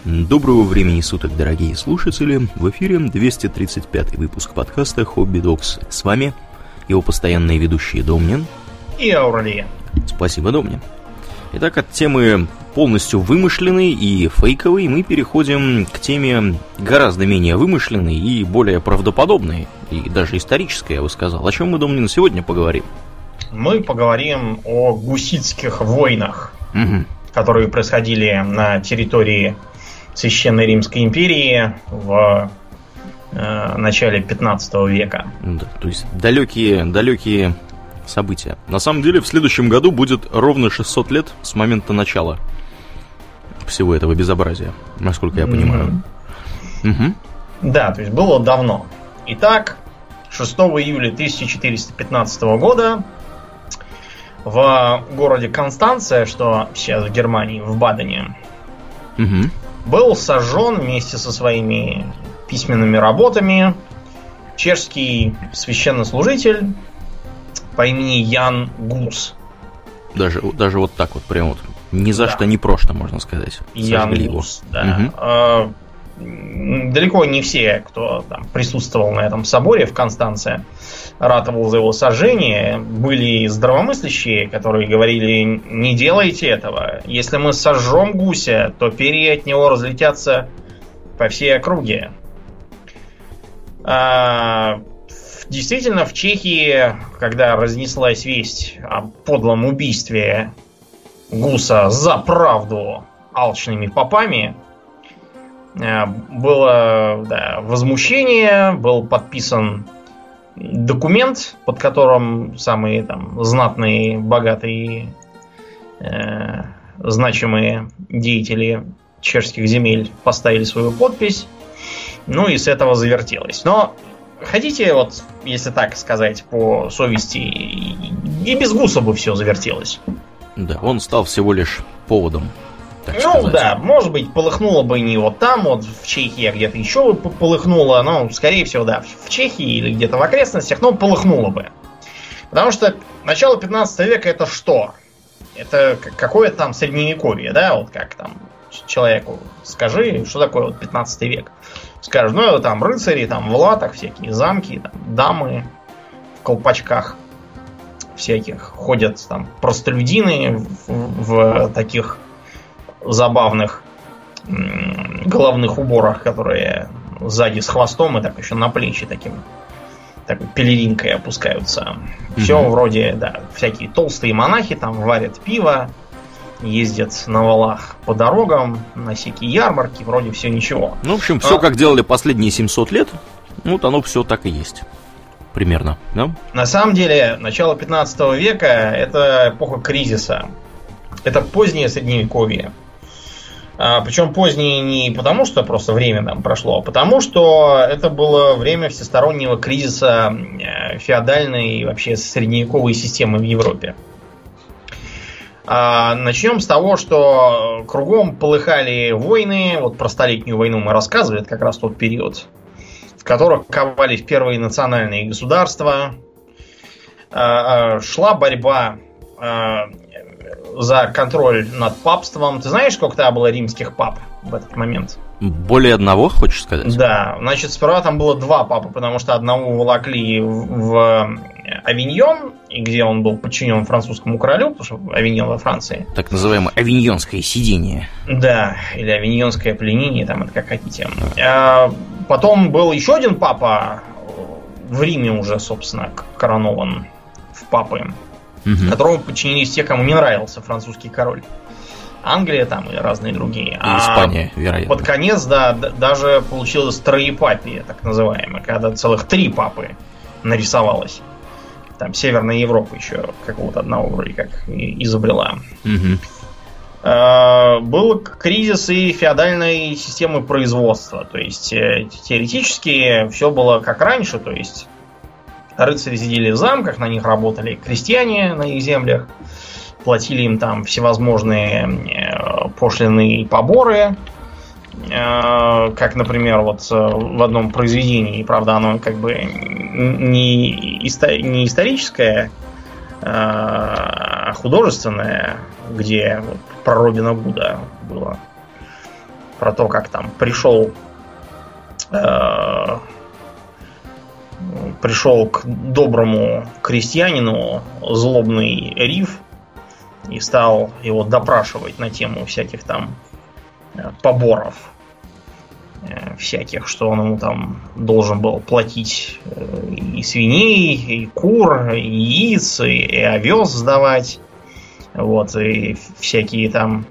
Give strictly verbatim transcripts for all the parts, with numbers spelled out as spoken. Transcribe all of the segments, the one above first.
Доброго времени суток, дорогие слушатели! В эфире двести тридцать пятый выпуск подкаста «Хобби Докс». С вами его постоянные ведущие Домнин и Ауралия. Спасибо, Домнин. Итак, от темы полностью вымышленной и фейковой мы переходим к теме гораздо менее вымышленной и более правдоподобной, и даже исторической, я бы сказал. О чем мы, Домнин, сегодня поговорим? Мы поговорим о гуситских войнах, угу. которые происходили на территории Священной Римской империи в э, начале пятнадцатого века. Да, то есть далекие, далекие события. На самом деле в следующем году будет ровно шестьсот лет с момента начала всего этого безобразия, насколько я понимаю. Mm-hmm. Угу. Да, то есть было давно. Итак, шестого июля тысяча четыреста пятнадцатого года в городе Констанция, что сейчас в Германии, в Бадене, угу. был сожжен вместе со своими письменными работами чешский священнослужитель по имени Ян Гус. Даже, даже вот так вот, прям вот. Ни за да. что, ни просто, можно сказать. Ян Гус, да. Угу. А, далеко не все, кто там присутствовал на этом соборе в Констанце, ратовал за его сожжение. Были здравомыслящие, которые говорили: не делайте этого. Если мы сожжем гуся, то перья от него разлетятся по всей округе. А, действительно, в Чехии, когда разнеслась весть о подлом убийстве гуса за правду алчными попами, было да, возмущение, был подписан документ, под которым самые там знатные, богатые, э, значимые деятели чешских земель поставили свою подпись. Ну и с этого завертелось. Но хотите, вот, если так сказать, по совести, и без гуса бы все завертелось. Да, он стал всего лишь поводом. Так ну сказать. Да, может быть, полыхнуло бы не вот там, вот в Чехии, а где-то еще бы полыхнуло, но, скорее всего, да, в Чехии или где-то в окрестностях, но полыхнуло бы. Потому что начало пятнадцатого века это что? Это какое-то там средневековье, да, вот как там человеку скажи, что такое вот пятнадцатый век. Скажешь, ну это там рыцари, там в латах всякие замки, там, дамы в колпачках всяких, ходят там простолюдины в, в таких забавных м- головных уборах, которые сзади с хвостом и так еще на плечи таким такой пелеринкой опускаются. Mm-hmm. Все вроде, да, всякие толстые монахи там варят пиво, ездят на валах по дорогам, на всякие ярмарки, вроде все ничего. Ну, в общем, все, а... как делали последние семьсот лет, вот оно все так и есть. Примерно, да? На самом деле, начало пятнадцатого века это эпоха кризиса. Это позднее средневековье. А, причем позднее не потому, что просто время там прошло, а потому что это было время всестороннего кризиса феодальной и вообще средневековой системы в Европе. А, начнем с того, что кругом полыхали войны. Вот про Столетнюю войну мы рассказывали, это как раз тот период, в которых ковались первые национальные государства. А, а, шла борьба а, за контроль над папством. Ты знаешь, сколько тогда было римских пап в этот момент? Более одного, хочешь сказать? Да, значит, сперва там было два папы, потому что одного волокли в Авиньон, и где он был подчинен французскому королю, потому что Авиньон во Франции. Так называемое авиньонское сидение. Да, или авиньонское пленение, там это как хотите. А потом был еще один папа в Риме уже, собственно, коронован в папы, угу. которому подчинились те, кому не нравился французский король. Англия там и разные другие. И а Испания, вероятно. Под конец, да, даже получилось троепапие, так называемое, когда целых три папы нарисовалось. Там Северная Европа еще какого-то одного вроде как изобрела. Угу. А, был кризис и феодальной системы производства. То есть теоретически все было как раньше, то есть рыцари сидели в замках, на них работали крестьяне на их землях, платили им там всевозможные пошлины и поборы. Как, например, вот в одном произведении, правда, оно как бы не, исто- не историческое, а художественное, где вот про Робина Гуда было про то, как там пришел э, пришел к доброму крестьянину злобный Риф и стал его допрашивать на тему всяких там поборов всяких, что он ему там должен был платить и свиней, и кур, и яиц, и, и овес сдавать, вот, и всякие там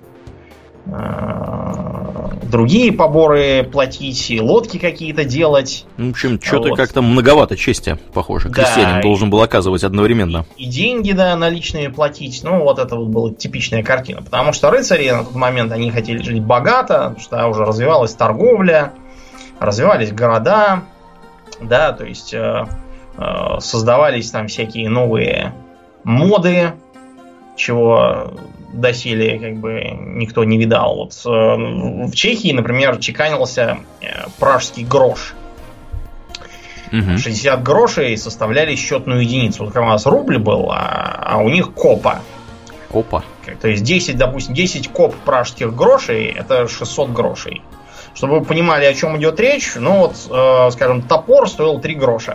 э, другие поборы платить, и лодки какие-то делать. В общем, что-то вот. Как-то многовато чести, похоже, крестьянин да, должен был оказывать одновременно. И, и деньги, да, наличными платить. Ну, вот это вот была типичная картина. Потому что рыцари на тот момент, они хотели жить богато, потому что уже развивалась торговля, развивались города, да, то есть э, э, создавались там всякие новые моды, чего доселе как бы никто не видал. Вот э, в Чехии, например, чеканился э, пражский грош. Угу. шестьдесят грошей составляли счетную единицу. Вот как у нас рубль был, а, а у них копа. Копа. То есть десять, допустим, десять коп пражских грошей это шестьсот грошей. Чтобы вы понимали, о чем идет речь, ну вот, э, скажем, топор стоил три гроша.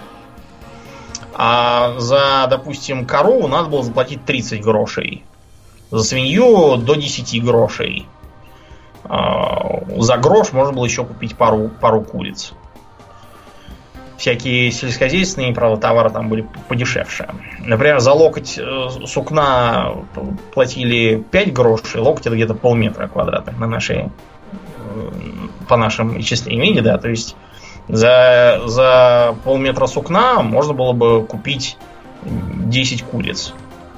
А за, допустим, корову надо было заплатить тридцать грошей. За свинью до десять грошей. А, за грош можно было еще купить пару, пару куриц. Всякие сельскохозяйственные, правда, товары там были подешевше. Например, за локоть сукна платили пять грошей, локоть это где-то полметра квадратных на нашей, по нашим исчислениям, видите, да, то есть за, за полметра сукна можно было бы купить десять куриц.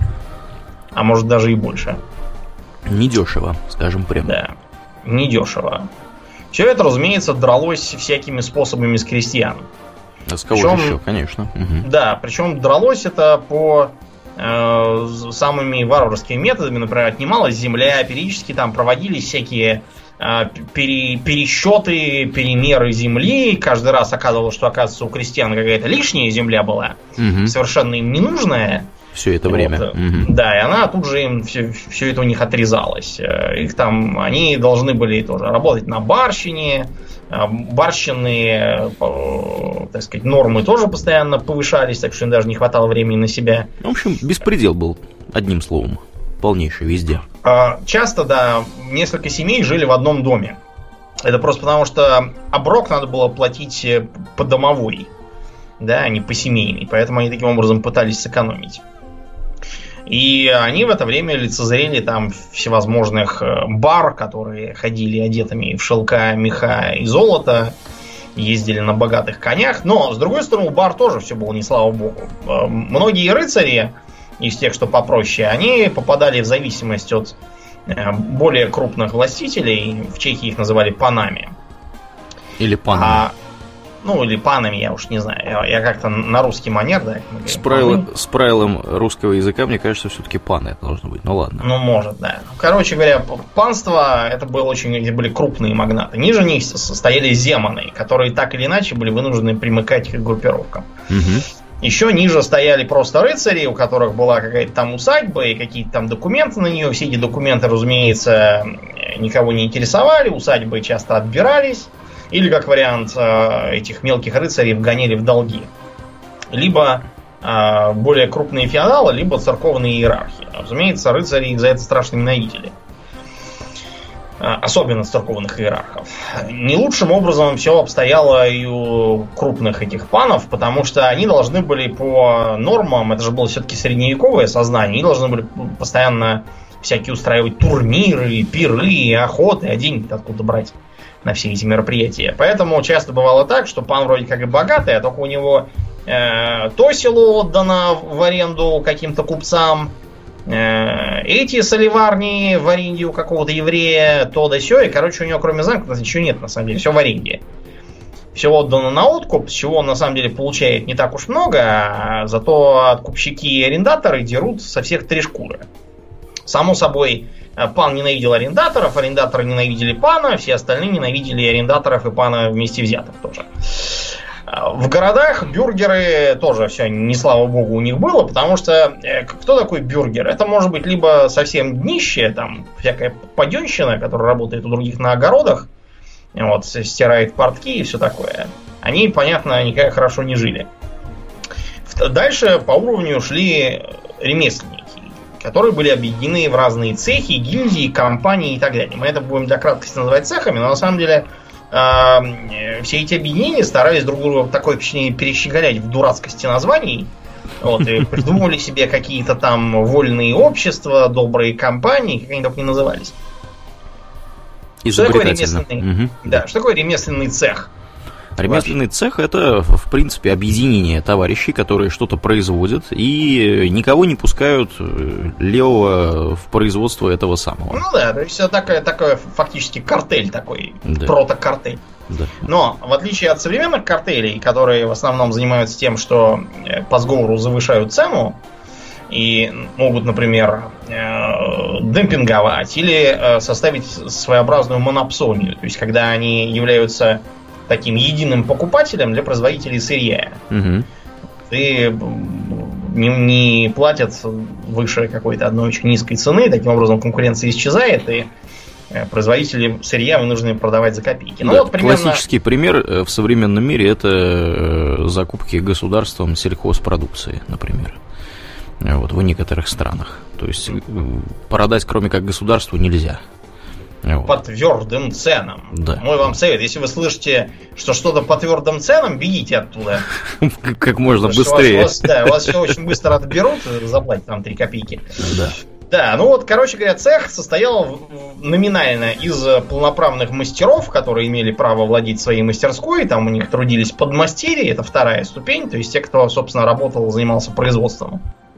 А может даже и больше. Недешево, скажем прямо. Да, недешево. Все это, разумеется, дралось всякими способами с крестьян. А с кого причем, же еще, конечно. Угу. Да, причем дралось это по э, самыми варварскими методами. Например, отнималась земля, периодически там проводились всякие э, пере, пересчеты, перемеры земли. Каждый раз оказывалось, что, оказывается, у крестьян какая-то лишняя земля была, угу. совершенно им ненужная. Все это время. Вот. Угу. Да, и она тут же им все, все это у них отрезалось. Их там, они должны были тоже работать на барщине. Барщинные, так сказать, нормы тоже постоянно повышались, так что им даже не хватало времени на себя. В общем, беспредел был, одним словом, полнейший везде. Часто, да, несколько семей жили в одном доме. Это просто потому, что оброк надо было платить по домовой, да, а не по семейной. Поэтому они таким образом пытались сэкономить. И они в это время лицезрели там всевозможных бар, которые ходили одетыми в шелка, меха и золото, ездили на богатых конях. Но, с другой стороны, у бар тоже все было не слава богу. Многие рыцари, из тех, что попроще, они попадали в зависимость от более крупных властителей. В Чехии их называли панами. Или панами. А, ну, или панами, я уж не знаю. Я, я как-то на русский манер, да. С, правило, с правилом русского языка, мне кажется, все-таки паны это должно быть. Ну ладно. Ну, может, да. Короче говоря, панство это было очень, где были крупные магнаты. Ниже них стояли земаны, которые так или иначе были вынуждены примыкать к группировкам. Угу. Еще ниже стояли просто рыцари, у которых была какая-то там усадьба и какие-то там документы на нее. Все эти документы, разумеется, никого не интересовали, усадьбы часто отбирались. Или, как вариант, этих мелких рыцарей вгоняли в долги. Либо более крупные феодалы, либо церковные иерархи. Разумеется, рыцари их за это страшно ненавидели. Особенно церковных иерархов. Не лучшим образом все обстояло и у крупных этих панов, потому что они должны были по нормам, это же было все-таки средневековое сознание, они должны были постоянно всякие устраивать турниры, пиры, охоты, а деньги откуда брать на все эти мероприятия. Поэтому часто бывало так, что пан вроде как и богатый, а только у него э, то село отдано в аренду каким-то купцам, э, эти соливарни в аренде у какого-то еврея, то да сё, и, короче, у него кроме замка ничего нет, на самом деле, все в аренде. Все отдано на откуп, с чего он на самом деле получает не так уж много, а зато откупщики и арендаторы дерут со всех три шкуры. Само собой, пан ненавидел арендаторов, арендаторы ненавидели пана, все остальные ненавидели арендаторов и пана вместе взятых тоже. В городах бюргеры тоже все не слава богу у них было, потому что кто такой бюргер? Это может быть либо совсем днище, там всякая паденщина, которая работает у других на огородах, вот, стирает портки и все такое. Они, понятно, никак хорошо не жили. Дальше по уровню шли ремесленники, которые были объединены в разные цехи, гильдии, компании и так далее. Мы это будем для краткости называть цехами, но на самом деле э, все эти объединения старались друг друга такое впечатление перещеголять в дурацкости названий. Вот, и придумывали себе какие-то там вольные общества, добрые компании, как они только не назывались. Что такое ремесленный, угу. да, что такое ремесленный цех? Ремесленный цех — это, в принципе, объединение товарищей, которые что-то производят и никого не пускают левого в производство этого самого. Ну да, то есть это такой, такой фактически картель такой, да. Протокартель. Да. Но, в отличие от современных картелей, которые в основном занимаются тем, что по сговору завышают цену и могут, например, демпинговать или составить своеобразную монопсонию, то есть когда они являются таким единым покупателем для производителей сырья. Угу. И не, не платят выше какой-то одной очень низкой цены, таким образом конкуренция исчезает, и производители сырья вынуждены продавать за копейки. Ну, да, вот примерно... Классический пример в современном мире — это закупки государством сельхозпродукции, например. Вот, в некоторых странах. То есть продать, кроме как государству, нельзя. Вот. По твердым ценам. Да. Мой вам совет, если вы слышите, что что-то по твердым ценам, бегите оттуда. Как можно быстрее. Да, у вас все очень быстро отберут, заплатят там три копейки. Да. Да, ну вот, короче говоря, цех состоял номинально из полноправных мастеров, которые имели право владеть своей мастерской, там у них трудились подмастерья, это вторая ступень, то есть те, кто, собственно, работал, занимался производством.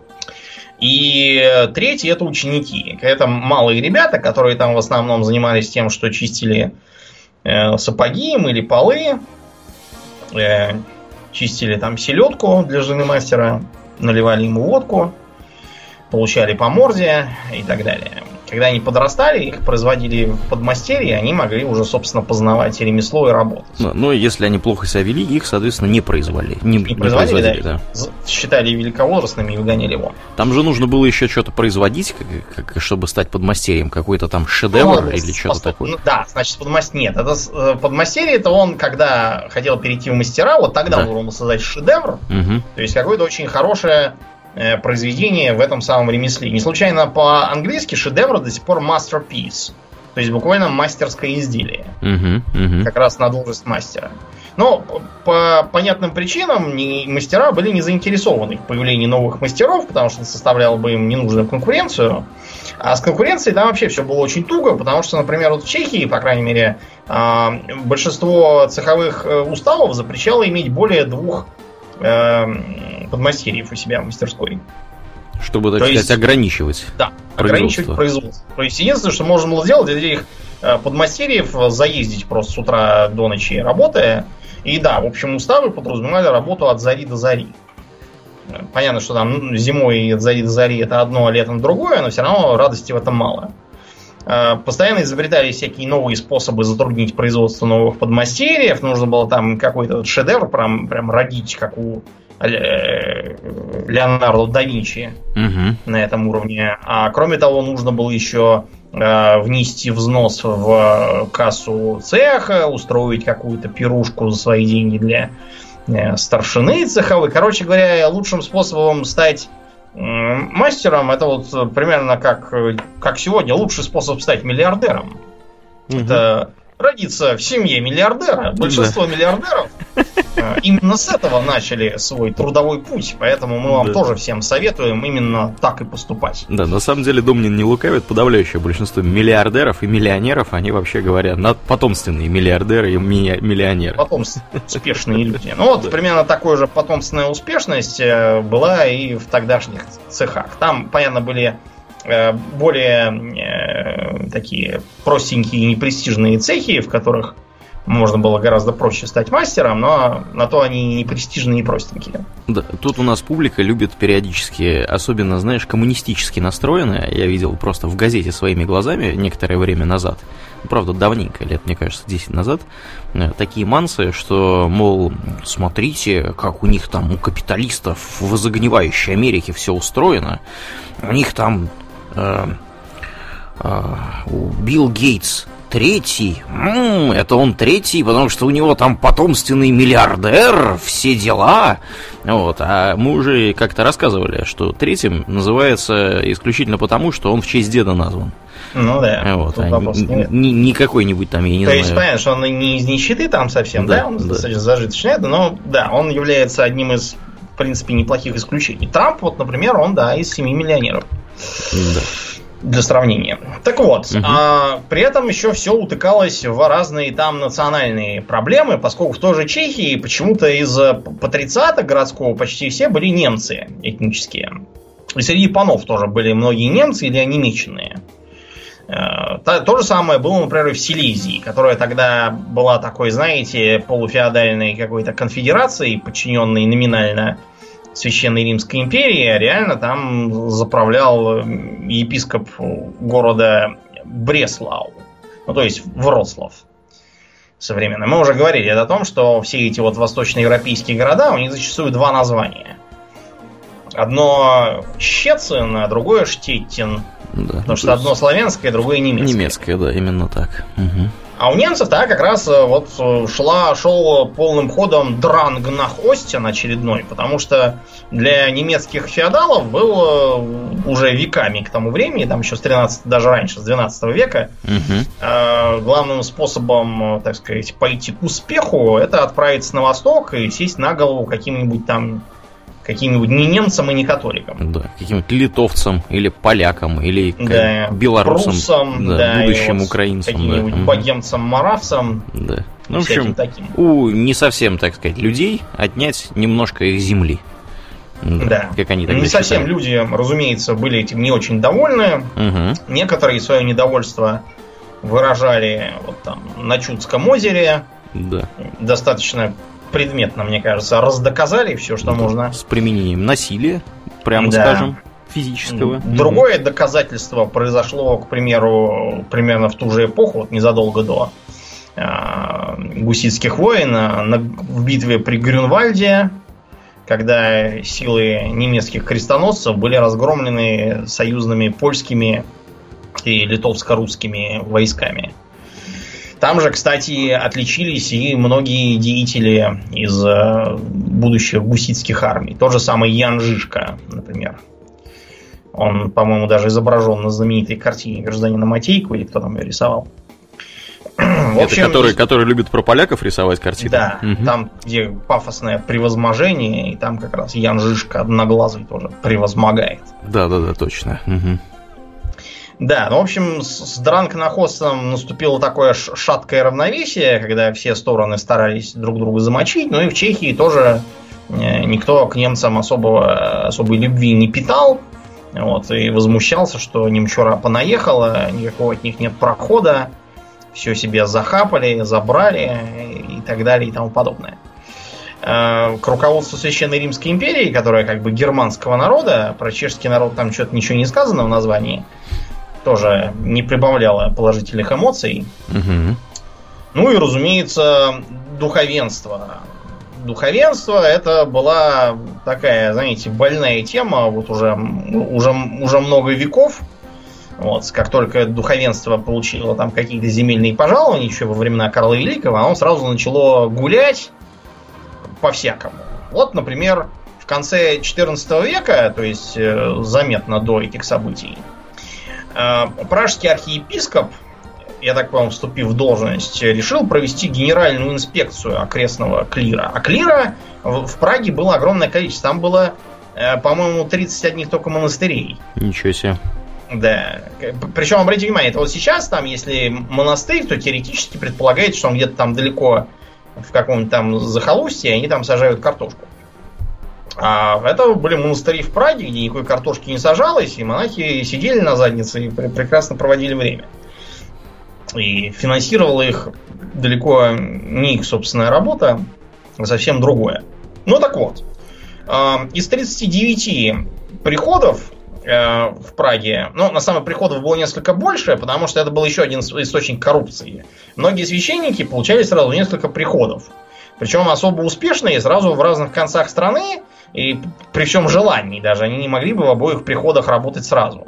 И третий — это ученики. Это малые ребята, которые там в основном занимались тем, что чистили э, сапоги, мыли полы, э, чистили там селедку для жены мастера, наливали ему водку, получали по морде и так далее. Когда они подрастали, их производили в подмастерье, они могли уже, собственно, познавать ремесло и работать. Но, но если они плохо себя вели, их, соответственно, не производили. Не, не, не производили, производили да, да. Считали великовозрастными и выгоняли его. Там же нужно было еще что-то производить, как, как, чтобы стать подмастерьем. Какой-то там шедевр ну, или что-то такое. Ну, да, значит, подмастерье. Нет, это подмастерье, это он, когда хотел перейти в мастера, вот тогда да. он должен создать шедевр. Угу. То есть какое-то очень хорошее произведение в этом самом ремесле. Не случайно по-английски шедевр до сих пор masterpiece. То есть буквально мастерское изделие. Uh-huh, uh-huh. Как раз на должность мастера. Но по понятным причинам не, мастера были не заинтересованы в появлении новых мастеров, потому что это составляло бы им ненужную конкуренцию. А с конкуренцией там вообще все было очень туго, потому что, например, вот в Чехии, по крайней мере, большинство цеховых уставов запрещало иметь более двух подмастерьев у себя в мастерской. Чтобы, так сказать, ограничивать. Да, ограничивать производство. То есть единственное, что можно было сделать, это их подмастерьев заездить просто с утра до ночи, работая. И да, в общем, уставы подразумевали работу от зари до зари. Понятно, что там зимой от зари до зари это одно, а летом другое, но все равно радости в этом мало. Постоянно изобретали всякие новые способы затруднить производство новых подмастерьев. Нужно было там какой-то шедевр прям, прям родить, как у Леонардо да Винчи угу. на этом уровне. А кроме того, нужно было еще э, внести взнос в кассу цеха, устроить какую-то пирушку за свои деньги для э, старшины цеховой. Короче говоря, лучшим способом стать э, мастером, это вот примерно как, как сегодня лучший способ стать миллиардером. Угу. Это родиться в семье миллиардера. Большинство да. миллиардеров э, именно с этого начали свой трудовой путь. Поэтому мы вам да. тоже всем советуем именно так и поступать. Да, на самом деле Домнин не лукавит. Подавляющее большинство миллиардеров и миллионеров, они вообще говорят, потомственные миллиардеры и ми- миллионеры. Потомственные успешные люди. Ну вот да. примерно такой же потомственная успешность была и в тогдашних цехах. Там, понятно, были более э, такие простенькие и непрестижные цехи, в которых можно было гораздо проще стать мастером, но на то они не престижные и простенькие. Да, тут у нас публика любит периодически, особенно, знаешь, коммунистически настроенная. Я видел просто в газете своими глазами некоторое время назад правда, давненько, лет, мне кажется, десять назад, такие мансы, что, мол, смотрите, как у них там, у капиталистов в загнивающей Америке все устроено. У них там э, э, Билл Гейтс третий, м-м, это он третий, потому что у него там потомственный миллиардер, все дела. Вот. А мы уже как-то рассказывали, что третьим называется исключительно потому, что он в честь деда назван. Ну да. Вот. А не, не, не какой-нибудь там, я не То знаю. есть, понятно, что он не из нищеты там совсем, да, да? Он да. достаточно зажиточный, но да, он является одним из, в принципе, неплохих исключений. Трамп, вот, например, он, да, из семи миллионеров. Да. Для сравнения. Так вот, угу. а, при этом еще все утыкалось в разные там национальные проблемы, поскольку в той же Чехии почему-то из патрициата городского почти все были немцы этнические. И среди панов тоже были многие немцы или онемеченные. А, то, то же самое было, например, и в Силезии, которая тогда была такой, знаете, полуфеодальной какой-то конфедерацией, подчиненной номинально Священной Римской империи, а реально там заправлял епископ города Бреслау, ну то есть Вроцлав современный. Мы уже говорили о том, что все эти вот восточноевропейские города, у них зачастую два названия. Одно Щецин, а другое Штеттин. Да, потому что одно славянское, другое немецкое. Немецкое, да, именно так. Угу. А у немцев, да, как раз вот шла, шел полным ходом дранг nach Osten очередной, потому что для немецких феодалов был уже веками к тому времени, там еще с тринадцатого, даже раньше, с двенадцатого века, угу. э, главным способом, так сказать, пойти к успеху, это отправиться на восток и сесть на голову каким-нибудь там каким-нибудь не немцам и не католикам. Да, каким-нибудь литовцам или полякам, или да, белорусам, прусам, да, да, будущим вот украинцам. Каким-нибудь да. богемцам, моравцам. Да. Ну, в общем, таким. у не совсем, так сказать, людей отнять немножко их земли. Да. Да. Как они так не считают. совсем люди, разумеется, были этим не очень довольны. Угу. Некоторые свое недовольство выражали вот там на Чудском озере. Да. Достаточно предметно, мне кажется, раздоказали все, что да, можно. С применением насилия, прямо да. скажем, физического. Другое угу. доказательство произошло, к примеру, примерно в ту же эпоху, вот незадолго до э, гуситских войн, на, в битве при Грюнвальде, когда силы немецких крестоносцев были разгромлены союзными польскими и литовско-русскими войсками. Там же, кстати, отличились и многие деятели из будущих гуситских армий. Тот же самый Ян Жишка, например. Он, по-моему, даже изображен на знаменитой картине «Гражданина Матейку», или кто там ее рисовал. В общем, это который, который любит про поляков рисовать картины? Да, угу. Там, где пафосное превозможение, и там как раз Ян Жишка одноглазый тоже превозмогает. Да-да-да, точно. Угу. Да, ну, в общем, с дранг nach Osten наступило такое шаткое равновесие, когда все стороны старались друг друга замочить, но и в Чехии тоже никто к немцам особого, особой любви не питал, вот, и возмущался, что немчура понаехала, никакого от них нет прохода, все себе захапали, забрали и так далее и тому подобное. К руководству Священной Римской империи, которая как бы германского народа, про чешский народ там что-то ничего не сказано в названии, тоже не прибавляло положительных эмоций. Угу. Ну и, разумеется, духовенство. Духовенство это была такая, знаете, больная тема вот уже, уже, уже много веков. Вот, как только духовенство получило там какие-то земельные пожалования еще во времена Карла Великого, оно сразу начало гулять по-всякому. Вот, например, в конце четырнадцатого века, то есть заметно до этих событий, пражский архиепископ, я так понял, вступив в должность, решил провести генеральную инспекцию окрестного клира. А клира в Праге было огромное количество. Там было, по-моему, тридцать одних только монастырей. Ничего себе. Да. Причем, обратите внимание, это вот сейчас там, если монастырь, то теоретически предполагается, что он где-то там далеко в каком-нибудь там захолустье, и они там сажают картошку. А это были монастыри в Праге, где никакой картошки не сажалось, и монахи сидели на заднице и прекрасно проводили время. И финансировала их далеко не их собственная работа, а совсем другое. Ну так вот, из тридцати девяти приходов э, в Праге. Ну, на самом деле, приходов было несколько больше, потому что это был еще один источник коррупции. Многие священники получали сразу несколько приходов. Причем особо успешные, сразу в разных концах страны, и при всем желании даже. Они не могли бы в обоих приходах работать сразу.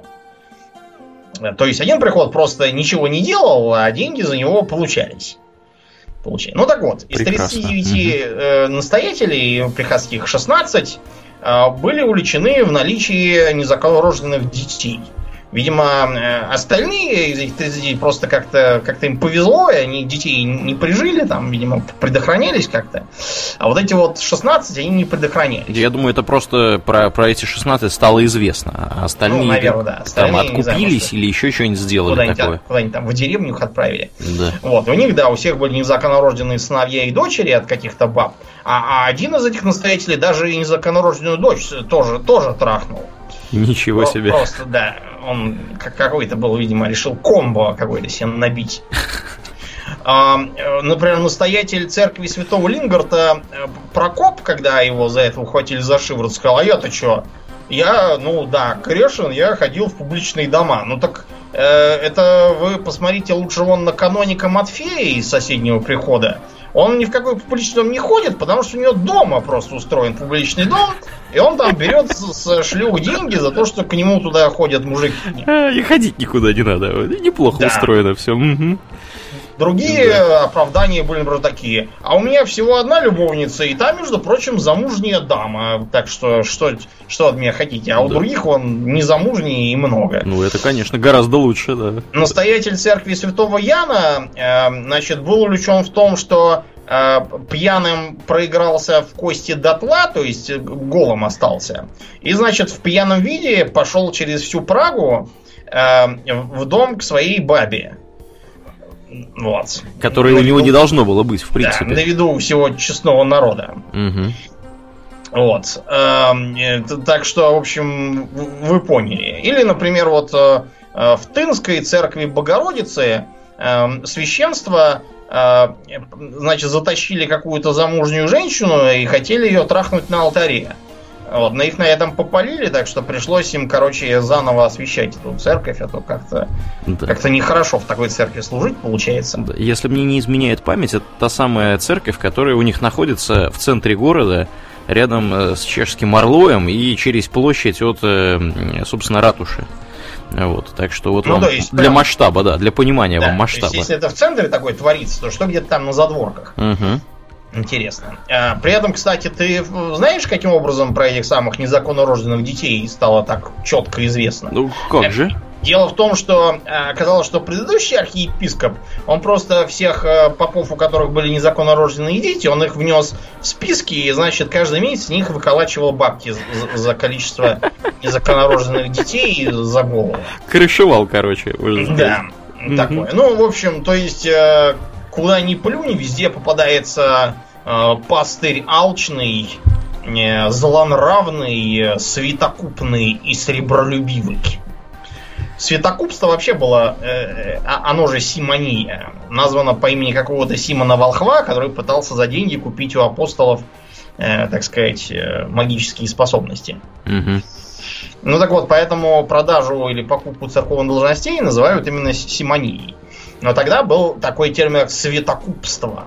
То есть один приход просто ничего не делал, а деньги за него получались. Получали. Ну так вот, из тридцати девяти угу. э, настоятелей приходских шестнадцать э, были уличены в наличии незаконнорожденных детей. Видимо, э, остальные из этих тридцати просто как-то как им повезло, и они детей не прижили, там, видимо, предохранялись как-то. А вот эти вот шестнадцать, они не предохранялись. Я думаю, это просто про, про эти шестнадцать стало известно. А остальные, ну, наверное, да. Остальные, там откупились знаю, или еще что-нибудь сделали куда-нибудь, такое. Куда-нибудь там в деревню их отправили. Да. Вот, у них, да, у всех были незаконнорожденные сыновья и дочери от каких-то баб. А, а один из этих настоятелей даже и незаконнорожденную дочь тоже, тоже трахнул. Ничего Про- себе. Просто, да, он какой-то был, видимо, решил комбо какой-то себе набить. Например, настоятель церкви святого Лингарта Прокоп, когда его за это ухватили за шиворот, сказал: а я-то что? Я, ну да, грешен, я ходил в публичные дома. Ну так э, это вы посмотрите лучше вон на каноника Матфея из соседнего прихода. Он ни в какой публичный дом не ходит, потому что у него дома просто устроен публичный дом, и он там берет с шлюх деньги за то, что к нему туда ходят мужики. А, и ходить никуда не надо. Неплохо да. устроено все. Угу. Другие да. оправдания были, например, такие: а у меня всего одна любовница, и та, между прочим, замужняя дама. Так что, что, что от меня хотите? А да. у других он незамужний и много. Ну, это, конечно, гораздо лучше, да. Настоятель церкви святого Яна, э, значит, был увлечен в том, что э, пьяным проигрался в кости дотла, то есть голым остался. И, значит, в пьяном виде пошел через всю Прагу э, в дом к своей бабе. Вот. Которое у него не должно было быть, в принципе. Да, на виду всего честного народа. Угу. Вот. Э, так что, в общем, вы поняли. Или, например, вот э, в Тынской церкви Богородицы э, священство, э, значит, затащили какую-то замужнюю женщину и хотели ее трахнуть на алтаре. Вот, на их на этом попалили, так что пришлось им, короче, заново освещать эту церковь, а то как-то, да. как-то нехорошо в такой церкви служить, получается. Да. Если мне не изменяет память, это та самая церковь, которая у них находится в центре города, рядом с чешским Орлоем и через площадь от, собственно, ратуши. Вот, так что вот ну, вам есть, для прям... масштаба, да, для понимания да, вам масштаба. То есть, если это в центре такое творится, то что где-то там на задворках? Угу. Интересно. При этом, кстати, ты знаешь, каким образом про этих самых незаконнорожденных детей стало так четко известно? Ну, как же? Дело в том, что оказалось, что предыдущий архиепископ, он просто всех попов, у которых были незаконнорожденные дети, он их внес в списки, и, значит, каждый месяц с них выколачивал бабки за, за количество незаконнорожденных детей за голову. Крышевал, короче. Да, mm-hmm. такое. Ну, в общем, то есть... Куда ни плюнь, везде попадается э, пастырь алчный, э, злонравный, святокупный и сребролюбивый. Святокупство вообще было, э, оно же симония, названо по имени какого-то Симона Волхва, который пытался за деньги купить у апостолов, э, так сказать, э, магические способности. Угу. Ну так вот, поэтому продажу или покупку церковных должностей называют именно симонией. Но тогда был такой термин, как святокупство.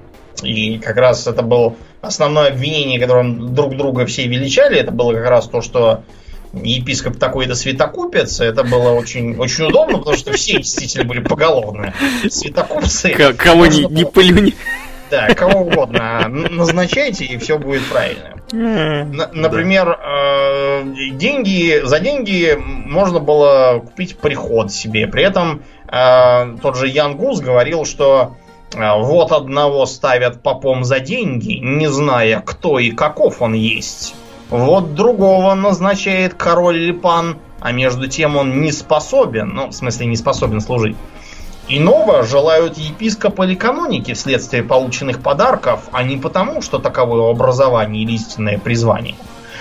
И как раз это было основное обвинение, которым друг друга все величали. Это было как раз то, что епископ такой-то святокупец. Это было очень, очень удобно, потому что все действительно были поголовные святокупцы. К- кого не, не плюнь. Да, кого угодно назначайте, и все будет правильно. Например, да. деньги, за деньги можно было купить приход себе. При этом тот же Ян Гус говорил, что вот одного ставят попом за деньги, не зная, кто и каков он есть. Вот другого назначает король или пан, а между тем он не способен, ну, в смысле, не способен служить. Иного желают епископ или каноники вследствие полученных подарков, а не потому, что таковое образование или истинное призвание.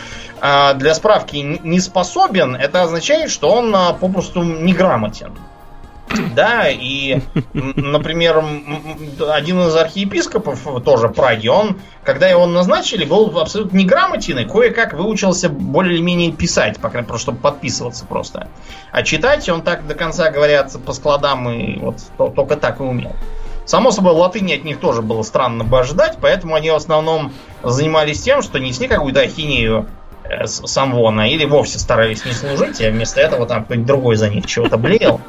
А для справки, не способен, это означает, что он попросту неграмотен. да, и, например, один из архиепископов тоже Праги, он, когда его назначили, был абсолютно неграмотен и кое-как выучился более-менее писать, по крайней мере, чтобы подписываться просто. А читать он так до конца, говорят, по складам и вот только так и умел. Само собой, латыни от них тоже было странно бы ожидать, поэтому они в основном занимались тем, что несли какую-то ахинею с самвона или вовсе старались не служить, а вместо этого там кто-нибудь другой за них чего-то блеял.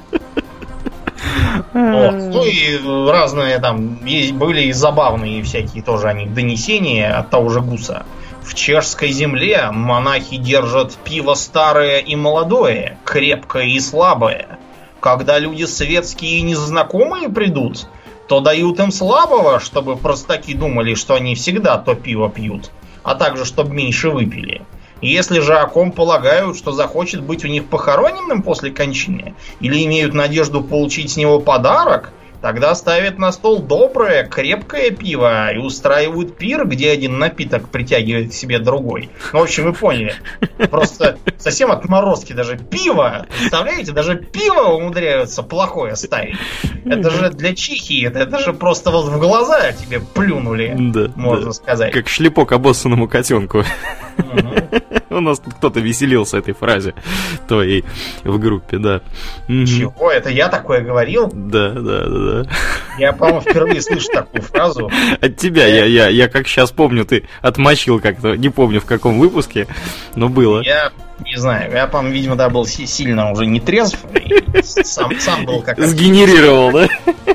Вот. Ну и разные там есть, были и забавные всякие тоже они донесения от того же Гуса. В чешской земле монахи держат пиво старое и молодое, крепкое и слабое. Когда люди светские и незнакомые придут, то дают им слабого, чтобы простаки думали, что они всегда то пиво пьют, а также чтобы меньше выпили. Если же о ком полагают, что захочет быть у них похороненным после кончины, или имеют надежду получить с него подарок, тогда ставят на стол доброе, крепкое пиво и устраивают пир, где один напиток притягивает к себе другой. Ну, в общем, вы поняли. Просто совсем отморозки даже пиво. Представляете, даже пиво умудряются плохое ставить. Это же для Чехии, это, это же просто вот в глаза тебе плюнули, да, можно да. сказать. Как шлепок обоссанному котенку. Угу. У нас тут кто-то веселился этой фразе твоей в группе, да. Чего? Это я такое говорил? Да, да, да, да. Я, по-моему, впервые слышу такую фразу. От тебя, я, я, я как сейчас помню, ты отмочил как-то, не помню в каком выпуске, но было. Я не знаю, я, по-моему, видимо, да, был сильно уже не трезв, сам, сам был как-то... Сгенерировал, да?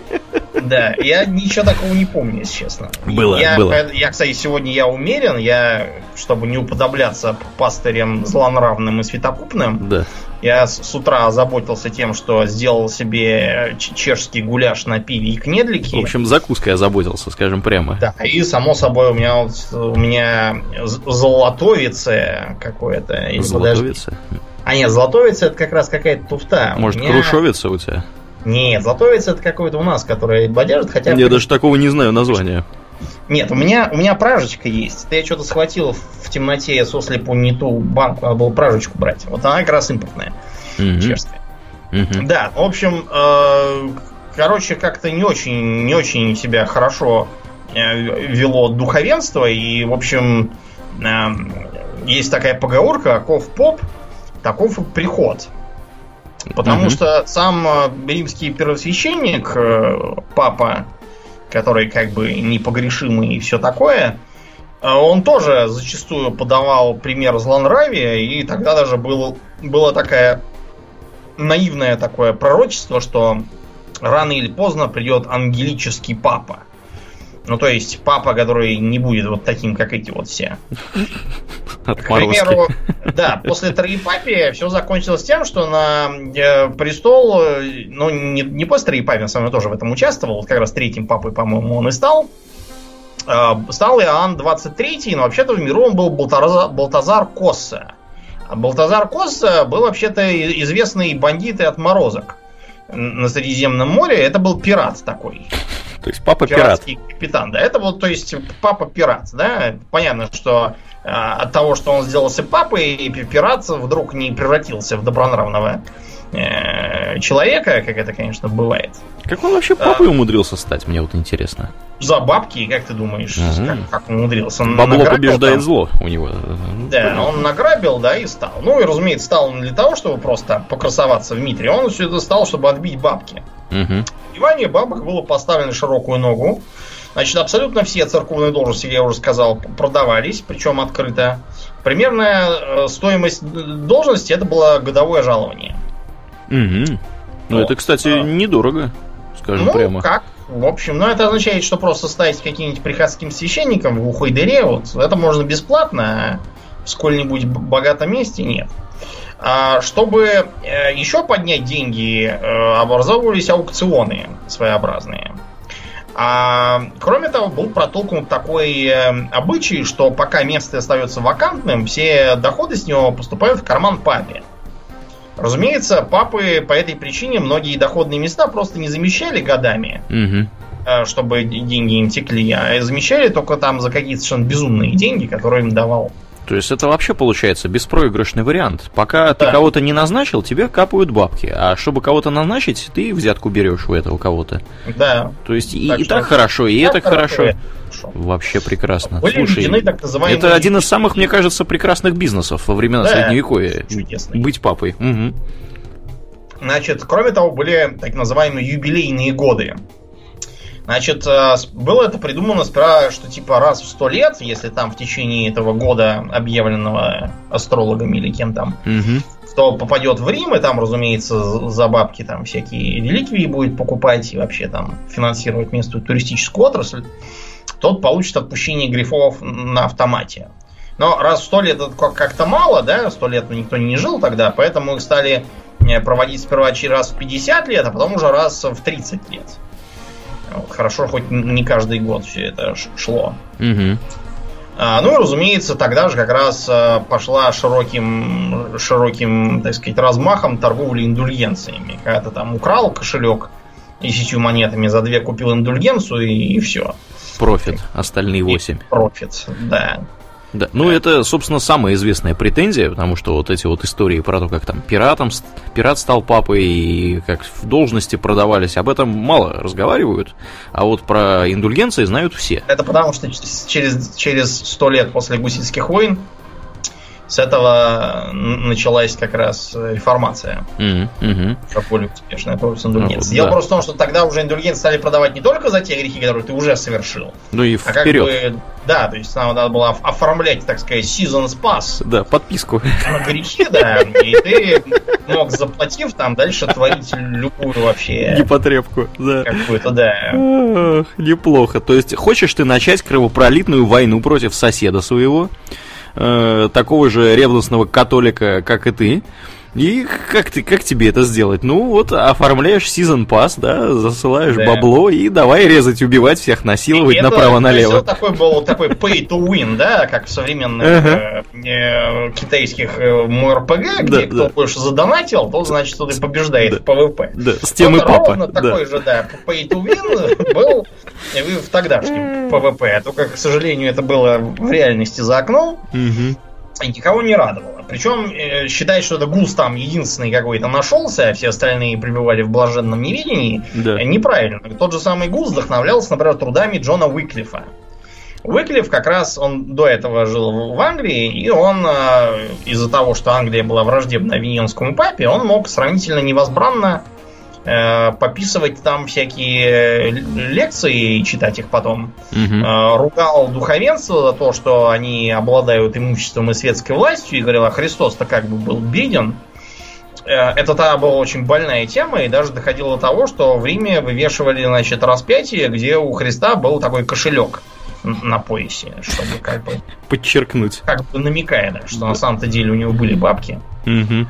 Да, я ничего такого не помню, если честно. Было, я, было. Я, кстати, сегодня я умерен, я, чтобы не уподобляться пастырям злонравным и святокупным, да. я с, с утра озаботился тем, что сделал себе чешский гуляш на пиве и кнедлики. В общем, закуской озаботился, скажем прямо. Да, и, само собой, у меня, вот, у меня золотовице какое-то. Золотовице? А нет, золотовица это как раз какая-то туфта. Может, меня... крушовица у тебя? Нет, золотовица это какой-то у нас, который бодяжит, хотя... Я даже такого не знаю названия. Нет, у меня, у меня пражечка есть. Это я что-то схватил в темноте сослепу не ту банку, надо было пражечку брать. Вот она как раз импортная, mm-hmm. чешская. Mm-hmm. Да, в общем, э, короче, как-то не очень, не очень себя хорошо э, вело духовенство. И, в общем, э, есть такая поговорка: каков поп, таков и приход. Потому mm-hmm. что сам римский первосвященник, папа, который как бы непогрешимый и все такое, он тоже зачастую подавал пример злонравия, и тогда даже было, было такое наивное такое пророчество, что рано или поздно придет ангелический папа. Ну, то есть папа, который не будет вот таким, как эти вот все. К примеру, да, после Троепапия все закончилось тем, что на э, престол, ну, не, не после Троепапия, сам я тоже в этом участвовал, вот как раз третьим папой, по-моему, он и стал. Э, стал Иоанн двадцать третий, но вообще-то в миру он был Балтазар, Балтазар Косса. А Балтазар Косса был вообще-то известный бандит и отморозок на Средиземном море. Это был пират такой. То есть папа-пират. Капитан, да. Это вот, то есть, папа-пират, да. Понятно, что э, от того, что он сделался папой, пират вдруг не превратился в добронравного э, человека, как это, конечно, бывает. Как он вообще папой а, умудрился стать, мне вот интересно. За бабки, как ты думаешь, угу. как, как он умудрился? Он Бабло побеждает там зло у него. Да, он награбил, да, и стал. Ну, и, разумеется, стал он не для того, чтобы просто покрасоваться в Митре, он все это стал, чтобы отбить бабки. Угу. В Иване бабок было поставлено широкую ногу. Значит, абсолютно все церковные должности, я уже сказал, продавались, причем открыто. Примерная стоимость должности — это было годовое жалование. Угу. Ну, вот. Это, кстати, а, недорого, скажем ну, прямо. Ну, как? В общем, ну, это означает, что просто стать каким-нибудь приходским священником в глухой дыре, вот, это можно бесплатно, а в сколь-нибудь богатом месте нет. Чтобы еще поднять деньги, образовывались аукционы своеобразные. А, кроме того, был протолкнут такой обычай, что пока место остается вакантным, все доходы с него поступают в карман папе. Разумеется, папы по этой причине многие доходные места просто не замещали годами, угу. чтобы деньги им текли, а замещали только там за какие-то совершенно безумные деньги, которые им давал То есть это вообще получается беспроигрышный вариант. Пока да. ты кого-то не назначил, тебе капают бабки. А чтобы кого-то назначить, ты взятку берешь у этого кого-то. Да. То есть и так, и так хорошо, и так это хорошо. хорошо. Вообще прекрасно. Были Слушай, введены так называемые... это один из самых, мне кажется, прекрасных бизнесов во времена да, Средневековья. Чудесный. Быть папой. Угу. Значит, кроме того, были так называемые юбилейные годы. Значит, было это придумано сперва, что типа раз в сто лет, если там в течение этого года, объявленного астрологами или кем там, угу. кто попадет в Рим, и там, разумеется, за бабки там всякие реликвии будет покупать и вообще там финансировать местную туристическую отрасль, тот получит отпущение грехов на автомате. Но раз в сто лет это как-то мало, да, сто лет никто не жил тогда, поэтому их стали проводить сперва раз в пятьдесят лет, а потом уже раз в тридцать лет. Вот, хорошо, хоть не каждый год все это шло. Угу. А, ну и, разумеется, тогда же как раз а, пошла широким, широким, так сказать, размахом торговля индульгенциями. Когда ты там украл кошелек десятью монетами, за две купил индульгенцию и, и все. Профит, остальные восемь. Профит, да. Да, ну это, собственно, самая известная претензия, потому что вот эти вот истории про то, как там пиратом, пират стал папой и как в должности продавались, об этом мало разговаривают, а вот про индульгенции знают все. Это потому что через, через сто лет после гуситских войн с этого началась как раз реформация. Mm-hmm. Mm-hmm. Уже более успешная против индульгенции. Ну, Дело да. просто в том, что тогда уже индульгенции стали продавать не только за те грехи, которые ты уже совершил, ну и а вперед. Как бы, да, то есть нам надо было оформлять, так сказать, season's pass. Да, подписку. На грехи, да, и ты мог, заплатив, там дальше творить любую вообще... Непотребку, да. Какую-то, да. Ах, неплохо. То есть хочешь ты начать кровопролитную войну против соседа своего, э, такого же ревностного католика, как и ты. И как ты, как тебе это сделать? Ну вот, оформляешь season pass, да, засылаешь да. бабло и давай резать, убивать всех, насиловать направо-налево. Это такой был такой pay to win, да, как в современных uh-huh. э, китайских э, МРПГ, где да, кто да. больше задонатил, тот, значит, тот и побеждает да. в ПВП. Да, с тем вот и папа. Ровно да. такой же, да, pay to win был в тогдашнем ПВП. Только, к сожалению, это было в реальности за окном. Uh-huh. И никого не радовало. Причем э, считать, что это Гус там единственный какой-то нашелся, а все остальные пребывали в блаженном неведении, да. неправильно. Тот же самый Гус вдохновлялся, например, трудами Джона Уиклифа. Уиклиф как раз, он до этого жил в Англии, и он э, из-за того, что Англия была враждебна Авиньонскому папе, он мог сравнительно невозбранно э, пописывать там всякие лекции и читать их потом. Угу. Э, ругал духовенство за то, что они обладают имуществом и светской властью, и говорил, а Христос-то как бы был беден. Э, это тогда была очень больная тема, и даже доходило до того, что в Риме вывешивали, значит, распятие, где у Христа был такой кошелек на поясе, чтобы как бы... подчеркнуть. Как бы намекая, да, что на самом-то деле у него были бабки. Угу.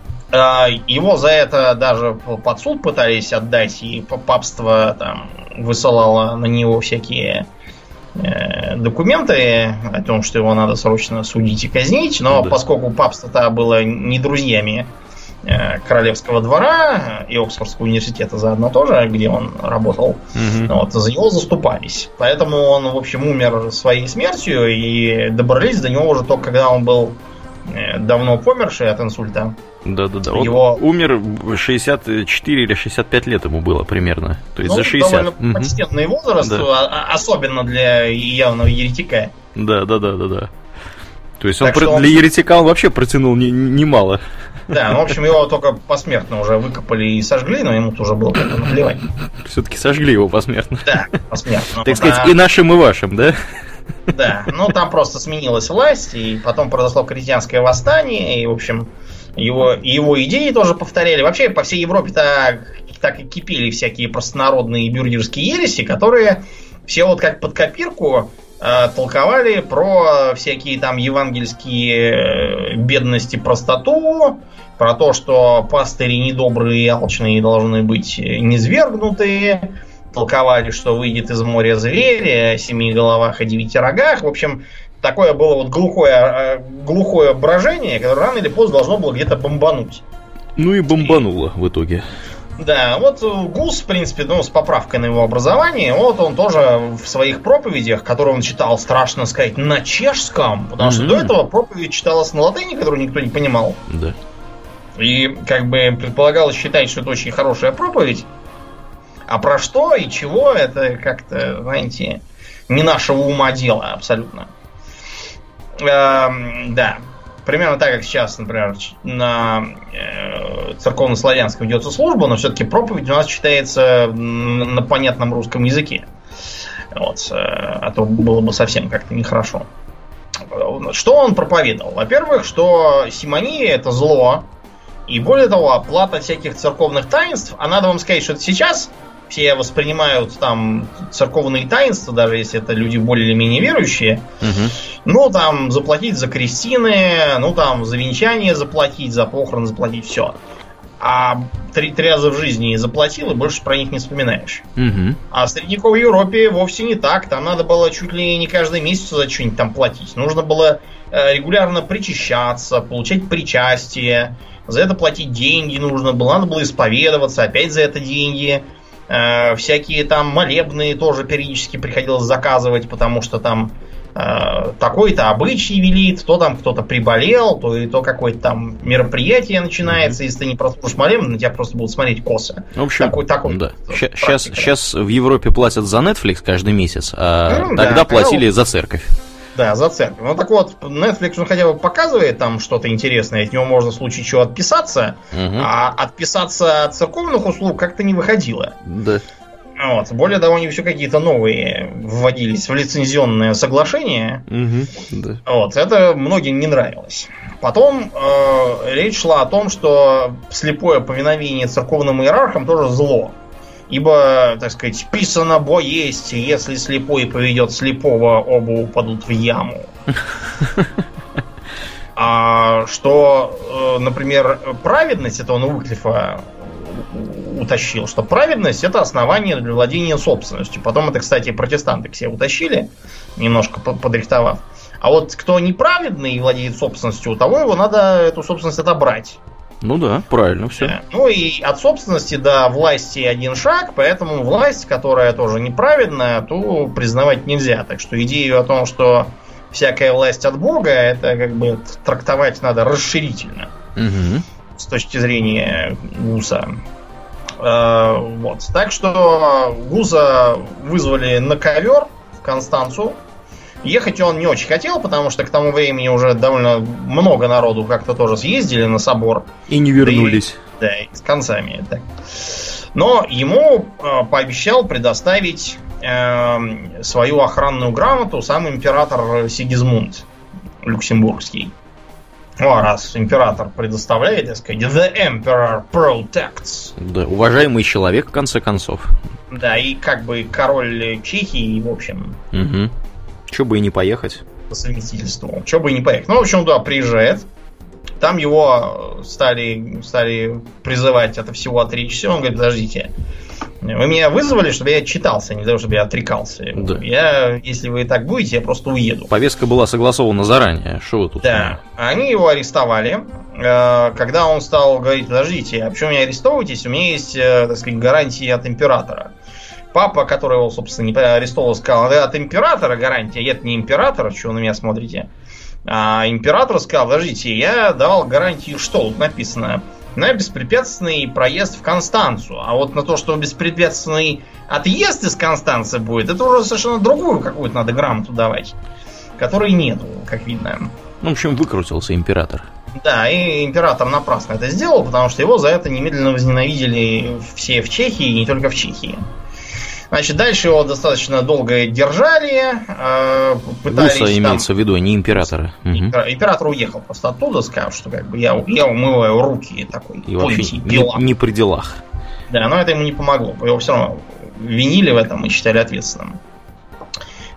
Его за это даже под суд пытались отдать, и папство там высылало на него всякие э, документы о том, что его надо срочно судить и казнить, но да. поскольку папство-то было не друзьями э, королевского двора и Оксфордского университета заодно тоже, где он работал, угу. вот, за него заступались. Поэтому он, в общем, умер своей смертью, и добрались до него уже только когда он был э, давно померший от инсульта. Да-да-да. Его... Он умер шестьдесят четыре или шестьдесят пять лет ему было примерно. То есть ну, за шестьдесят. Довольно почтенный возраст, да. особенно для явного еретика. Да-да-да-да-да. То есть он про... он... для еретика он вообще протянул немало. Не да, ну, в общем, его только посмертно уже выкопали и сожгли, но ему тоже было как-то наплевать. Все-таки сожгли его посмертно. Да, посмертно. Так сказать, и нашим, и вашим, да? Да, ну там просто сменилась власть, и потом произошло крестьянское восстание, и, в общем... Его, его идеи тоже повторяли. Вообще по всей Европе так, так и кипели всякие простонародные бюргерские ереси, которые все вот как под копирку э, толковали про всякие там евангельские бедности, простоту, про то, что пастыри недобрые и алчные должны быть низвергнуты, толковали, что выйдет из моря зверь о семи головах и девяти рогах. В общем, такое было вот глухое, глухое брожение, которое рано или поздно должно было где-то бомбануть. Ну и бомбануло и, в итоге. Да, вот Гус, в принципе, ну, с поправкой на его образование, вот он тоже в своих проповедях, которые он читал, страшно сказать, на чешском, потому mm-hmm. что до этого проповедь читалась на латыни, которую никто не понимал. Да. И как бы предполагалось считать, что это очень хорошая проповедь. А про что и чего, это как-то, знаете, не нашего ума дело абсолютно. Эм, да. Примерно так, как сейчас, например, на э, церковно-славянском ведется служба, но все-таки проповедь у нас читается на понятном русском языке. Вот, э, а то было бы совсем как-то нехорошо. Что он проповедовал? Во-первых, что симония это зло, и более того, оплата всяких церковных таинств, а надо вам сказать, что это сейчас все воспринимают там церковные таинства, даже если это люди более или менее верующие. Угу. Ну, там, заплатить за крестины, ну, там, за венчание заплатить, за похороны заплатить, все. А три, три раза в жизни заплатил, и больше про них не вспоминаешь. Угу. А в средневековой Европе вовсе не так. Там надо было чуть ли не каждый месяц за что-нибудь там платить. Нужно было э, регулярно причащаться, получать причастие. За это платить деньги нужно было. Надо было исповедоваться, опять за это деньги. Э, всякие там молебные тоже периодически приходилось заказывать, потому что там э, такой-то обычай велит, то там кто-то приболел, то и то какое-то там мероприятие начинается, mm-hmm. если ты не прослушаешь молебен, на тебя просто будут смотреть косо. В общем, такой, такой, да. Сейчас, сейчас в Европе платят за Netflix каждый месяц, а mm, тогда да, платили когда... за церковь. Да, за церковь. Ну так вот, Netflix, он хотя бы показывает там что-то интересное, от него можно в случае чего отписаться, угу. а отписаться от церковных услуг как-то не выходило. Да. Вот. Более того, они все какие-то новые вводились в лицензионное соглашение. Угу, да. Вот. Это многим не нравилось. Потом э, речь шла о том, что слепое повиновение церковным иерархам тоже зло. Ибо, так сказать, писано бо есть, если слепой поведет слепого, оба упадут в яму. А что, например, праведность, это он у Уиклифа утащил, что праведность это основание для владения собственностью. Потом это, кстати, протестанты к себе утащили, немножко подрихтовав. А вот кто неправедный и владеет собственностью, у того его надо эту собственность отобрать. Ну да, правильно все. Да. Ну и от собственности до власти один шаг, поэтому власть, которая тоже неправедная, то признавать нельзя. Так что идею о том, что всякая власть от Бога, это как бы трактовать надо расширительно. Угу. С точки зрения Гуса. Э, вот. Так что Гуса вызвали на ковер в Констанцу. Ехать он не очень хотел, потому что к тому времени уже довольно много народу как-то тоже съездили на собор. И не вернулись. Да, и, да, и с концами. Так. Но ему э, пообещал предоставить э, свою охранную грамоту сам император Сигизмунд Люксембургский. Ну, а раз император предоставляет, так сказать, The Emperor protects. Да, уважаемый человек, в конце концов. Да, и как бы король Чехии, в общем... Угу. Че бы и не поехать. По совместительству. Че бы и не поехать. Ну, в общем, да, приезжает. Там его стали, стали призывать от всего отречься. Он говорит, подождите, вы меня вызвали, чтобы я отчитался, не для того, чтобы я отрекался. Да. Я, если вы так будете, я просто уеду. Повестка была согласована заранее. Что вы тут? Да. Они его арестовали. Когда он стал говорить, подождите, а почему меня арестовываетесь? У меня есть, так сказать, гарантии от императора. Папа, который его, собственно, не арестовал, сказал, от императора гарантия. Я-то не император, что вы на меня смотрите. А император сказал, подождите, я давал гарантию, что тут написано? На беспрепятственный проезд в Констанцу. А вот на то, что беспрепятственный отъезд из Констанции будет, это уже совершенно другую какую-то надо грамоту давать. Которой нету, как видно. Ну, в общем, выкрутился император. Да, и император напрасно это сделал, потому что его за это немедленно возненавидели все в Чехии, и не только в Чехии. Значит, дальше его достаточно долго держали, э, пытались... Гуса имеется в виду, не императора. Импер... Угу. Император уехал просто оттуда, сказал, что как бы я, я умываю руки такой. И вообще не, не при делах. Да, но это ему не помогло. Его все равно винили в этом и считали ответственным.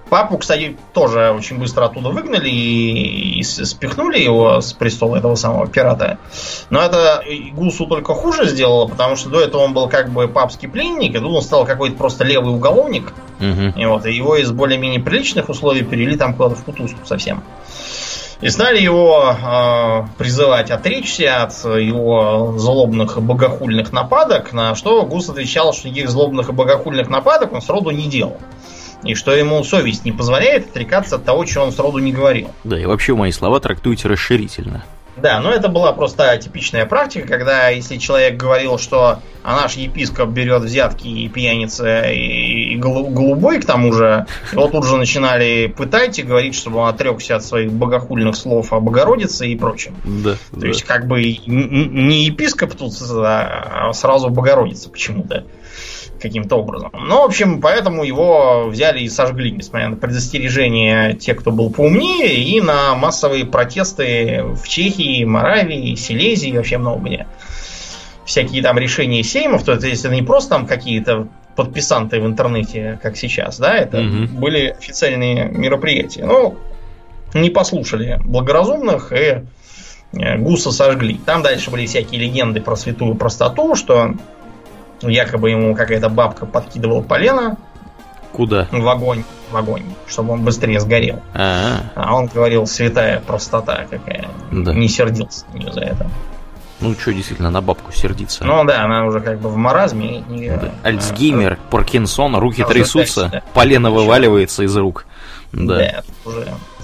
Папу, кстати, тоже очень быстро оттуда выгнали и, и спихнули его с престола этого самого пирата. Но это Гусу только хуже сделало, потому что до этого он был как бы папский пленник, и тут он стал какой-то просто левый уголовник. Угу. И, вот, и его из более-менее приличных условий перевели там куда-то в кутузку совсем. И стали его э, призывать отречься от его злобных и богохульных нападок, на что Гус отвечал, что никаких злобных и богохульных нападок он сроду не делал. И что ему совесть не позволяет отрекаться от того, чего он сроду не говорил. Да, и вообще мои слова трактуйте расширительно. Да, но это была просто типичная практика, когда если человек говорил, что а наш епископ берет взятки и пьяница, и, и голубой к тому же, его тут же начинали пытать и говорить, чтобы он отрекся от своих богохульных слов о Богородице и прочем. Да, То да. есть как бы не епископ тут, а сразу Богородица почему-то. Каким-то образом. Ну, в общем, поэтому его взяли и сожгли, несмотря на предостережение тех, кто был поумнее, и на массовые протесты в Чехии, Моравии, Силезии, вообще много где. Всякие там решения сеймов, то есть это не просто там какие-то подписанты в интернете, как сейчас, да, это угу. были официальные мероприятия. Ну, не послушали благоразумных и Гуса сожгли. Там дальше были всякие легенды про святую простоту, что якобы ему какая-то бабка подкидывала полено. Куда? В огонь, в огонь, чтобы он быстрее сгорел. А-а-а. А он говорил, святая простота какая. Да. Не сердился на нее за это. Ну что, действительно, на бабку сердиться. Ну да, она уже как бы в маразме. Не... Да. Альцгеймер, а, Паркинсон, руки трясутся, да. Полено вываливается из рук. Да, да уже...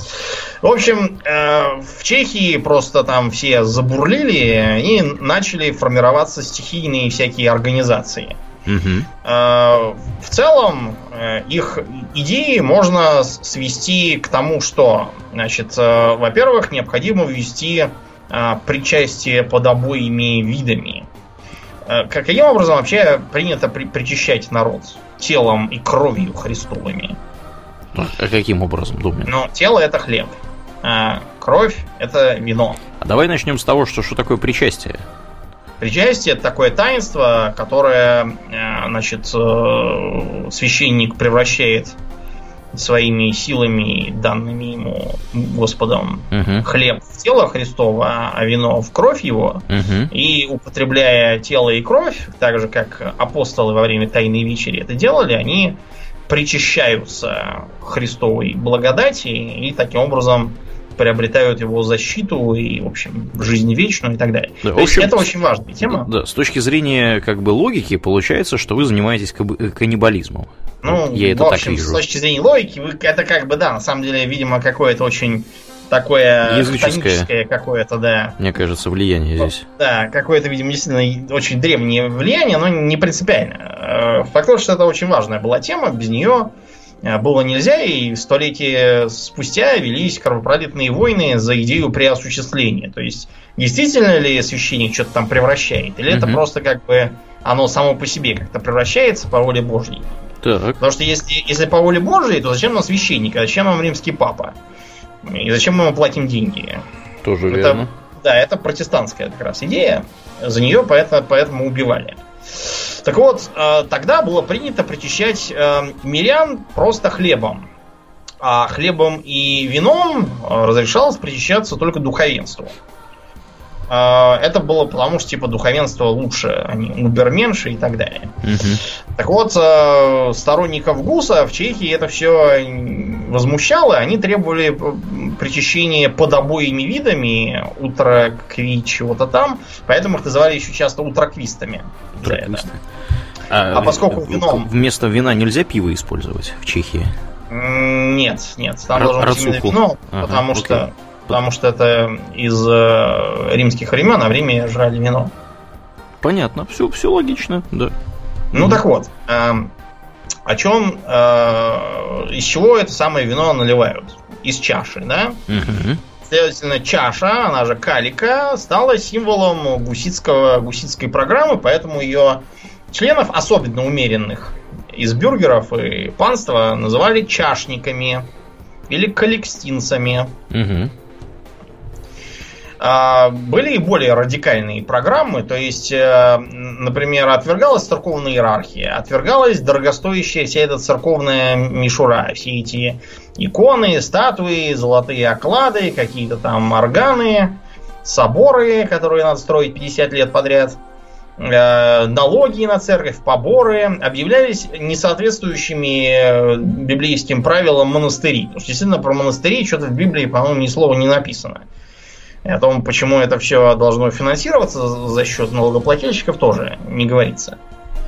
В общем, в Чехии просто там все забурлили и начали формироваться стихийные всякие организации. Угу. В целом, их идеи можно свести к тому, что, значит, во-первых, необходимо ввести причастие под обоими видами. Каким образом вообще принято причащать народ? Телом и кровью Христовыми. А каким образом, думаю? Ну, тело — это хлеб, а кровь — это вино. А давай начнем с того, что, что такое причастие. Причастие — это такое таинство, которое, значит, священник превращает своими силами, данными ему Господом, угу. хлеб в тело Христово, а вино в кровь его. Угу. И употребляя тело и кровь, так же, как апостолы во время Тайной вечери это делали, они причащаются Христовой благодати и таким образом приобретают его защиту и, в общем, жизнь вечную и так далее. Да, То общем, есть это очень важная тема. Да, с точки зрения как бы логики получается, что вы занимаетесь каннибализмом. Ну, я это в общем, так вижу. С точки зрения логики, вы, это как бы, да, на самом деле, видимо, какое-то очень такое языческое какое-то, да. Мне кажется, влияние здесь. Да, какое-то, видимо, действительно очень древнее влияние, но не принципиально. Факт тот, что это очень важная была тема, без нее было нельзя, и столетия спустя велись кровопролитные войны за идею преосуществления. То есть, действительно ли священник что-то там превращает, или угу. это просто как бы оно само по себе как-то превращается по воле Божьей. Так. Потому что если, если по воле Божьей, то зачем нам священник, а зачем нам римский папа? И зачем мы ему платим деньги? Тоже это, верно. Да, это протестантская как раз идея. За нее поэтому, поэтому убивали. Так вот, тогда было принято причащать мирян просто хлебом. А хлебом и вином разрешалось причащаться только духовенству. Это было потому, что типа духовенство лучше, они уберменьше и так далее. Угу. Так вот, сторонников Гуса в Чехии это все возмущало. Они требовали причащения под обоими видами, утракви чего-то там, поэтому их называли еще часто утраквистами. Утраквисты. А, а поскольку вино... Вместо вина нельзя пиво использовать в Чехии? Нет, нет, там Р- должно быть именно вино, ага, потому окей. что Потому что это из э, римских времен, а в Риме жрали вино. Понятно, все, все логично, да. Ну mm-hmm. так вот, э, о чем, э, из чего это самое вино наливают? Из чаши, да? Mm-hmm. Следовательно, чаша, она же калика, стала символом гуситского, гуситской программы, поэтому ее членов, особенно умеренных, из бюргеров и панства, называли чашниками или каликстинцами. Mm-hmm. Были и более радикальные программы, то есть, например, отвергалась церковная иерархия, отвергалась дорогостоящая вся эта церковная мишура, все эти иконы, статуи, золотые оклады, какие-то там органы, соборы, которые надо строить пятьдесят лет подряд, налоги на церковь, поборы, объявлялись несоответствующими библейским правилам монастыри. Потому что, действительно, про монастыри что-то в Библии, по-моему, ни слова не написано. И о том, почему это все должно финансироваться за счет налогоплательщиков, тоже не говорится.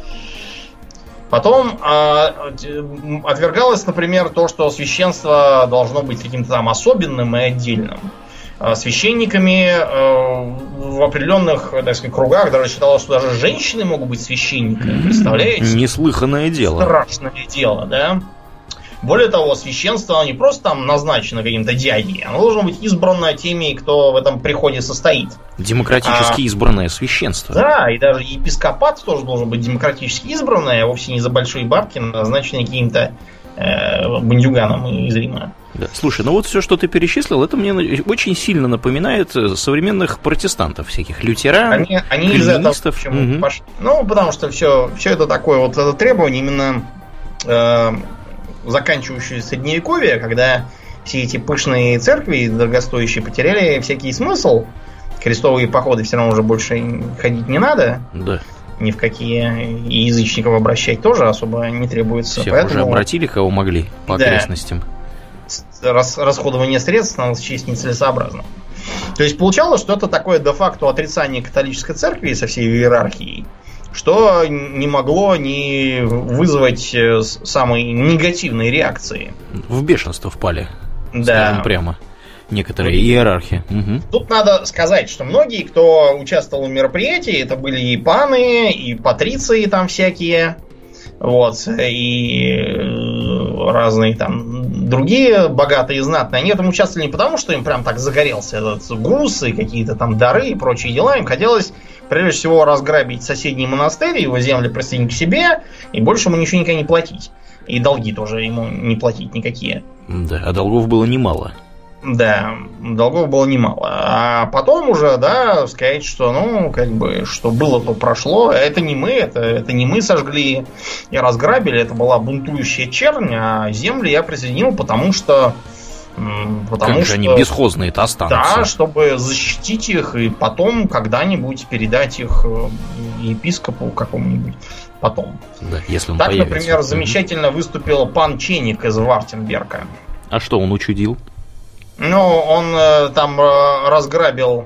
Потом э, отвергалось, например, то, что священство должно быть каким-то там особенным и отдельным. Священниками э, в определенных, так сказать, кругах даже считалось, что даже женщины могут быть священниками. Представляете? Неслыханное дело. Страшное дело, да? Более того, священство не просто там назначено каким-то дядей, оно должно быть избрано теми, кто в этом приходе состоит. Демократически а, избранное священство. Да, и даже епископат тоже должен быть демократически избранное, а вовсе не за большие бабки, назначенные каким-то э, бандюганом из Рима. Да. Слушай, ну вот все, что ты перечислил, это мне очень сильно напоминает современных протестантов, всяких лютеран, они, они из этого почему угу. пошли. Ну, потому что все, все это такое вот это требование именно э, заканчивающее средневековье, когда все эти пышные церкви дорогостоящие потеряли всякий смысл. Крестовые походы все равно уже больше ходить не надо. Да. Ни в какие. И язычников обращать тоже особо не требуется. Всех Поэтому... уже обратили, кого могли, по да. окрестностям. Рас, расходование средств надо счесть нецелесообразно. То есть получалось, что это такое де-факто отрицание католической церкви со всей иерархией, что не могло не вызвать самой негативной реакции. В бешенство впали, да. скажем прямо, некоторые иерархи. Угу. Тут надо сказать, что многие, кто участвовал в мероприятии, это были и паны, и патриции там всякие, вот, и разные там другие богатые и знатные. Они в этом участвовали не потому, что им прям так загорелся этот груз и какие-то там дары и прочие дела. Им хотелось прежде всего разграбить соседний монастырь, его земли присоединить к себе, и больше ему ничего никогда не платить. И долги тоже ему не платить никакие. Да, а долгов было немало. Да, долгов было немало. А потом уже, да, сказать, что, ну, как бы, что было, то прошло. Это не мы, это, это не мы сожгли и разграбили, это была бунтующая чернь, а земли я присоединил, потому что... Потому как же что, они бесхозные-то останутся. Да, чтобы защитить их и потом когда-нибудь передать их епископу какому-нибудь потом. Да, если он так, появится. Например, замечательно выступил пан Ченик из Вартенберга. А что он учудил? Ну, он э, там э, разграбил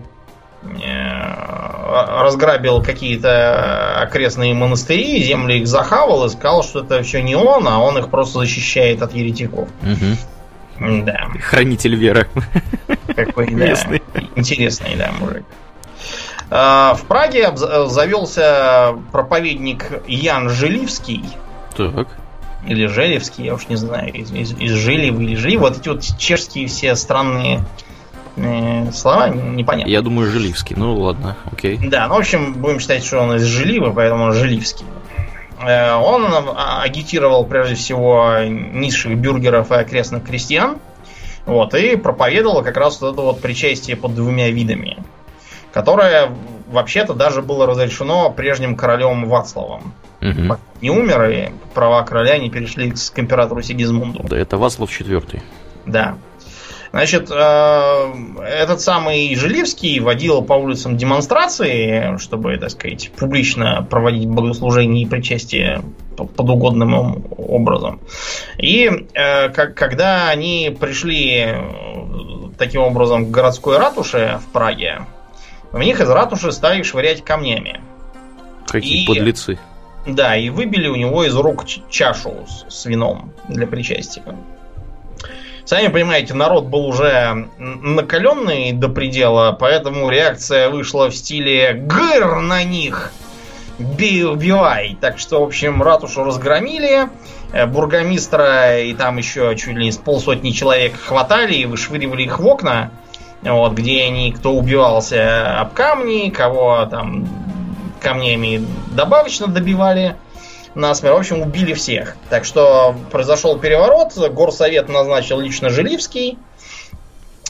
э, разграбил какие-то окрестные монастыри, земли их захавал и сказал, что это все не он, а он их просто защищает от еретиков. Угу. Да. Хранитель веры. Какой, да, интересный, да, мужик. Э, в Праге завелся проповедник Ян Жиливский. Так. Или Желевский, я уж не знаю, из, из, из Желевы или Жили. Вот эти вот чешские все странные э, слова, непонятно. Я думаю, Желивский, ну ладно, окей. Да, ну в общем, будем считать, что он из Желивы, поэтому он Желивский. Э, он агитировал прежде всего низших бюргеров и окрестных крестьян, вот, и проповедовал как раз вот это вот причастие под двумя видами, которое вообще-то даже было разрешено прежним королем Вацлавом. Угу. Не умер, и права короля не перешли к императору Сигизмунду. Да, это Вацлав четвёртый. Да. Значит, э, этот самый Желивский водил по улицам демонстрации, чтобы, так сказать, публично проводить богослужение и причастие под угодным образом. И э, как, когда они пришли таким образом к городской ратуше в Праге, в них из ратуши стали швырять камнями. Какие и... подлецы. Да, и выбили у него из рук чашу с, с вином для причастия. Сами понимаете, народ был уже накаленный до предела, поэтому реакция вышла в стиле «Гыр на них! Бей, убивай!» Так что, в общем, ратушу разгромили, бургомистра и там еще чуть ли не с полсотни человек хватали и вышвыривали их в окна, вот, где они, кто убивался об камни, кого там... камнями добавочно добивали насмерть. В общем, убили всех. Так что произошел переворот. Горсовет назначил лично Желивский.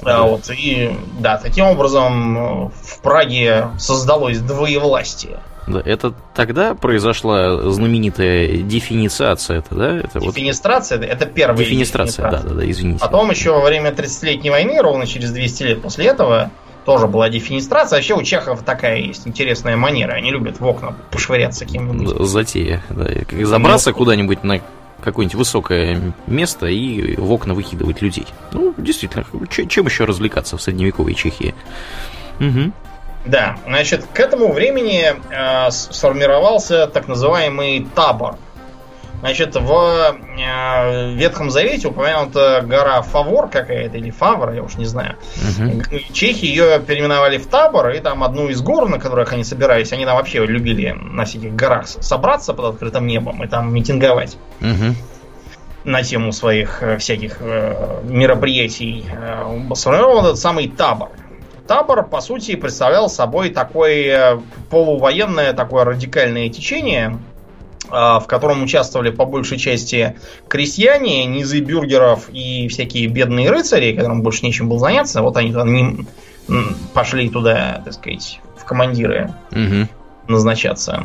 Да, вот, и да, таким образом в Праге создалось двоевластие. Да, это тогда произошла знаменитая дефинициация, это, да? Это Дефинистрация, вот... это первая дефинистрация. Да, да, да, извините. Потом еще во время тридцатилетней войны, ровно через двести лет после этого, тоже была дефинистрация. Вообще у чехов такая есть интересная манера. Они любят в окна пошвыряться каким-нибудь. Затея, да. Забраться ну, куда-нибудь на какое-нибудь высокое место и в окна выкидывать людей. Ну, действительно, чем еще развлекаться в средневековой Чехии? Угу. Да, значит, к этому времени э, сформировался так называемый табор. Значит, в э, Ветхом Завете упомянута гора Фавор какая-то, или Фавр, я уж не знаю. Uh-huh. Чехи ее переименовали в табор, и там одну из гор, на которых они собирались, они там вообще любили на всяких горах собраться под открытым небом и там митинговать. Uh-huh. На тему своих э, всяких э, мероприятий. Э, сформирован этот самый табор. Табор, по сути, представлял собой такое полувоенное, такое радикальное течение, в котором участвовали по большей части крестьяне, низы бюргеров и всякие бедные рыцари, которым больше нечем было заняться. Вот они, они пошли туда, так сказать, в командиры угу. назначаться.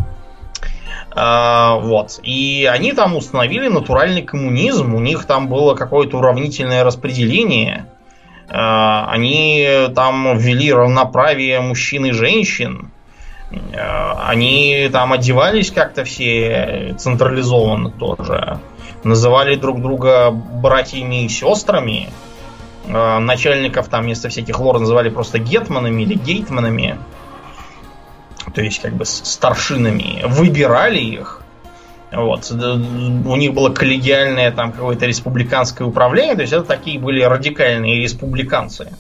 А, вот. И они там установили натуральный коммунизм. У них там было какое-то уравнительное распределение. Они там ввели равноправие мужчин и женщин. Они там одевались как-то все централизованно тоже. Называли друг друга братьями и сестрами. Начальников там вместо всяких лор называли просто гетманами или гейтманами. То есть как бы старшинами. Выбирали их. Вот. У них было коллегиальное там какое-то республиканское управление, то есть это такие были радикальные республиканцы.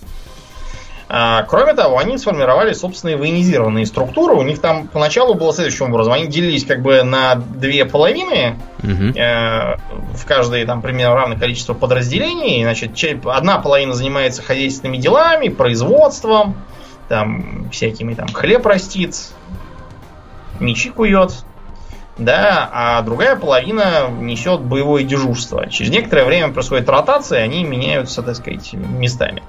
А, кроме того, они сформировали собственные военизированные структуры. У них там поначалу было следующим образом. Они делились как бы на две половины, угу. э, в каждой там примерно равное количество подразделений. Значит, одна половина занимается хозяйственными делами, производством, там всякими там хлеб растит, мечи кует. Да, а другая половина несет боевое дежурство. Через некоторое время происходит ротация, они меняются, так сказать, местами.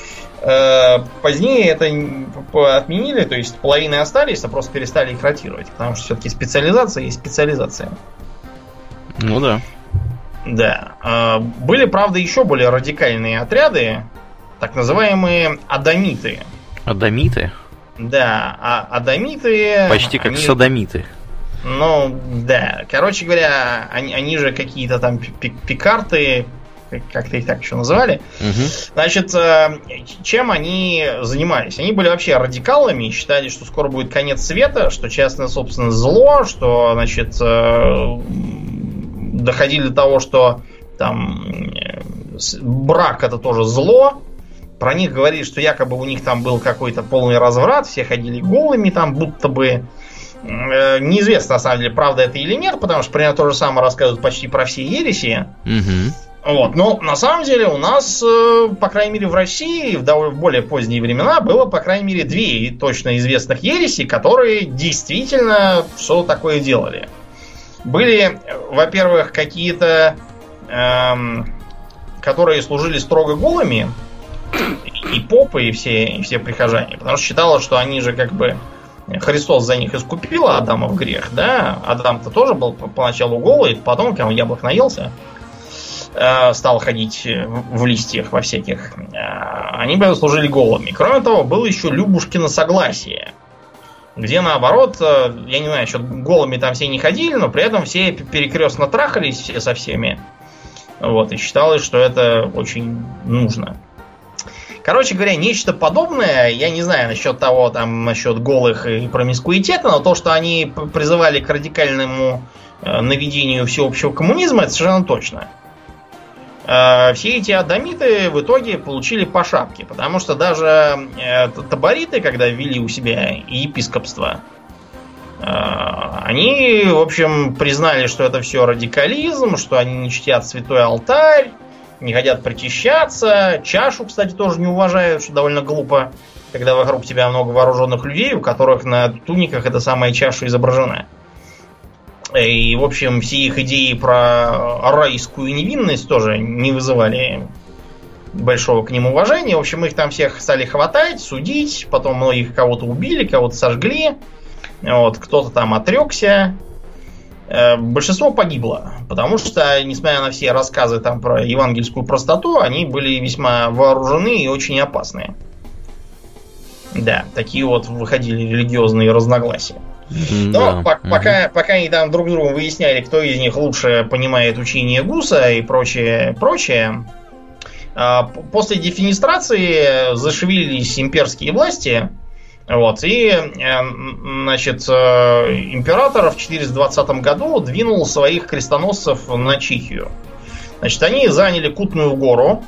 Позднее это отменили, то есть половины остались, а просто перестали их ротировать, потому что все-таки специализация есть специализация. Ну да. Да. Были, правда, еще более радикальные отряды, так называемые адамиты. Адамиты? Да, а адамиты... Почти как они... содомиты. Ну, да. Короче говоря, они, они же какие-то там пикарты, как-то их так еще называли. Угу. Значит, чем они занимались? Они были вообще радикалами и считали, что скоро будет конец света, что частная собственность зло, что, значит, доходили до того, что там брак это тоже зло. Про них говорили, что якобы у них там был какой-то полный разврат, все ходили голыми там, будто бы. Неизвестно, на самом деле, правда это или нет, потому что примерно то же самое рассказывают почти про все ереси. Угу. Вот. Но на самом деле у нас, по крайней мере в России, в довольно более поздние времена было, по крайней мере, две точно известных ереси, которые действительно что такое делали. Были, во-первых, какие-то, эм, которые служили строго голыми, и попы, и все, и все прихожане, потому что считалось, что они же как бы Христос за них искупил Адамов грех, да? Адам-то тоже был поначалу голый, потом, когда он яблок наелся, э, стал ходить в листьях во всяких. Э, они бы служили голыми. Кроме того, было еще Любушкино согласие, где наоборот, э, я не знаю, что голыми там все не ходили, но при этом все перекрестно трахались все со всеми. Вот, и считалось, что это очень нужно. Короче говоря, нечто подобное, я не знаю насчет того, там, насчет голых и промискуитета, но то, что они призывали к радикальному э, наведению всеобщего коммунизма, это совершенно точно. Э, все эти адамиты в итоге получили по шапке, потому что даже э, табориты, когда ввели у себя епископство, э, они, в общем, признали, что это все радикализм, что они не чтят святой алтарь, не хотят причащаться. Чашу, кстати, тоже не уважают, что довольно глупо, когда вокруг тебя много вооруженных людей, у которых на туниках эта самая чаша изображена. И, в общем, все их идеи про райскую невинность тоже не вызывали большого к ним уважения. В общем, их там всех стали хватать, судить. Потом многих кого-то убили, кого-то сожгли. Вот, кто-то там отрекся. Большинство погибло, потому что, несмотря на все рассказы там про евангельскую простоту, они были весьма вооружены и очень опасные. Да, такие вот выходили религиозные разногласия. Но да. по- угу. пока, пока они там друг с другом выясняли, кто из них лучше понимает учение Гуса и прочее, прочее, после дефенестрации зашевелились имперские власти. Вот, и, значит, император в четыреста двадцатом году двинул своих крестоносцев на Чехию. Значит, они заняли Кутную гору,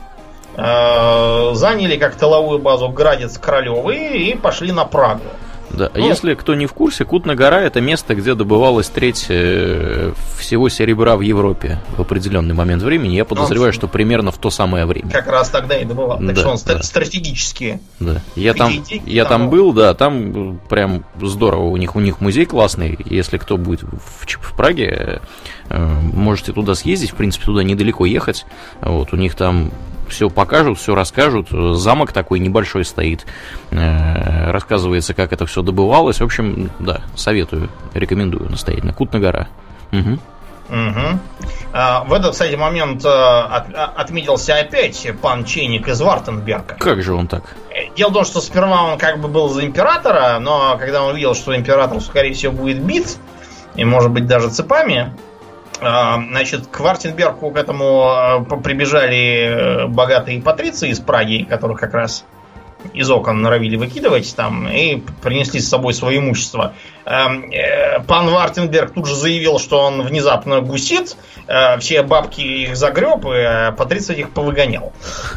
заняли как тыловую базу Градец Королевы и пошли на Прагу. Да, ну, если кто не в курсе, Кутная гора — это место, где добывалась треть э, всего серебра в Европе в определенный момент времени. Я подозреваю, он, что примерно в то самое время. Как раз тогда и добывал. Так да, что он да. стратегически. Да. Я там, я там был, да, там прям здорово. У них, у них музей классный. Если кто будет в, в Праге, э, можете туда съездить. В принципе, туда недалеко ехать. Вот, у них там все покажут, все расскажут. Замок такой небольшой стоит. Э, рассказывается, как это все добывалось. В общем, да, советую, рекомендую настоятельно. Кутная гора. Угу. Угу. А, в этот, кстати, момент а, от, а, отметился опять пан Чейник из Вартенберга. Как же он так? Дело в том, что сперва он как бы был за императора, но когда он увидел, что император, скорее всего, будет бит, и, может быть, даже цепами, значит, к Вартенбергу к этому прибежали богатые патриции из Праги, которых как раз из окон норовили выкидывать там, и принесли с собой свое имущество. Пан Вартенберг тут же заявил, что он внезапно гусит, все бабки их загреб, и патриции их повыгонял.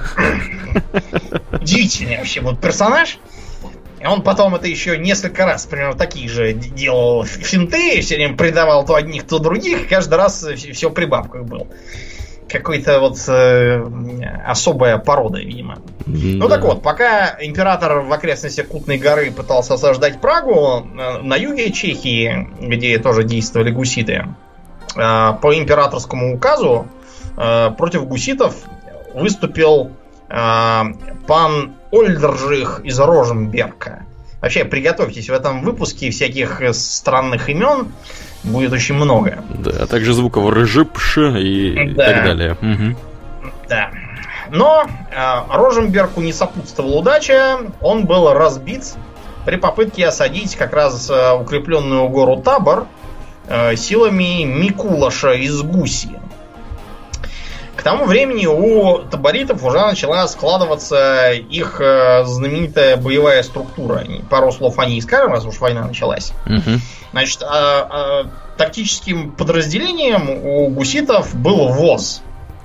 Удивительный вообще вот персонаж. И он потом это еще несколько раз, примерно такие же делал финты, все время предавал то одних, то других, каждый раз все при бабках был. Какой-то вот э, особая порода, видимо. Да. Ну так вот, пока император в окрестностях Кутной горы пытался осаждать Прагу, на юге Чехии, где тоже действовали гуситы, э, по императорскому указу э, против гуситов выступил э, пан Ольдржих из Роженберга. Вообще, приготовьтесь, в этом выпуске всяких странных имен будет очень много. Да, а также звуков ржипш и, да. и так далее. Угу. Да. Но э, Роженбергу не сопутствовала удача. Он был разбит при попытке осадить как раз э, укрепленную гору Табор э, силами Микулаша из Гуси. К тому времени у таборитов уже начала складываться их э, знаменитая боевая структура. Пару слов о ней скажем, раз уж война началась. Угу. Значит, а, а, тактическим подразделением у гуситов был ВОЗ.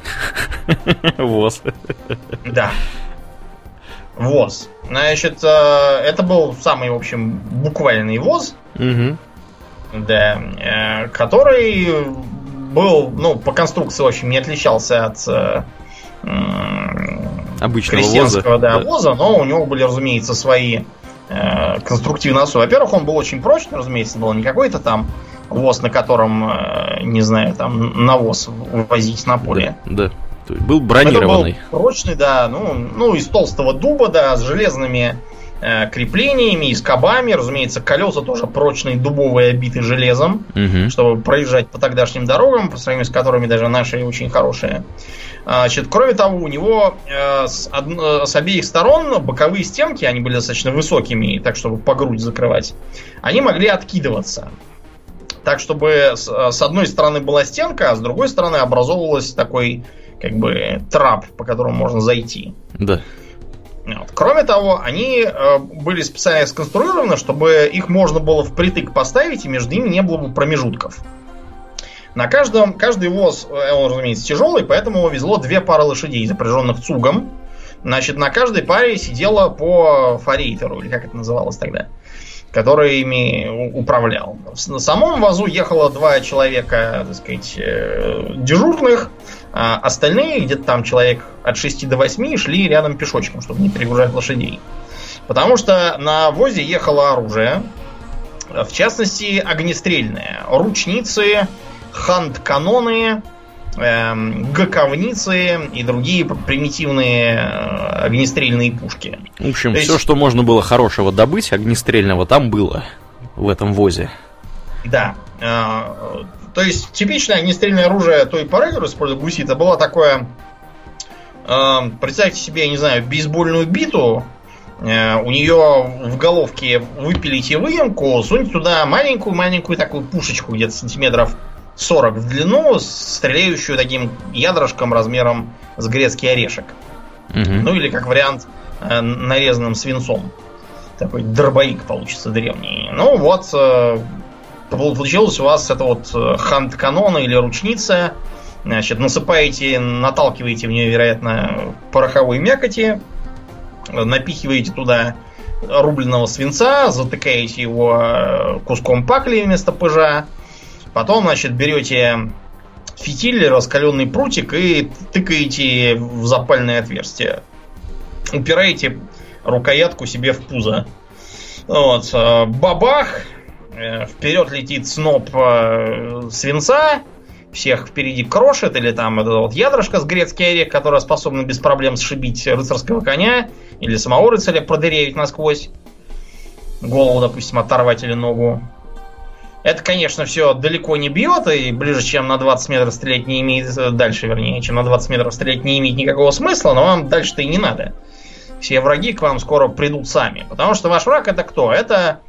ВОЗ. Да. ВОЗ. Значит, это был самый, в общем, буквальный ВОЗ. Угу. Да. Который был, ну, по конструкции, в общем, не отличался от э, обычного крестьянского ВОЗа. Да, Да. ВОЗа, но у него были, разумеется, свои э, конструктивные особенности. Во-первых, он был очень прочный, разумеется, был не какой-то там ВОЗ, на котором, э, не знаю, там навоз возить на поле. Да, да. Был бронированный. Это был прочный, да, ну, ну, из толстого дуба, да, с железными э, креплениями и скобами. Разумеется, колеса тоже прочные, дубовые, обиты железом, угу. чтобы проезжать по тогдашним дорогам, по сравнению с которыми даже наши очень хорошие. Значит, кроме того, у него э, с, од... с обеих сторон боковые стенки, они были достаточно высокими, так чтобы по грудь закрывать, они могли откидываться. Так, чтобы с, с одной стороны была стенка, а с другой стороны образовывался такой, как бы, трап, по которому можно зайти. Да. Вот. Кроме того, они э, были специально сконструированы, чтобы их можно было впритык поставить, и между ними не было бы промежутков. На каждом, каждый воз, он, разумеется, тяжелый, поэтому его везло две пары лошадей, запряженных цугом. Значит, на каждой паре сидело по форейтеру, или как это называлось тогда, который ими управлял. На самом вазу ехало два человека, так сказать, дежурных, а остальные, где-то там человек от шести до восьми, шли рядом пешочком, чтобы не перегружать лошадей. Потому что на возе ехало оружие, в частности, огнестрельное. Ручницы, ханд-каноны, э, гаковницы и другие примитивные э, огнестрельные пушки. В общем, То все, есть... что можно было хорошего добыть, огнестрельного, там было в этом возе. Да. Э, то есть типичное огнестрельное оружие той поры, которое использовал гусита, было такое... Э, представьте себе, я не знаю, бейсбольную биту. Э, у нее в головке выпилите выемку, суньте туда маленькую-маленькую такую пушечку, где-то сантиметров сорок в длину, стреляющую таким ядрышком размером с грецкий орешек. Угу. Ну или как вариант э, нарезанным свинцом. Такой дробовик получится древний. Ну вот, э, получилось у вас это вот ханд-канон или ручница. Значит, насыпаете, наталкиваете в нее, вероятно, пороховой мякоти, напихиваете туда рубленного свинца, затыкаете его куском пакли вместо пыжа. Потом, значит, берете фитиль, раскаленный прутик и тыкаете в запальное отверстие. Упираете рукоятку себе в пузо. Вот. Бабах! Вперед летит сноп свинца. Всех впереди крошит. Или там это вот ядрышко с грецкий орех, которое способно без проблем сшибить рыцарского коня. Или самого рыцаря продырявить насквозь. Голову, допустим, оторвать или ногу. Это, конечно, все далеко не бьет, и ближе, чем на двадцать метров стрелять не имеет... Дальше, вернее, чем на двадцать метров стрелять не имеет никакого смысла, но вам дальше-то и не надо. Все враги к вам скоро придут сами. Потому что ваш враг это кто? Это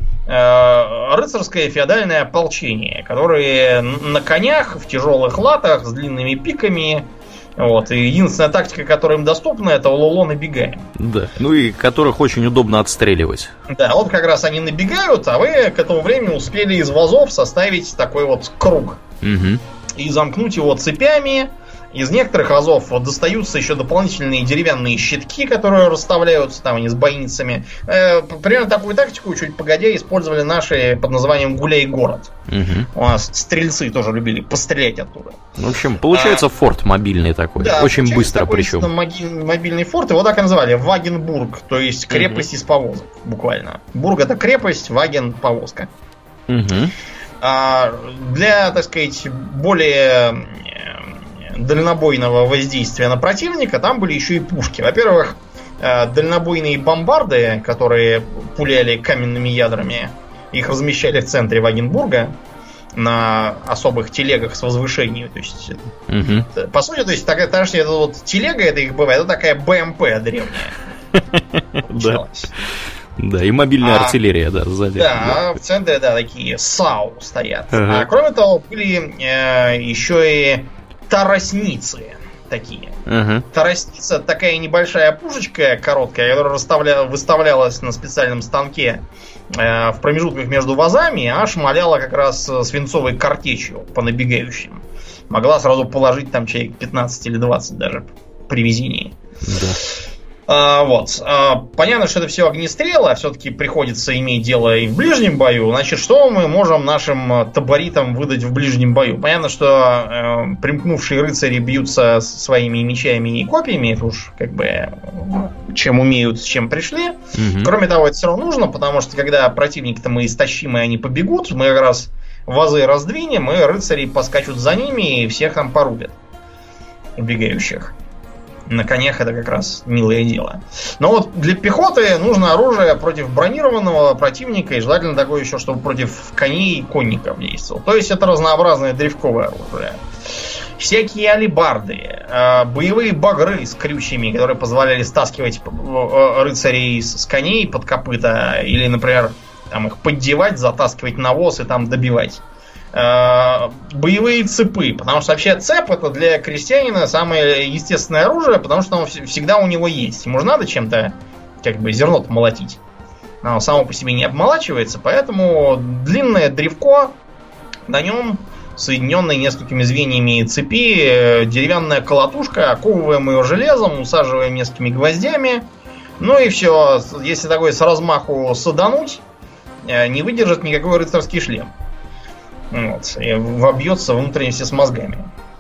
э, рыцарское феодальное ополчение, которые на конях, в тяжелых латах, с длинными пиками. Вот. И единственная тактика, которая им доступна, это улоло набегаем. Да, ну и которых очень удобно отстреливать. Да, вот как раз они набегают, а вы к этому времени успели из вазов составить такой вот круг. Угу. И замкнуть его цепями. Из некоторых вазов вот достаются еще дополнительные деревянные щитки, которые расставляются там они с бойницами. Э, примерно такую тактику чуть погодя использовали наши под названием гуляй-город. Угу. У нас стрельцы тоже любили пострелять оттуда. В общем, получается а, форт мобильный такой. Да, очень быстро причем. Мобильный форт, его так и называли. Вагенбург, то есть крепость угу. из повозок, буквально. Бург это крепость, Ваген повозка. Угу. А, для, так сказать, более дальнобойного воздействия на противника там были еще и пушки. Во-первых, дальнобойные бомбарды, которые пуляли каменными ядрами, их размещали в центре Вагенбурга на особых телегах с возвышением. То есть, угу. по сути, то есть такая, та же, это вот телега, это их бывает, это такая БМП древняя. Да. Да, и мобильная а, артиллерия, да, сзади. Да, в центре, да, такие САУ стоят. Ага. А кроме того, были э, еще и таросницы такие. Uh-huh. Таросница такая небольшая пушечка короткая, которая расставля... выставлялась на специальном станке э, в промежутках между вазами, а шмаляла как раз свинцовой картечью по набегающим. Могла сразу положить там человек пятнадцать или двадцать даже при везении. Uh-huh. А, вот. А, понятно, что это все огнестрелы, а все-таки приходится иметь дело и в ближнем бою. Значит, что мы можем нашим таборитам выдать в ближнем бою? Понятно, что э, примкнувшие рыцари бьются своими мечами и копьями, это уж как бы чем умеют, с чем пришли. Угу. Кроме того, это все равно нужно, потому что когда противник-то мы истощим, и они побегут, мы как раз вазы раздвинем, и рыцари поскачут за ними, и всех там порубят убегающих. На конях это как раз милое дело. Но вот для пехоты нужно оружие против бронированного противника, и желательно такое еще, чтобы против коней и конников действовало. То есть это разнообразное древковое оружие. Всякие алебарды, боевые багры с крючьями, которые позволяли стаскивать рыцарей с коней под копыта, или, например, там их поддевать, затаскивать на воз и там добивать. Боевые цепы, потому что вообще цеп это для крестьянина самое естественное оружие, потому что оно всегда у него есть. Ему же надо чем-то как бы зерно-то молотить. Оно само по себе не обмолачивается, поэтому длинное древко, на нем соединенная несколькими звеньями цепи деревянная колотушка, оковываем ее железом, усаживаем несколькими гвоздями. Ну и все, если такой с размаху садануть, не выдержит никакой рыцарский шлем. Вот, и вобьется внутренности с мозгами.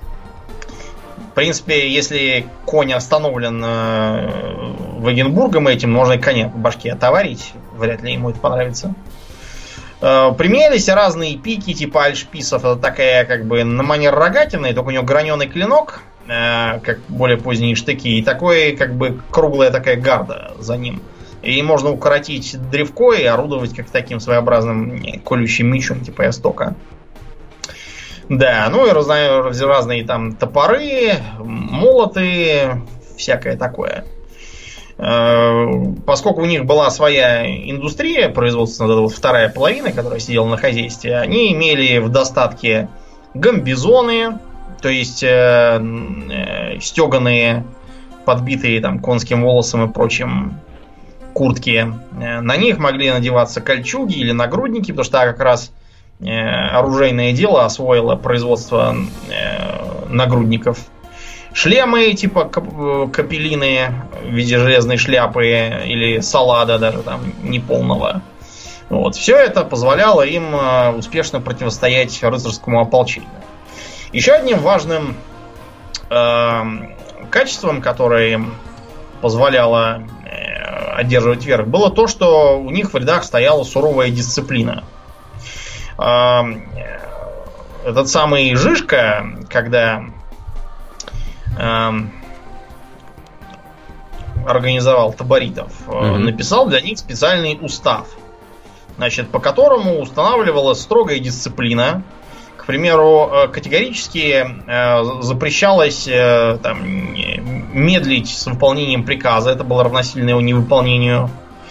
В принципе, если конь остановлен э, Вагенбургом этим, можно и коня по башке отоварить. Вряд ли ему это понравится. Применялись разные пики типа альшписов. Это такая как бы на манер рогатины, только у него граненый клинок, как более поздние штыки, и такой как бы круглая такая гарда за ним. И можно укоротить древко и орудовать как таким своеобразным колющим мечом типа эстока. Да, ну и разные, разные там топоры, молоты, всякое такое. Поскольку у них была своя индустрия, производственная, вот вторая половина, которая сидела на хозяйстве, они имели в достатке гамбизоны, то есть э, э, стеганые, подбитые там конским волосом и прочим куртки. На них могли надеваться кольчуги или нагрудники, потому что как раз э, оружейное дело освоило производство э, нагрудников. Шлемы типа капеллины в виде железной шляпы или салада даже там неполного. Вот. Все это позволяло им успешно противостоять рыцарскому ополчению. Еще одним важным э, качеством, которое им позволяло э, одерживать верх, было то, что у них в рядах стояла суровая дисциплина. Э, этот самый Жишка, когда организовал таборитов, mm-hmm. написал для них специальный устав, значит, по которому устанавливалась строгая дисциплина. К примеру, категорически запрещалось там, медлить с выполнением приказа, это было равносильно его невыполнению.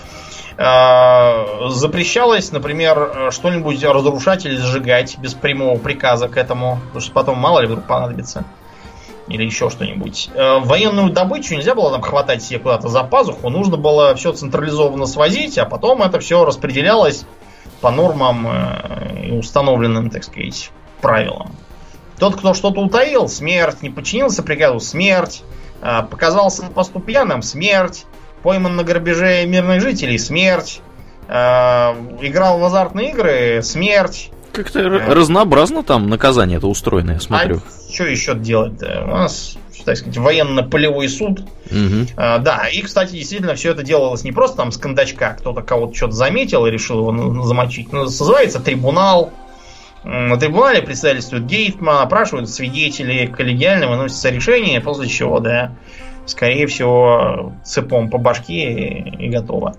Запрещалось, например, что-нибудь разрушать или сжигать без прямого приказа к этому, потому что потом мало ли вдруг понадобится. Или еще что-нибудь. Военную добычу нельзя было там хватать себе куда-то за пазуху. Нужно было все централизованно свозить, а потом это все распределялось по нормам и установленным, так сказать, правилам. Тот, кто что-то утаил, смерть. Не подчинился приказу, смерть. Показался на посту пьяным, смерть. Пойман на грабеже мирных жителей, смерть. Играл в азартные игры, смерть. Как-то а, разнообразно там наказание-то устроено, я смотрю. А что еще делать-то? У нас, так сказать, военно-полевой суд. Угу. А, да, и, кстати, действительно, все это делалось не просто там с кондачка, кто-то кого-то что-то заметил и решил его замочить. Но называется трибунал. На трибунале председательствует гейтман, опрашивают свидетелей, коллегиально выносится решение, после чего, да, скорее всего, цепом по башке и, и готово.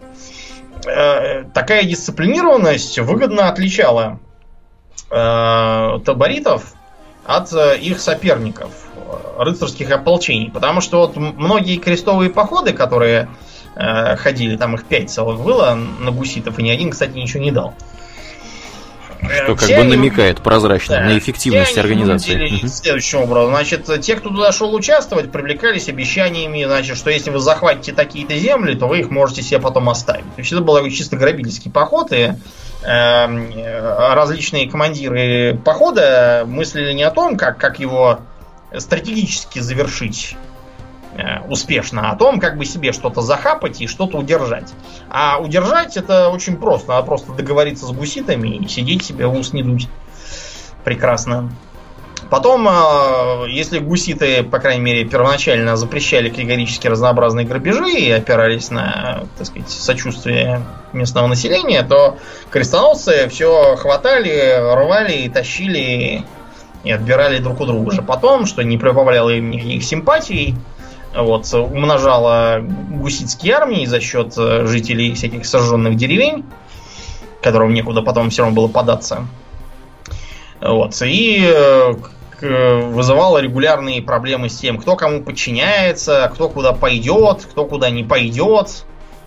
А, такая дисциплинированность выгодно отличала таборитов от их соперников, рыцарских ополчений. Потому что вот многие крестовые походы, которые э, ходили, там их пять целых было на гуситов, и ни один, кстати, ничего не дал. Что как бы намекает прозрачно, да, на эффективность организации. Следующим образом. Значит, те, кто туда шел участвовать, привлекались обещаниями, значит, что если вы захватите такие-то земли, то вы их можете себе потом оставить. То есть это был чисто грабительский поход, и э, различные командиры похода мыслили не о том, как, как его стратегически завершить успешно, а о том, как бы себе что-то захапать и что-то удержать. А удержать это очень просто. Надо просто договориться с гуситами и сидеть себе в ус не дуть. Прекрасно. Потом, если гуситы, по крайней мере, первоначально запрещали категорически разнообразные грабежи и опирались на, так сказать, сочувствие местного населения, то крестоносцы все хватали, рвали и тащили и отбирали друг у друга уже потом, что не прибавляло им никаких симпатий. Вот, умножала гуситские армии за счет жителей всяких сожженных деревень, которым некуда потом все равно было податься. Вот, и вызывала регулярные проблемы с тем, кто кому подчиняется, кто куда пойдет, кто куда не пойдет.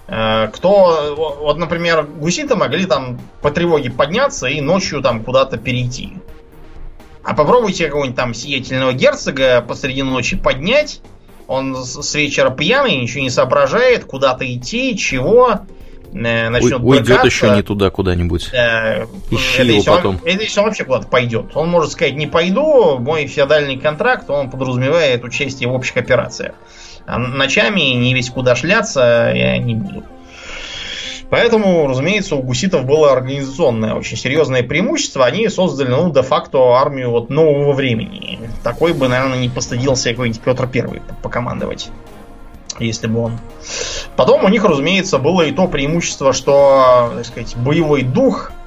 Кто, вот, например, гуситы могли там по тревоге подняться и ночью там куда-то перейти. А попробуйте какого-нибудь там сиятельного герцога посреди ночи поднять. Он с вечера пьяный, ничего не соображает, куда-то идти, чего, начнет У, уйдет еще не туда куда-нибудь. Э, Ищи это его если потом. Он, это если он вообще куда-то пойдет. Он может сказать: не пойду, мой феодальный контракт, он подразумевает участие в общих операциях. А ночами не весь куда шляться я не буду. Поэтому, разумеется, у гуситов было организационное очень серьезное преимущество. Они создали, ну, де-факто армию вот нового времени. Такой бы, наверное, не постыдился какой-нибудь Петр Первый покомандовать, если бы он. Потом у них, разумеется, было и то преимущество, что, так сказать, боевой дух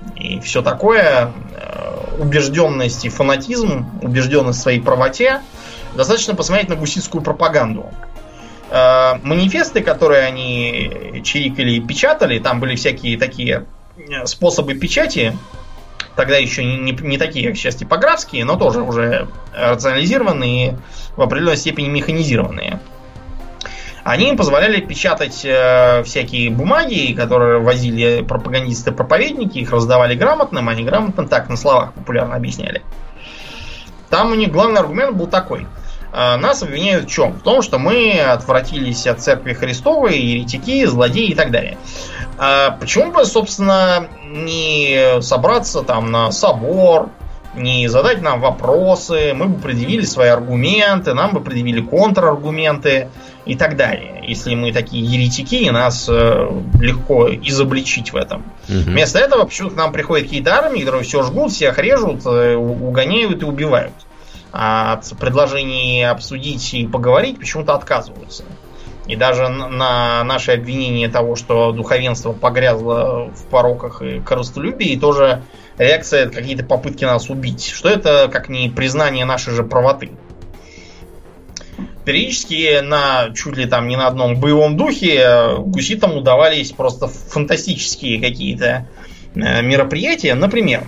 и все такое, убежденность и фанатизм, убежденность в своей правоте, достаточно посмотреть на гуситскую пропаганду. Манифесты, которые они чирикали и печатали, там были всякие такие способы печати, тогда еще не, не, не такие, как сейчас, типографские, но тоже уже рационализированные и в определенной степени механизированные. Они им позволяли печатать э, всякие бумаги, которые возили пропагандисты-проповедники, их раздавали грамотным, а не грамотным так на словах популярно объясняли. Там у них главный аргумент был такой. Э, нас обвиняют в чем? В том, что мы отвратились от Церкви Христовой, еретики, злодеи и так далее. Э, почему бы, собственно, не собраться там на собор, не задать нам вопросы, мы бы предъявили свои аргументы, нам бы предъявили контраргументы и так далее. Если мы такие еретики, и нас э, легко изобличить в этом. Угу. Вместо этого почему-то к нам приходят какие-то армии, которые все жгут, всех режут, э, угоняют и убивают. А от предложений обсудить и поговорить почему-то отказываются. И даже на наши обвинения того, что духовенство погрязло в пороках и корыстолюбии, тоже реакция — какие-то попытки нас убить. Что это как не признание нашей же правоты. Периодически на чуть ли там не на одном боевом духе гуситам удавались просто фантастические какие-то мероприятия. Например,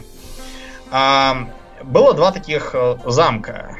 было два таких замка,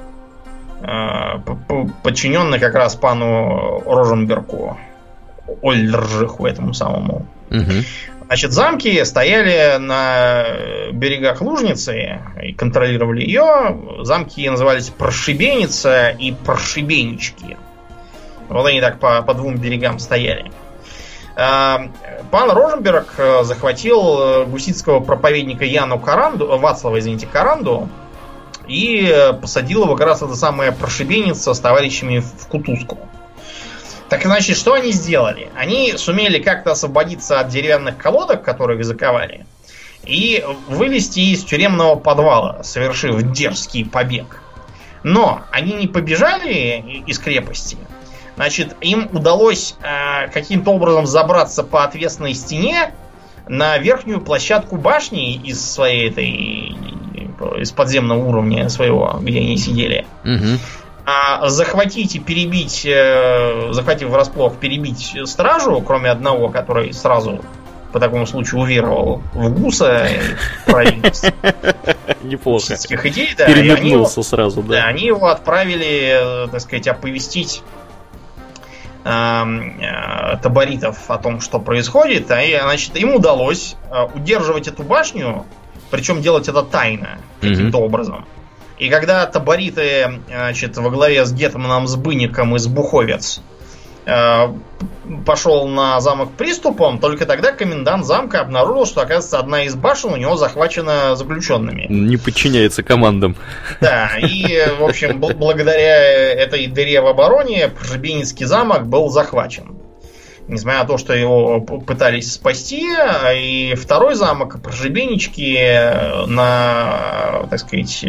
подчиненных как раз пану Роженбергу, Ольдржиху этому самому. Угу. Значит, замки стояли на берегах Лужницы и контролировали ее. Замки назывались Прошибеница и Прошибенички. Вот они так по, по двум берегам стояли. Пан Роженберг захватил гуситского проповедника Яну Каранду, Вацлава, извините, Каранду, и посадил его как раз это самое Прошибеница с товарищами в Кутузку. Так, значит, что они сделали? Они сумели как-то освободиться от деревянных колодок, которые заковали, и вылезти из тюремного подвала, совершив дерзкий побег. Но они не побежали из крепости. Значит, им удалось э, каким-то образом забраться по отвесной стене на верхнюю площадку башни из своей этой, из подземного уровня своего, где они сидели. Угу. А захватить и перебить, э, захватив врасплох, перебить стражу, кроме одного, который сразу по такому случаю уверовал в гуса и правильность неплохо идей, да, переметнулся сразу, да. Да, они его отправили, так сказать, оповестить э, э, таборитов о том, что происходит. А, значит, им удалось э, удерживать эту башню, причем делать это тайно, каким-то mm-hmm. образом. И когда табориты, значит, во главе с гетманом Збынником из Буховец э, пошел на замок приступом, только тогда комендант замка обнаружил, что, оказывается, одна из башен у него захвачена заключенными. Не подчиняется командам. Да, и, в общем, бл- благодаря этой дыре в обороне Прошибенецкий замок был захвачен. Несмотря на то, что его пытались спасти, и второй замок, Прошибенички, на, так сказать,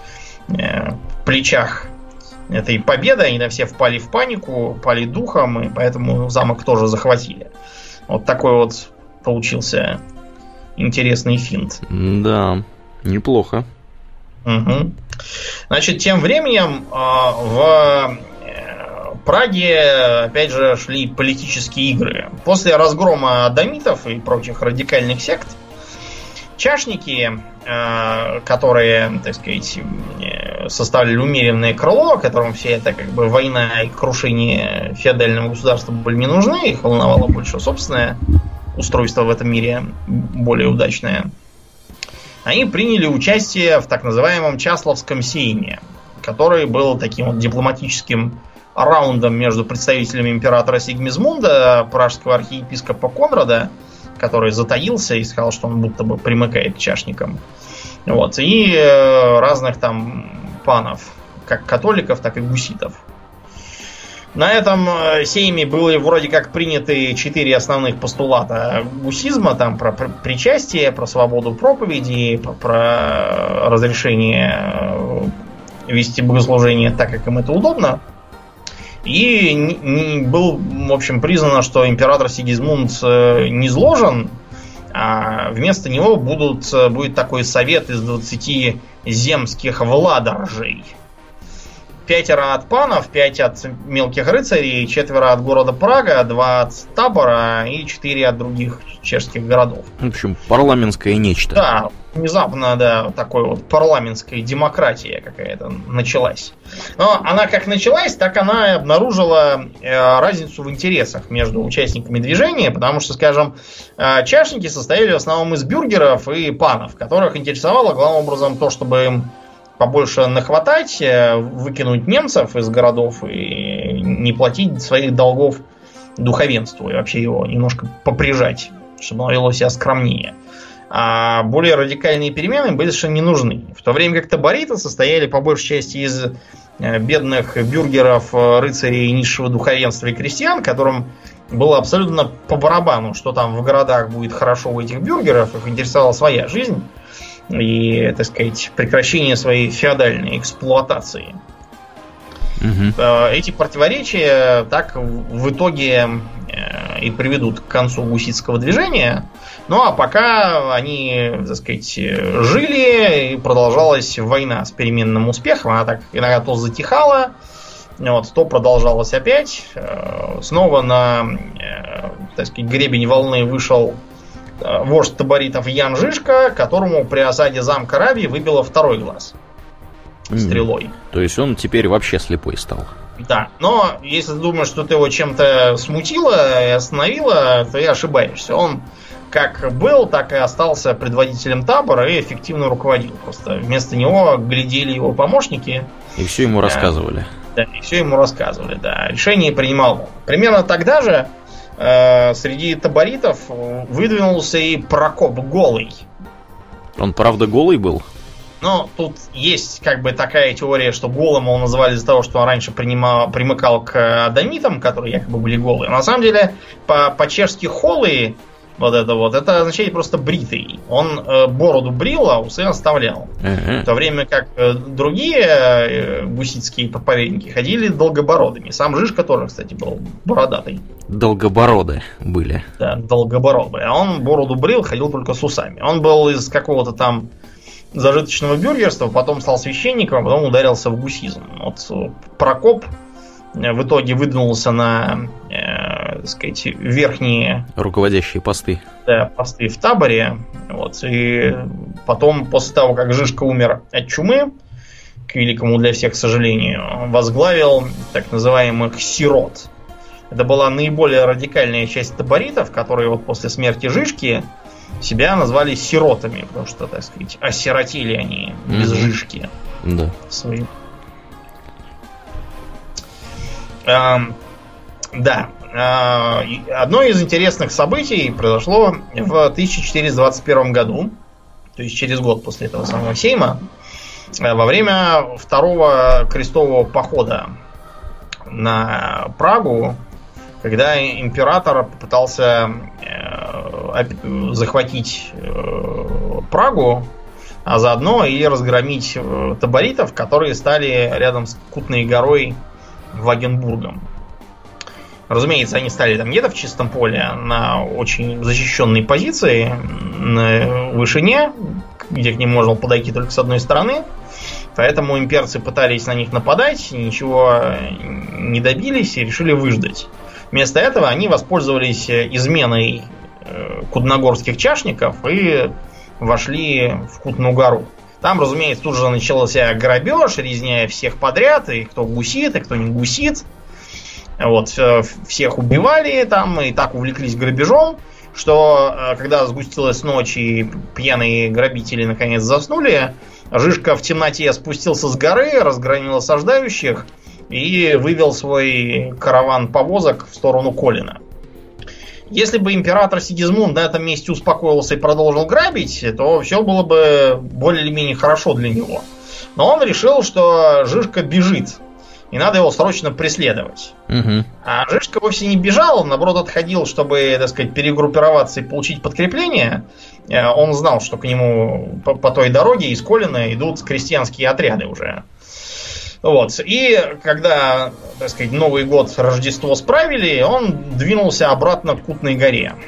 плечах этой победы, они там все впали в панику, пали духом, и поэтому замок тоже захватили. Вот такой вот получился интересный финт. Да, неплохо. Угу. Значит, тем временем в Праге, опять же, шли политические игры. После разгрома адамитов и прочих радикальных сект, чашники, которые, так сказать, составляли умеренное крыло, которым вся эта как бы война и крушение феодального государства были не нужны, их волновало больше собственное устройство в этом мире, более удачное, они приняли участие в так называемом Часловском сейме, который был таким вот дипломатическим раундом между представителями императора Сигизмунда, пражского архиепископа Конрада, который затаился и сказал, что он будто бы примыкает к чашникам. Вот, и разных там панов, как католиков, так и гуситов. На этом сейме были вроде как приняты четыре основных постулата гусизма, там про причастие, про свободу проповеди, про, про разрешение вести богослужение так, как им это удобно. И не, не был, в общем, признано, что император Сигизмунд низложен, А вместо него будут, будет такой совет из двадцати земских владоржей. Пятеро от панов, пять от мелких рыцарей, четверо от города Прага, два от Табора и четыре от других чешских городов. В общем, парламентское нечто. Да, внезапно, да, такой вот парламентская демократия какая-то началась. Но она как началась, так она и обнаружила э, разницу в интересах между участниками движения, потому что, скажем, э, чашники состояли в основном из бюргеров и панов, которых интересовало главным образом то, чтобы им побольше нахватать, выкинуть немцев из городов и не платить своих долгов духовенству, и вообще его немножко поприжать, чтобы оно вело себя скромнее. А более радикальные перемены были совершенно не нужны. В то время как табориты состояли по большей части из бедных бюргеров, рыцарей, низшего духовенства и крестьян, которым было абсолютно по барабану, что там в городах будет хорошо у этих бюргеров, их интересовала своя жизнь и, так сказать, прекращение своей феодальной эксплуатации. Угу. Эти противоречия так в итоге и приведут к концу гуситского движения. Ну а пока они, так сказать, жили, и продолжалась война с переменным успехом. Она так иногда то затихала, вот, то продолжалась опять. Снова на, так сказать, гребень волны вышел вождь таборитов Ян Жишка, которому при осаде замка Раби выбило второй глаз стрелой. То есть он теперь вообще слепой стал. Да, но если ты думаешь, что ты его чем-то смутила и остановила, то и ошибаешься. Он как был, так и остался предводителем табора и эффективно руководил. Просто вместо него глядели его помощники. И все ему рассказывали. Да, и все ему рассказывали, да. Решение принимал он. Примерно тогда же э, среди таборитов выдвинулся и Прокоп Голый. Он правда голый был? Но тут есть как бы такая теория, что голым его называли из-за того, что он раньше принимал, примыкал к адамитам, которые якобы были голые. Но на самом деле по- по-чешски холый, вот это вот, это означает просто бритый. Он э, бороду брил, а усы оставлял. Uh-huh. В то время как э, другие э, гуситские проповедники ходили долгобородыми. Сам Жишка тоже, кстати, был бородатый. Долгобороды были. Да, долгобородый. А он бороду брил, ходил только с усами. Он был из какого-то там зажиточного бюргерства, потом стал священником, а потом ударился в гусизм. Вот Прокоп в итоге выдвинулся на, э, так сказать, верхние руководящие посты. Да, посты в таборе. Вот, и потом, после того, как Жишка умер от чумы, к великому для всех сожалению, возглавил так называемых сирот. Это была наиболее радикальная часть таборитов, которые вот после смерти Жишки себя назвали сиротами, потому что, так сказать, осиротели они без mm-hmm. Жишки. Да. Свои. А, да. А, одно из интересных событий произошло в тысяча четыреста двадцать первом году, то есть через год после этого самого сейма, во время второго крестового похода на Прагу, когда император попытался э, захватить э, Прагу, а заодно и разгромить э, таборитов, которые стали рядом с Кутной горой Вагенбургом. Разумеется, они стали там где-то в чистом поле, на очень защищенной позиции, на вышине, где к ним можно подойти только с одной стороны. Поэтому имперцы пытались на них нападать, ничего не добились и решили выждать. Вместо этого они воспользовались изменой кутногорских чашников и вошли в Кутную гору. Там, разумеется, тут же начался грабеж, резня всех подряд, и кто гусит, и кто не гусит. Вот, всех убивали там, и так увлеклись грабежом, что когда сгустилась ночь и пьяные грабители наконец заснули, Жишка в темноте спустился с горы, разгромил осаждающих и вывел свой караван повозок в сторону Колина. Если бы император Сигизмунд на этом месте успокоился и продолжил грабить, то все было бы более или менее хорошо для него. Но он решил, что Жишка бежит, и надо его срочно преследовать. Угу. А Жишка вовсе не бежал, он, наоборот, отходил, чтобы, так сказать, перегруппироваться и получить подкрепление. Он знал, что к нему по, по той дороге из Колина идут крестьянские отряды уже. Вот. И когда, так сказать, Новый год, Рождество справили, он двинулся обратно к Кутной горе.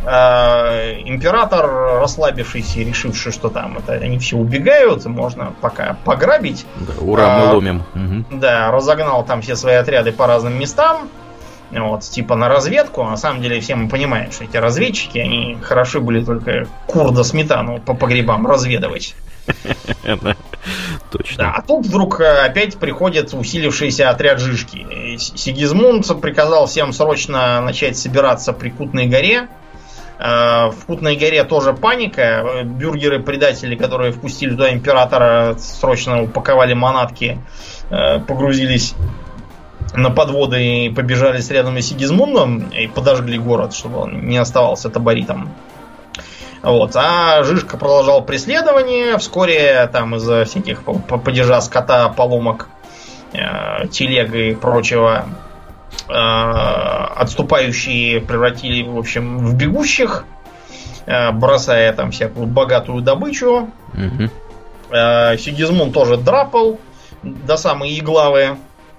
э, император, расслабившийся и решивший, что там это они все убегают, можно пока пограбить. Да, ура, мы э, ломим. Угу. Да, разогнал там все свои отряды по разным местам. Вот, типа на разведку. На самом деле все мы понимаем, что эти разведчики, они хороши были только кур да сметану по погребам разведывать. Точно. Да, а тут вдруг опять приходит усилившийся отряд Жишки. Сигизмунд приказал всем срочно начать собираться при Кутной горе. В Кутной горе тоже паника. Бюргеры-предатели, которые впустили туда императора, срочно упаковали манатки, погрузились на подводы и побежали рядом с Сигизмундом и подожгли город, чтобы он не оставался таборитом. Вот. А Жишка продолжал преследование. Вскоре там из-за всяких падежа скота, поломок, э, телег и прочего э, отступающие превратили, в общем, в бегущих, э, бросая там всякую богатую добычу. Угу. Э, Сигизмунд тоже драпал до самой Иглавы.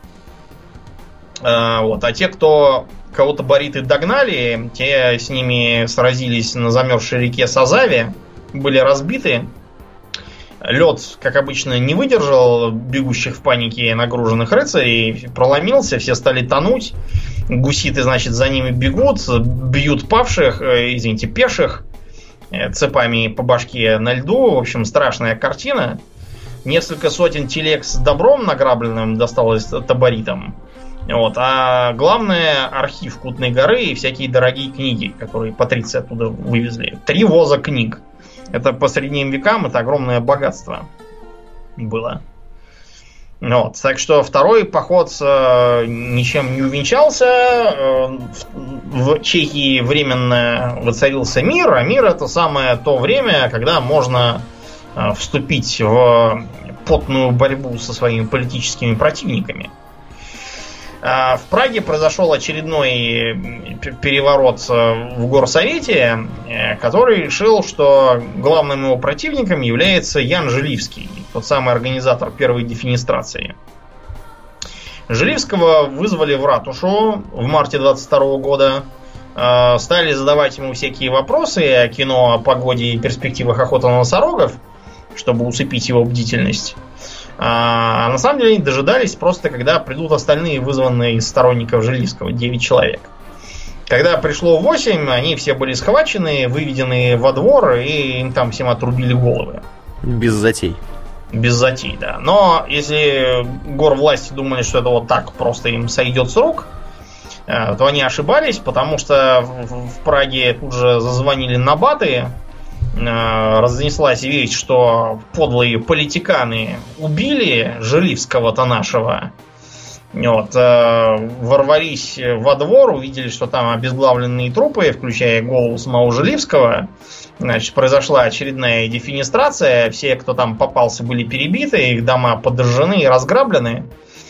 Э, вот. А те, кто кого табориты догнали, те с ними сразились на замерзшей реке Сазаве, были разбиты. Лед, как обычно, не выдержал бегущих в панике нагруженных рыцарей, проломился, все стали тонуть. Гуситы, значит, за ними бегут, бьют павших, извините, пеших цепами по башке на льду. В общем, страшная картина. Несколько сотен телег с добром награбленным досталось таборитам. Вот. А главное, архив Кутной горы и всякие дорогие книги, которые патриции оттуда вывезли. Три воза книг. Это по средним векам это огромное богатство было. Вот. Так что второй поход э, ничем не увенчался. Э, в, в Чехии временно воцарился мир, а мир это самое то время, когда можно э, вступить в потную борьбу со своими политическими противниками. В Праге произошел очередной переворот в Горсовете, который решил, что главным его противником является Ян Жиливский, тот самый организатор первой дефенестрации. Жиливского вызвали в ратушу в марте двадцать второго года, стали задавать ему всякие вопросы о кино, о погоде и перспективах охоты на носорогов, чтобы усыпить его бдительность. А на самом деле они дожидались просто, когда придут остальные, вызванные из сторонников Жиливского, девять человек. Когда пришло восемь, они все были схвачены, выведены во двор, и им там всем отрубили головы. Без затей. Без затей, да. Но если горвласти думали, что это вот так просто им сойдет с рук, то они ошибались, потому что в Праге тут же зазвонили набаты. Разнеслась весть, что подлые политиканы убили Жиливского-то нашего. Вот, ворвались во двор, увидели, что там обезглавленные трупы, включая голову самого Жиливского. Значит, произошла очередная дефенестрация. Все, кто там попался, были перебиты, их дома подожжены и разграблены.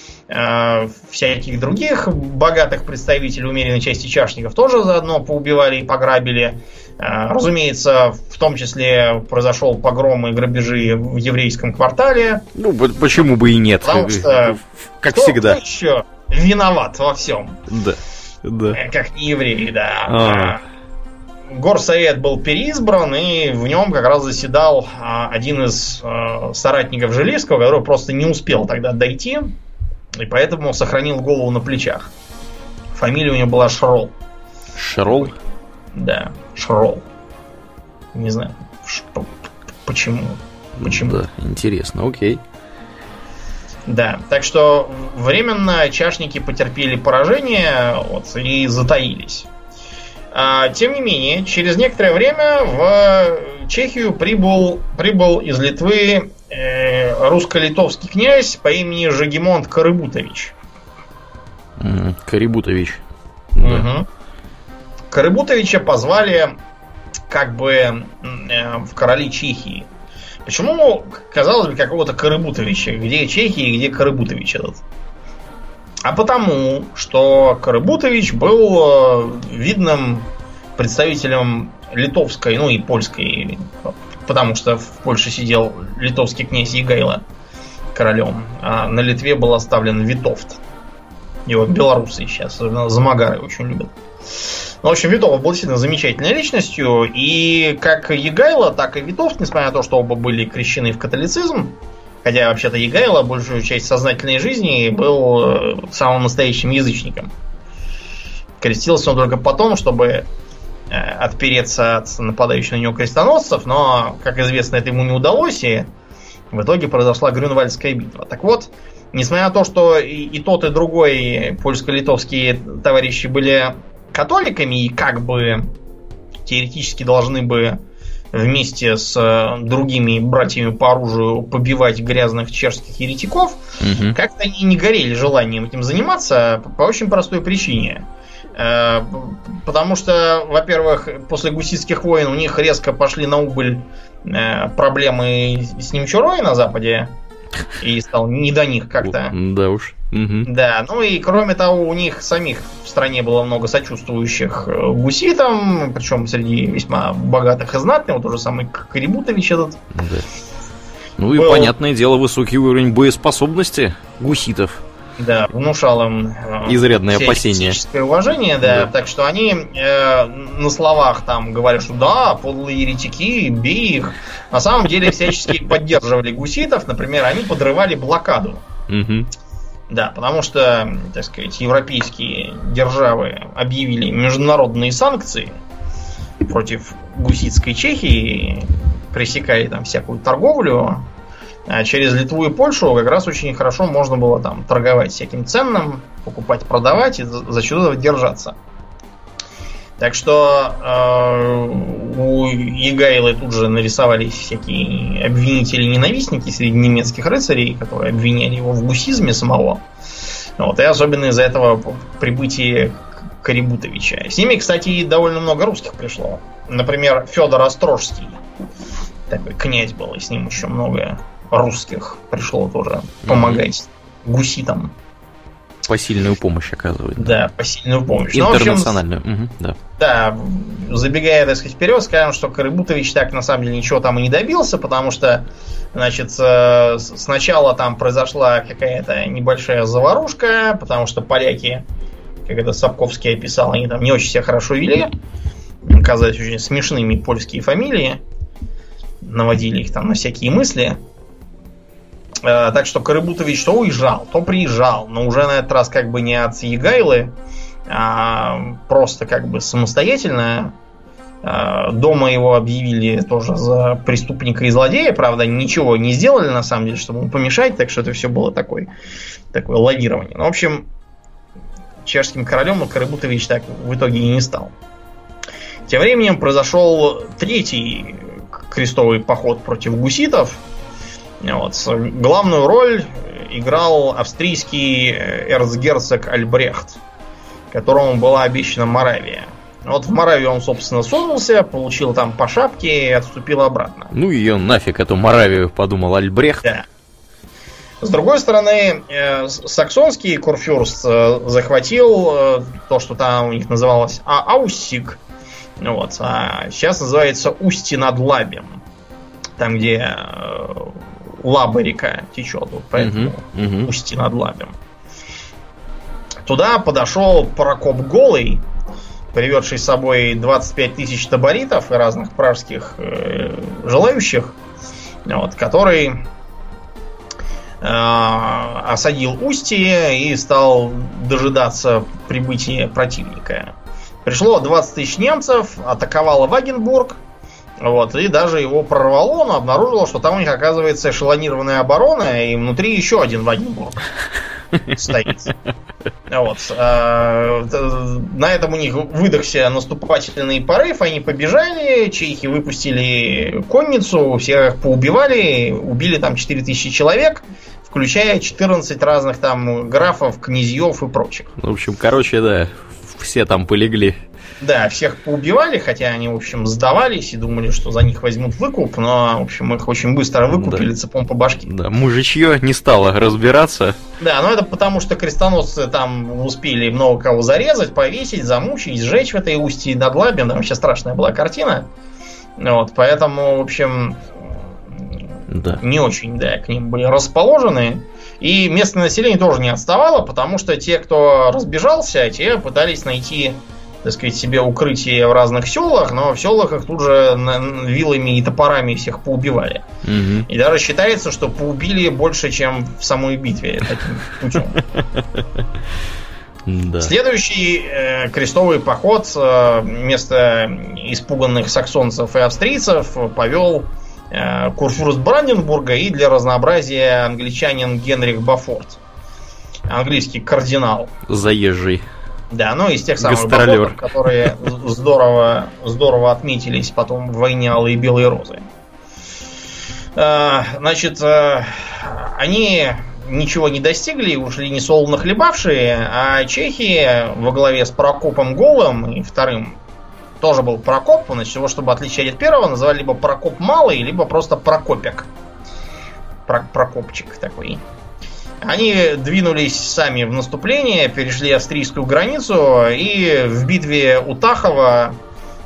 Всяких других богатых представителей умеренной части чашников тоже заодно поубивали и пограбили. Разумеется, в том числе произошел погром и грабежи в еврейском квартале. Ну, почему бы и нет? Потому что как кто, всегда. Кто еще виноват во всем? Да, да. Как не евреи, да. А. Горсовет был переизбран, и в нем как раз заседал один из соратников Жиливского, который просто не успел тогда дойти, и поэтому сохранил голову на плечах. Фамилия у него была Шрол. Шрол? Да, Шрол. Не знаю, почему. Почему? Да, интересно, окей. Да, так что временно чашники потерпели поражение вот, и затаились. А, тем не менее, через некоторое время в Чехию прибыл, прибыл из Литвы э, русско-литовский князь по имени Жегемонт Карыбутович. Mm, Карыбутович. Угу. Да. Карыбутовича позвали как бы э, в короли Чехии. Почему, казалось бы, какого-то Карыбутовича? Где Чехия и где Карыбутович этот? А потому, что Карыбутович был видным представителем литовской, ну и польской, потому что в Польше сидел литовский князь Егайло королем, а на Литве был оставлен Витовт. Его белорусы сейчас, замагары очень любят. Ну, в общем, Витов был действительно замечательной личностью, и как Егайло, так и Витов, несмотря на то, что оба были крещены в католицизм, хотя вообще-то Егайло большую часть сознательной жизни был самым настоящим язычником. Крестился он только потом, чтобы отпереться от нападающих на него крестоносцев, но, как известно, это ему не удалось, и в итоге произошла Грюнвальдская битва. Так вот, несмотря на то, что и, и тот, и другой польско-литовские товарищи были католиками и как бы теоретически должны бы вместе с другими братьями по оружию побивать грязных чешских еретиков, угу. как-то они не горели желанием этим заниматься по очень простой причине. Потому что, во-первых, после гуситских войн у них резко пошли на убыль проблемы с Немчурой на западе, и стало не до них как-то. Да уж. Угу. Да, ну и кроме того, у них самих в стране было много сочувствующих гуситам, причем среди весьма богатых и знатных, вот тот же самый Карибутович этот. Да. Ну и, был... понятное дело, высокий уровень боеспособности гуситов. Да, внушал им изрядное опасение, уважение, да, да. Так что они э, на словах там говорят, что да, подлые еретики, бей их. На самом деле всячески поддерживали гуситов, например, они подрывали блокаду. Угу. Да, потому что, так сказать, европейские державы объявили международные санкции против гуситской Чехии, пресекали там всякую торговлю. А через Литву и Польшу как раз очень хорошо можно было там торговать всяким ценным, покупать, продавать и за счет этого держаться. Так что э, у Егайлы тут же нарисовались всякие обвинители-ненавистники среди немецких рыцарей, которые обвиняли его в гусизме самого. Вот, и особенно из-за этого прибытия Карибутовича. С ними, кстати, довольно много русских пришло. Например, Федор Острожский. Такой князь был, и с ним еще много русских пришло тоже помогать mm-hmm. гуситам. Посильную помощь оказывает. Да, посильную помощь. Интернациональную. Ну, общем, угу, да. да, забегая, так сказать, вперед, скажем, что Карибутович так на самом деле ничего там и не добился, потому что, значит, сначала там произошла какая-то небольшая заварушка, потому что поляки, как это Сапковский описал, они там не очень себя хорошо вели. Казались очень смешными польские фамилии. Наводили их там на всякие мысли. Так что Карибутович то уезжал, то приезжал, но уже на этот раз как бы не от Егайлы, а просто как бы самостоятельно. Дома его объявили тоже за преступника и злодея, правда, ничего не сделали на самом деле, чтобы ему помешать, так что это все было такое, такое лавирование. Ну, в общем, чешским королем Карибутович так в итоге и не стал. Тем временем произошел третий крестовый поход против гуситов. Вот. Главную роль играл австрийский эрцгерцог Альбрехт, которому была обещана Моравия. Вот в Моравию он, собственно, сунулся, получил там по шапке и отступил обратно. Ну ее нафиг, эту Моравию, подумал Альбрехт. Да. С другой стороны, э, саксонский курфюрст э, захватил э, то, что там у них называлось а- Ауссиг. Вот, а сейчас называется Устье над Лабем. Там, где э, Лаба река течет, вот поэтому uh-huh, uh-huh. Устье над Лабем. Туда подошел Прокоп Голый, приведший с собой двадцать пять тысяч таборитов и разных пражских э, желающих, вот, который э, осадил Устье и стал дожидаться прибытия противника. Пришло двадцать тысяч немцев, атаковало Вагенбург, вот, и даже его прорвало, но обнаружило, что там у них, оказывается, эшелонированная оборона, и внутри еще один Вагенбург стоит. Вот. На этом у них выдохся наступательный порыв, они побежали, чехи выпустили конницу, всех поубивали, убили там четыре тысячи человек, включая четырнадцать разных там графов, князьев и прочих. В общем, короче, да, все там полегли. Да, всех поубивали, хотя они, в общем, сдавались и думали, что за них возьмут выкуп, но, в общем, их очень быстро выкупили, да, цепом по башке. Да, мужичье не стало разбираться. Да, но это потому, что крестоносцы там успели много кого зарезать, повесить, замучить, сжечь в этой Устье над Лабем. Там вообще страшная была картина. Вот, поэтому, в общем, да, не очень, да, к ним были расположены. И местное население тоже не отставало, потому что те, кто разбежался, те пытались найти так сказать, себе укрытие в разных селах, но в селах их тут же вилами и топорами всех поубивали. Угу. И даже считается, что поубили больше, чем в самой битве таким путем. Да. Следующий э, крестовый поход э, вместо испуганных саксонцев и австрийцев повел э, курфюрст Бранденбурга и для разнообразия англичанин Генрих Бафорт. Английский кардинал. Заезжий. Да, ну из тех самых Бафортов, которые здорово, здорово отметились потом в войне Алые и Белые Розы. Э, значит, э, они... ничего не достигли, ушли несолоно хлебавшие, а чехи во главе с Прокопом Голым и вторым тоже был Прокоп, значит, его, чтобы отличать от первого, называли либо Прокоп Малый, либо просто Прокопик. Про- Прокопчик такой. Они двинулись сами в наступление, перешли австрийскую границу и в битве у Тахова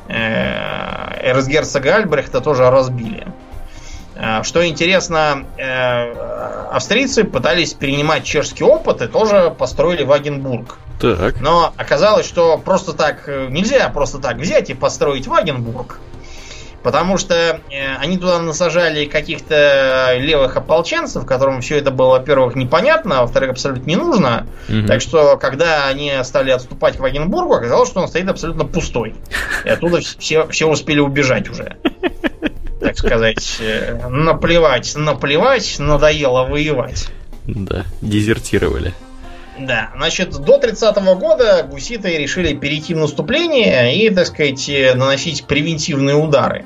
э, эрцгерцога Альбрехта тоже разбили. Что интересно, австрийцы пытались перенимать чешский опыт и тоже построили Вагенбург. Так. Но оказалось, что просто так нельзя просто так взять и построить Вагенбург. Потому что они туда насажали каких-то левых ополченцев, которым все это было, во-первых, непонятно, а во-вторых, абсолютно не нужно. Угу. Так что, когда они стали отступать к Вагенбургу, оказалось, что он стоит абсолютно пустой. И оттуда все, все успели убежать уже. Так сказать, наплевать, наплевать, надоело воевать. Да, дезертировали. Да, значит, до тридцатого года гуситы решили перейти в наступление и, так сказать, наносить превентивные удары.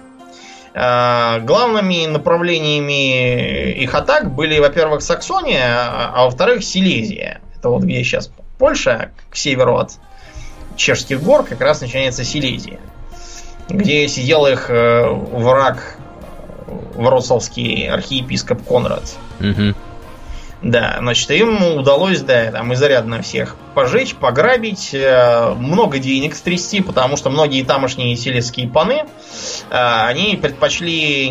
Главными направлениями их атак были, во-первых, Саксония, а во-вторых, Силезия. Это вот где сейчас Польша, к северу от Чешских гор, как раз начинается Силезия, где сидел их враг, вроцлавский архиепископ Конрад. Угу. Да, значит, им удалось, да, там изрядно всех пожечь, пограбить, много денег стрясти, потому что многие тамошние силезские паны, они предпочли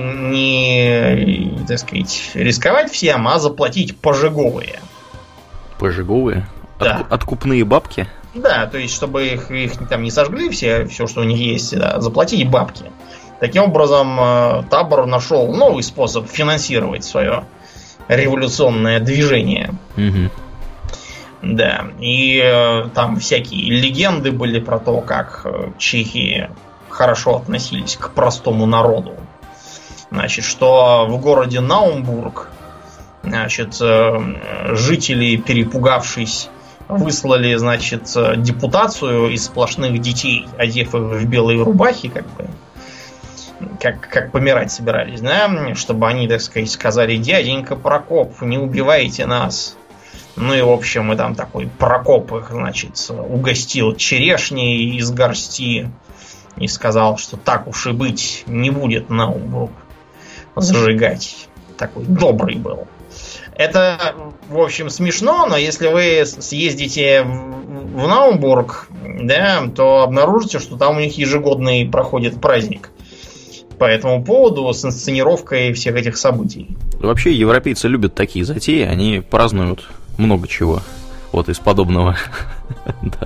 не, так сказать, рисковать всем, а заплатить пожиговые. Пожиговые? Да. От, откупные бабки? Да, то есть, чтобы их, их там не сожгли все, все, что у них есть, да, заплатить бабки. Таким образом, табор нашел новый способ финансировать свое революционное движение. Угу. Да, и э, там всякие легенды были про то, как чехи хорошо относились к простому народу. Значит, что в городе Наумбург, значит, э, жители, перепугавшись, выслали, значит, депутацию из сплошных детей, одев их в белые рубахи, как бы, как, как помирать собирались, да, чтобы они, так сказать, сказали: дяденька Прокоп, не убивайте нас. Ну и, в общем, и там такой Прокоп их, значит, угостил черешней из горсти и сказал, что так уж и быть, не будет Наумбург зажигать. Такой добрый был. Это, в общем, смешно, но если вы съездите в Наумбург, да, то обнаружите, что там у них ежегодный проходит праздник по этому поводу с инсценировкой всех этих событий. Вообще, европейцы любят такие затеи, они празднуют много чего вот из подобного. Да.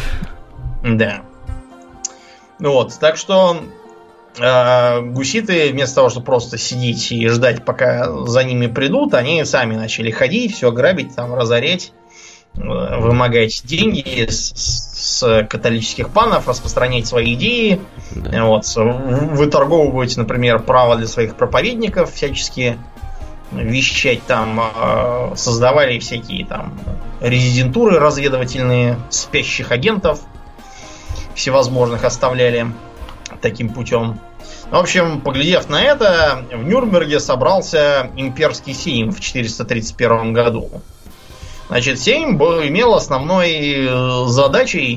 Да. Вот, так что э, гуситы вместо того, чтобы просто сидеть и ждать, пока за ними придут, они сами начали ходить, все грабить, там, разорять, вымогать деньги с, с католических панов, распространять свои идеи, да. Вот, выторговывать, например, право для своих проповедников, всячески вещать там, создавали всякие там резидентуры разведывательные, спящих агентов всевозможных оставляли таким путем. В общем, поглядев на это, в Нюрнберге собрался имперский сейм в четыреста тридцать первом году. Значит, сейм был, имел основной задачей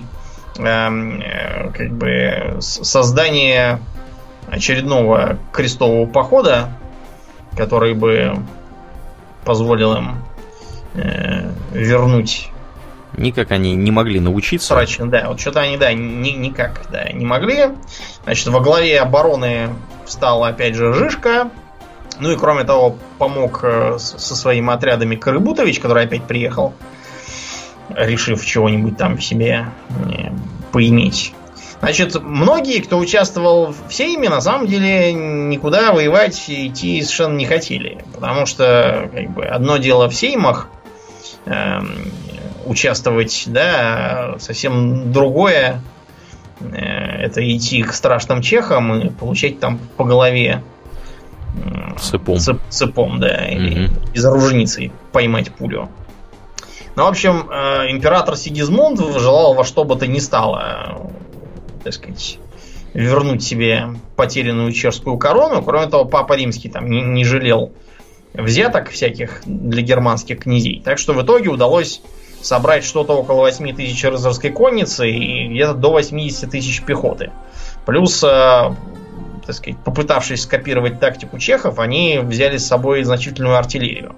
э, как бы создание очередного крестового похода, который бы позволил им э, вернуть. Никак они не могли научиться. Срачно, да, вот что-то они, да, ни, никак, да, не могли. Значит, во главе обороны встал, опять же, Жишка. Ну и, кроме того, помог со своими отрядами Корыбутович, который опять приехал, решив чего-нибудь там в себе поиметь. Значит, многие, кто участвовал в Сейме, на самом деле никуда воевать идти совершенно не хотели. Потому что как бы, одно дело в Сеймах э, участвовать, да, совсем другое э, это идти к страшным чехам и получать там по голове э, цепом. Цеп, цепом, да, mm-hmm. или из оружницы поймать пулю. Ну, в общем, э, император Сигизмунд желал во что бы то ни стало, так сказать, вернуть себе потерянную чешскую корону. Кроме того, Папа Римский там не, не жалел взяток всяких для германских князей. Так что в итоге удалось собрать что-то около восемь тысяч рыцарской конницы и где-то до восемьдесят тысяч пехоты. Плюс, э, так сказать, попытавшись скопировать тактику чехов, они взяли с собой значительную артиллерию.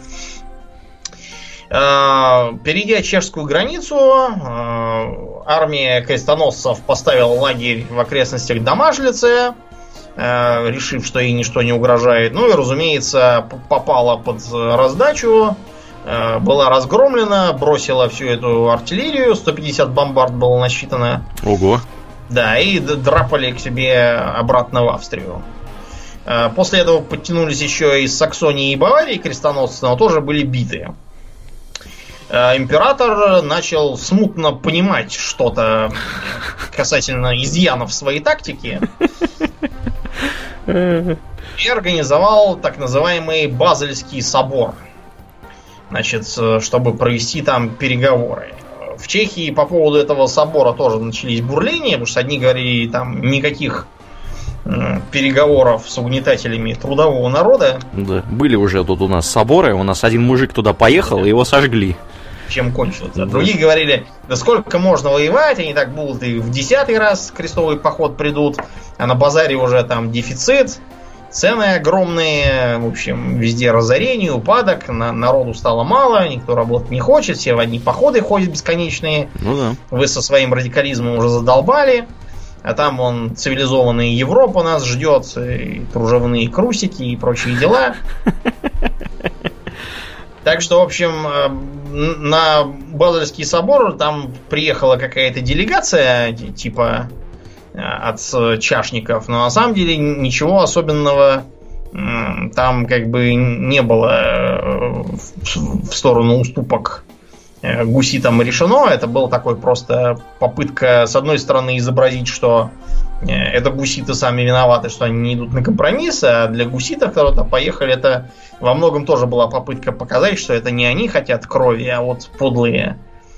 Перейдя чешскую границу, армия крестоносцев поставила лагерь в окрестностях Домажлицы, решив, что ей ничто не угрожает. Ну и, разумеется, попала под раздачу, была разгромлена, бросила всю эту артиллерию, сто пятьдесят бомбард было насчитано. Ого! Да, и драпали к себе обратно в Австрию. После этого подтянулись еще из Саксонии и Баварии крестоносцы, но тоже были биты. Император начал смутно понимать что-то касательно изъянов своей тактики и организовал так называемый Базельский собор, значит, чтобы провести там переговоры. В Чехии по поводу этого собора тоже начались бурления, потому что одни говорили, там никаких переговоров с угнетателями трудового народа. Да, были уже тут у нас соборы, у нас один мужик туда поехал, и его сожгли. Чем кончился. Другие говорили, да сколько можно воевать, они так будут и в десятый раз крестовый поход придут, а на базаре уже там дефицит, цены огромные, в общем, везде разорение, упадок, на, народу стало мало, никто работать не хочет, все в одни походы ходят бесконечные. Ну да. Вы со своим радикализмом уже задолбали, а там вон цивилизованная Европа нас ждет, и кружевные крусики и прочие дела. Так что, в общем, на Базельский собор там приехала какая-то делегация, типа от чашников, но на самом деле ничего особенного там как бы не было в сторону уступок гуситам решено. Это была такой просто попытка, с одной стороны, изобразить, что это гуситы сами виноваты, что они не идут на компромисс, а для гуситов, которые-то поехали, это во многом тоже была попытка показать, что это не они хотят крови, а вот подлые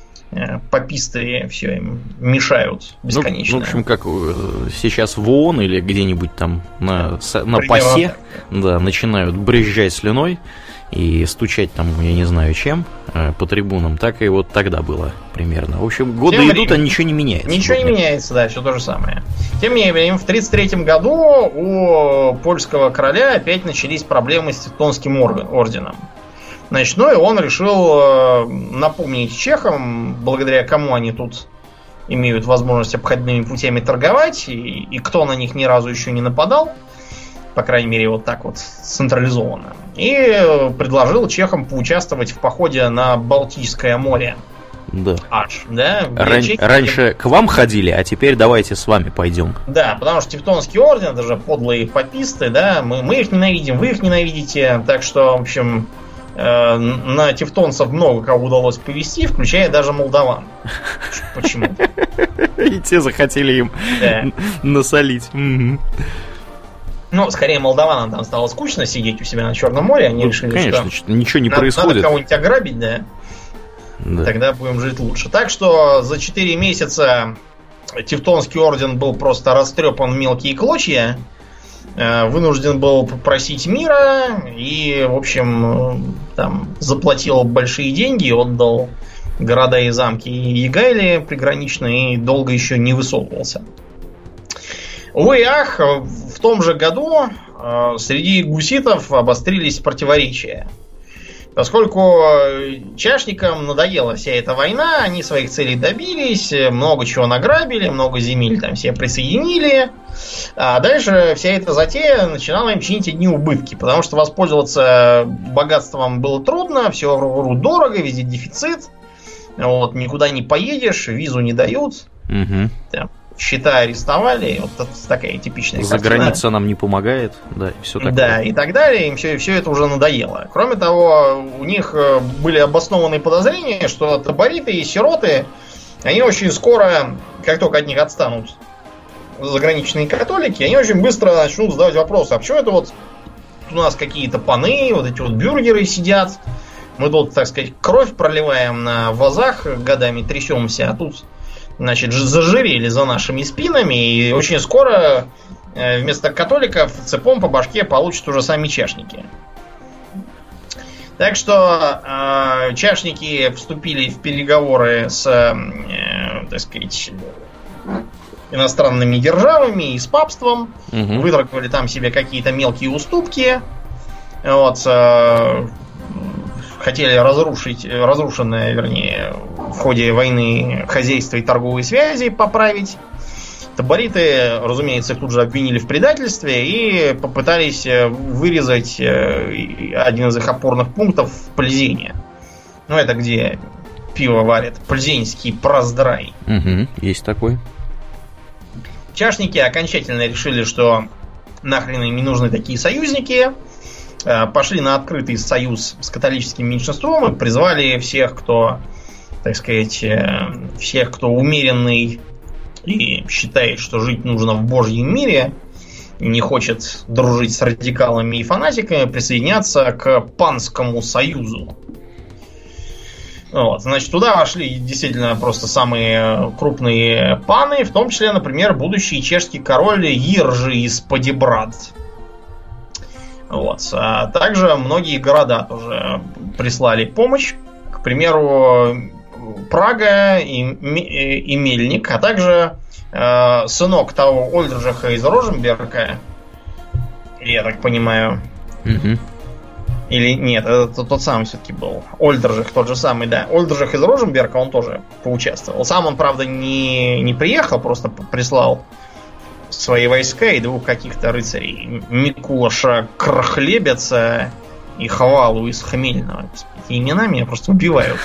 пописты все им мешают бесконечно. Ну, в общем, как сейчас в ООН или где-нибудь там на, на ПАСЕ, да, начинают брызжать слюной и стучать там, я не знаю чем, по трибунам, так и вот тогда было примерно. В общем, годы Тем идут, а ничего не меняется. Ничего не меняется, да, все то же самое. Тем не менее, в тридцать третьем году у польского короля опять начались проблемы с Тевтонским орденом. Значит, ну и он решил напомнить чехам, благодаря кому они тут имеют возможность обходными путями торговать, и, и кто на них ни разу еще не нападал, по крайней мере, вот так вот централизованно. И предложил чехам поучаствовать в походе на Балтийское море. Да. Аж, да? Ран- Чехии... Раньше к вам ходили, а теперь давайте с вами пойдем. Да, потому что Тевтонский орден, это же подлые пописты, да, мы, мы их ненавидим, вы их ненавидите, так что, в общем, э, на тевтонцев много кого удалось повести, включая даже молдаван. Почему? И те захотели им насолить. Ну, скорее, молдаванам там стало скучно сидеть у себя на Черном море, они ну, решили, конечно, что ничего не надо, происходит. Надо кого-нибудь ограбить, да? Да. Тогда будем жить лучше. Так что за четыре месяца Тевтонский орден был просто растрепан в мелкие клочья, вынужден был попросить мира и, в общем, там заплатил большие деньги, отдал города и замки Егайле приграничные и долго еще не высовывался. Увы и ах, в том же году среди гуситов обострились противоречия. Поскольку чашникам надоела вся эта война, они своих целей добились, много чего награбили, много земель там себе присоединили. А дальше вся эта затея начинала им чинить одни убытки, потому что воспользоваться богатством было трудно, все дорого, везде дефицит. Вот, никуда не поедешь, визу не дают. Угу. Там, счета арестовали, вот это такая типичная За картина. граница нам не помогает, да, и все такое. Да, и так далее, им все, все это уже надоело. Кроме того, у них были обоснованные подозрения, что табориты и сироты, они очень скоро, как только от них отстанут заграничные католики, они очень быстро начнут задавать вопросы, а почему это вот у нас какие-то паны, вот эти вот бюргеры сидят, мы тут, так сказать, кровь проливаем на вазах, годами трясемся, а тут, значит, зажирели за нашими спинами, и очень скоро вместо католиков цепом по башке получат уже сами чашники. Так что э, чашники вступили в переговоры с, э, так сказать, иностранными державами и с папством, угу. выторговали там себе какие-то мелкие уступки, вот, э, хотели разрушить, разрушенное, вернее, в ходе войны хозяйство и торговые связи поправить. Табориты, разумеется, тут же обвинили в предательстве и попытались вырезать один из их опорных пунктов в Пльзене. Ну, это где пиво варят. Пльзенский проздрай. Угу, есть такой. Чашники окончательно решили, что нахрен им не нужны такие союзники. Пошли на открытый союз с католическим меньшинством и призвали всех, кто, так сказать, всех, кто умеренный и считает, что жить нужно в Божьем мире, и не хочет дружить с радикалами и фанатиками, присоединяться к Панскому союзу. Вот, значит, туда вошли действительно просто самые крупные паны, в том числе, например, будущий чешский король Иржи из Подебрад. Вот. А также многие города тоже прислали помощь. К примеру, Прага и, и Мельник, а также э, сынок того Ольдржиха из Роженберга, я так понимаю. Угу. Или нет, это тот самый все-таки был. Ольдржих, тот же самый, да. Ольдржих из Роженберга, он тоже поучаствовал. Сам он, правда, не, не приехал, просто прислал свои войска и двух каких-то рыцарей. Микулаша Крахлебеца и Хвалу из Хмельного. Эти имена меня просто убивают.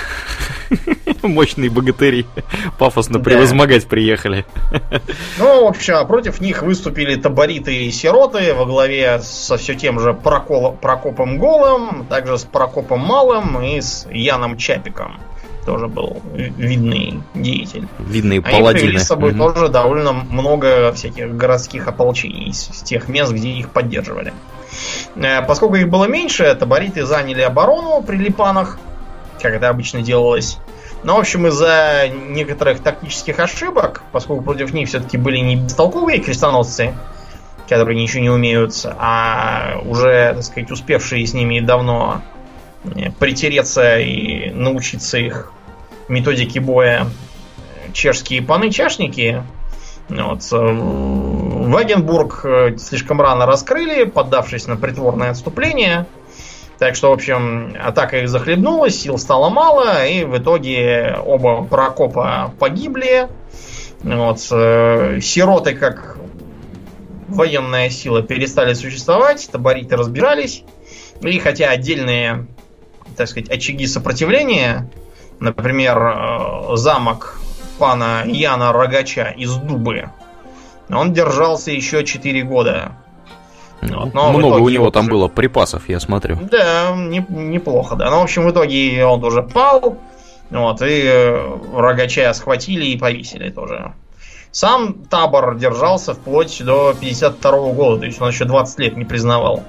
Мощные богатыри. Пафосно да. превозмогать приехали. Ну, в общем, а против них выступили табориты и сироты во главе со все тем же Прокол... Прокопом Голым, также с Прокопом Малым и с Яном Чапиком. Тоже был видный деятель. Видные Они паладины. привели с собой угу. тоже довольно много всяких городских ополчений из тех мест, где их поддерживали. Поскольку их было меньше, табориты заняли оборону при Липанах, как это обычно делалось. Но, в общем, из-за некоторых тактических ошибок, поскольку против них все-таки были не бестолковые крестоносцы, которые ничего не умеют, а уже, так сказать, успевшие с ними давно притереться и научиться их методике боя чешские паны-чашники. Вот. Вагенбург слишком рано раскрыли, поддавшись на притворное отступление. Так что, в общем, атака их захлебнулась, сил стало мало, и в итоге оба Прокопа погибли. Вот. Сироты, как военная сила, перестали существовать, табориты разбирались. И хотя отдельные, так сказать, очаги сопротивления, например, замок пана Яна Рогача из Дубы, он держался еще четыре года. Вот. Но много у него там уже... было припасов, я смотрю. Да, не, неплохо, да. Но, в общем, в итоге он уже пал, вот, и Рогача схватили и повесили тоже. Сам табор держался вплоть до пятьдесят второго года, то есть он еще двадцать лет не признавал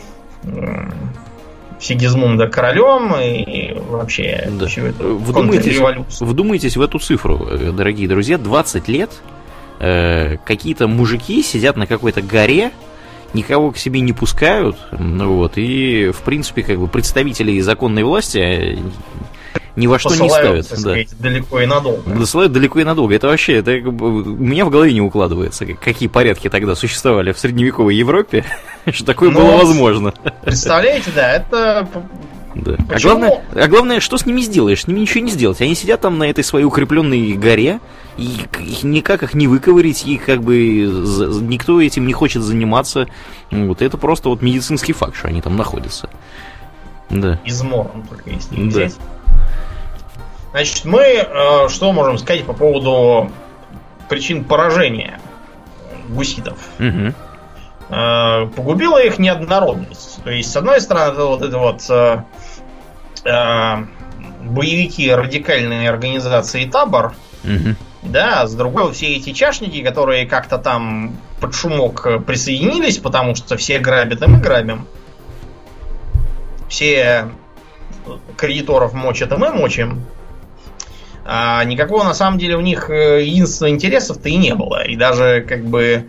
Сигизмунда королем и вообще да. всю эту вдумайтесь, вдумайтесь в эту цифру, дорогие друзья, двадцать лет э, какие-то мужики сидят на какой-то горе, никого к себе не пускают, ну вот, и, в принципе, как бы представителей законной власти ни во что посылают, не ставят. Так сказать, да. далеко и надолго. Посылают далеко и надолго. Это вообще, это, у меня в голове не укладывается, какие порядки тогда существовали в средневековой Европе, что такое Но, было возможно. Представляете, да, это... Да. А, главное, а главное, что с ними сделаешь? С ними ничего не сделать. Они сидят там на этой своей укрепленной горе, и никак их не выковырить, и как бы никто этим не хочет заниматься. Вот это просто вот медицинский факт, что они там находятся. Да. Измором только если не взять. Да. Значит, мы э, что можем сказать по поводу причин поражения гуситов. Угу. Погубила их неоднородность. То есть, с одной стороны, это вот это вот э, э, боевики радикальной организации Табор, угу. да, а с другой все эти чашники, которые как-то там под шумок присоединились, потому что все грабят, и мы грабим. Все кредиторов мочат, и мы мочим. А никакого на самом деле у них единственного интересов-то и не было. И даже как бы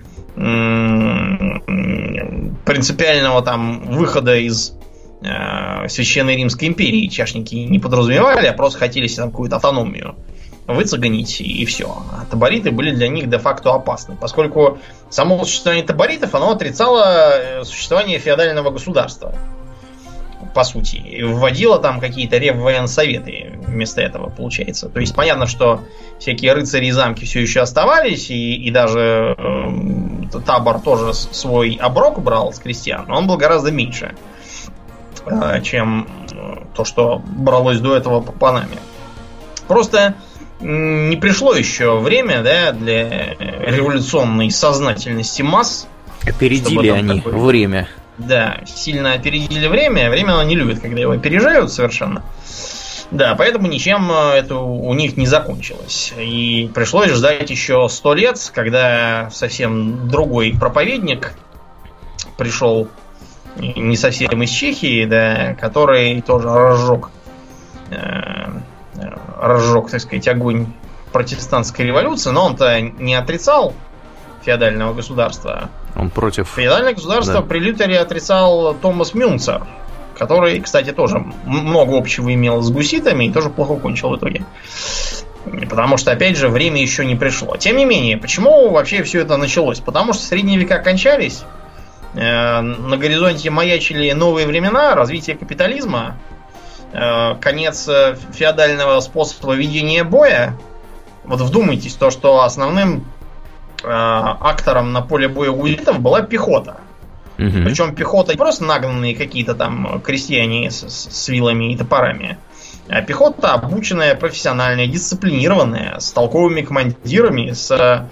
принципиального там выхода из э, Священной Римской империи чашники не подразумевали, а просто хотели себе там какую-то автономию выцеганить, и, и все. А табориты были для них де-факто опасны, поскольку само существование таборитов, оно отрицало существование феодального государства, по сути, и вводило там какие-то реввоенсоветы вместо этого, получается. То есть понятно, что всякие рыцари и замки все еще оставались, и, и даже э, Табор тоже свой оброк брал с крестьян, но он был гораздо меньше, э, чем то, что бралось до этого панами. Просто не пришло еще время, да, для революционной сознательности масс. Опередили они такой... время. Да, сильно опередили время. Время оно не любит, когда его опережают совершенно. Да, поэтому ничем это у них не закончилось. И пришлось ждать еще сто лет, когда совсем другой проповедник пришел, не совсем из Чехии, да, который тоже разжег, э, разжег, так сказать, огонь протестантской революции, но он-то не отрицал феодального государства. Он против... Феодальное государство, да, при Лютере отрицал Томас Мюнцер, который, кстати, тоже много общего имел с гуситами и тоже плохо кончил в итоге. Потому что, опять же, время еще не пришло. Тем не менее, почему вообще все это началось? Потому что средние века кончались, э, на горизонте маячили новые времена, развитие капитализма, э, конец феодального способа ведения боя. Вот вдумайтесь, то, что основным актором на поле боя у гуситов была пехота. Угу. Причем пехота не просто нагнанные какие-то там крестьяне с, с вилами и топорами, а пехота обученная, профессиональная, дисциплинированная, с толковыми командирами, с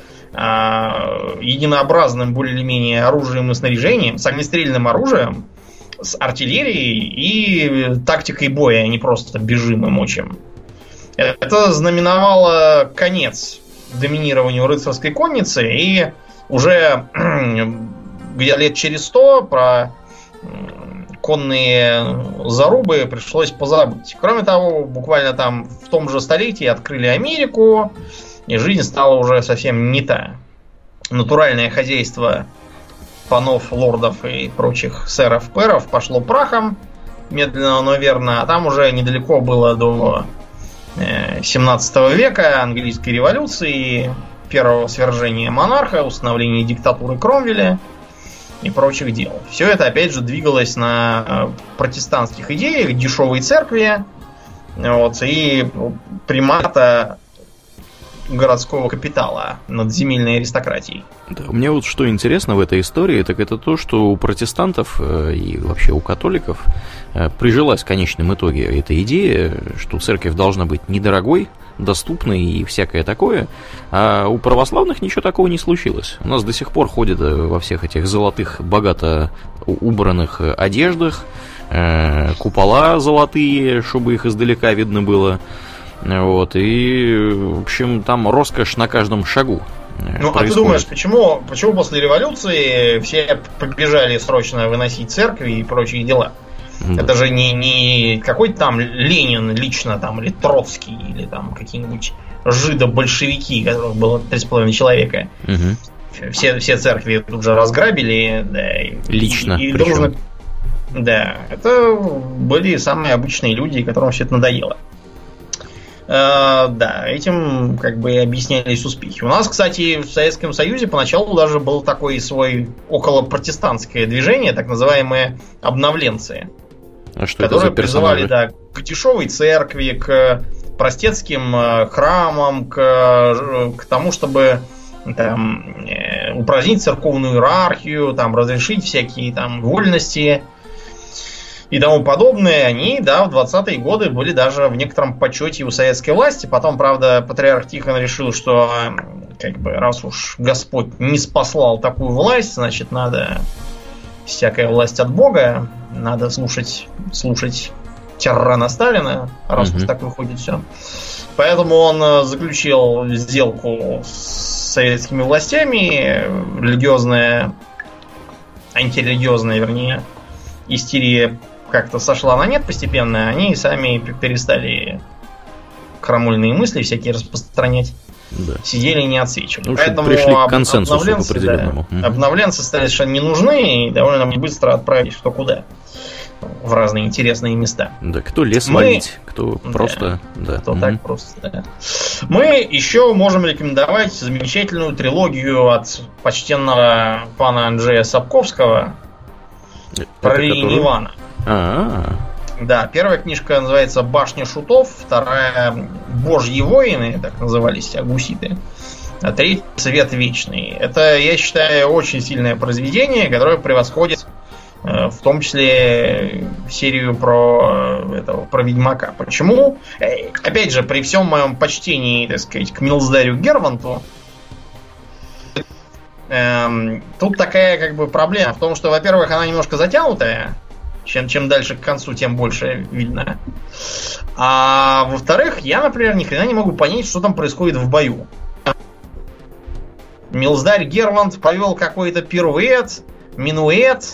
а, единообразным более-менее оружием и снаряжением, с огнестрельным оружием, с артиллерией и тактикой боя, а не просто бежим и мочим. Это знаменовало конец доминированию рыцарской конницы, и уже где лет через сто про конные зарубы пришлось позабыть. Кроме того, буквально там в том же столетии открыли Америку, и жизнь стала уже совсем не та. Натуральное хозяйство панов, лордов и прочих сэров-пэров пошло прахом, медленно, но верно, а там уже недалеко было до семнадцатого века, английской революции, первого свержения монарха, установления диктатуры Кромвеля и прочих дел. Все это, опять же, двигалось на протестантских идеях, дешевой церкви, вот, и примата городского капитала над земельной аристократией. Да, мне вот что интересно в этой истории, так это то, что у протестантов и вообще у католиков прижилась в конечном итоге эта идея, что церковь должна быть недорогой, доступной и всякое такое, а у православных ничего такого не случилось. У нас до сих пор ходят во всех этих золотых, богато убранных одеждах, купола золотые, чтобы их издалека видно было. Вот, и, в общем, там роскошь на каждом шагу. Ну, происходит. А ты думаешь, почему, почему после революции все побежали срочно выносить церкви и прочие дела? Да. Это же не, не какой-то там Ленин лично, там, или Троцкий, или там какие-нибудь жидо-большевики, которых было три с половиной человека. Угу. Все, все церкви тут же разграбили, да, лично. И, и дружно... Да, это были самые обычные люди, которым все это надоело. Uh, да, этим как бы объяснялись успехи. У нас, кстати, в Советском Союзе поначалу даже был такой свой околопротестантское движение, так называемые обновленцы, а что которые призывали, да, к дешевой церкви, к простецким храмам, к, к тому, чтобы там, упразднить церковную иерархию, там, разрешить всякие там вольности и тому подобное. Они, да, в двадцатые годы были даже в некотором почете у советской власти. Потом, правда, патриарх Тихон решил, что как бы, раз уж Господь не спаслал такую власть, значит, надо... Всякая власть от Бога. Надо слушать, слушать тирана Сталина, раз уж mm-hmm. так выходит все. Поэтому он заключил сделку с советскими властями. Религиозная, антирелигиозная, вернее, истерия как-то сошла на нет постепенно. Они сами перестали крамольные мысли всякие распространять. Да. Сидели и не отсвечивали. Ну, поэтому пришли к консенсусу определенному. Да, обновленцы стали совершенно не нужны и довольно быстро отправились кто куда. В разные интересные места. Да, кто лес Мы... валить, кто просто... Да, да. Кто mm-hmm. так просто, да. Мы еще можем рекомендовать замечательную трилогию от почтенного пана Анджея Сапковского про Рейни Ивана. А-а-а. Да, первая книжка называется «Башня шутов», вторая «Божьи воины», так назывались гуситы, а третья «Свет вечный». Это, я считаю, очень сильное произведение, которое превосходит э, в том числе серию про, э, этого, про Ведьмака. Почему? Э, опять же, при всем моем почтении, так сказать, к Милздарю Герванту, э, тут такая как бы проблема в том, что, во-первых, она немножко затянутая. Чем, чем дальше к концу, тем больше видно. А во-вторых, я, например, ни хрена не могу понять, что там происходит в бою. Милздарь Гервант провел какой-то пируэт, минуэт,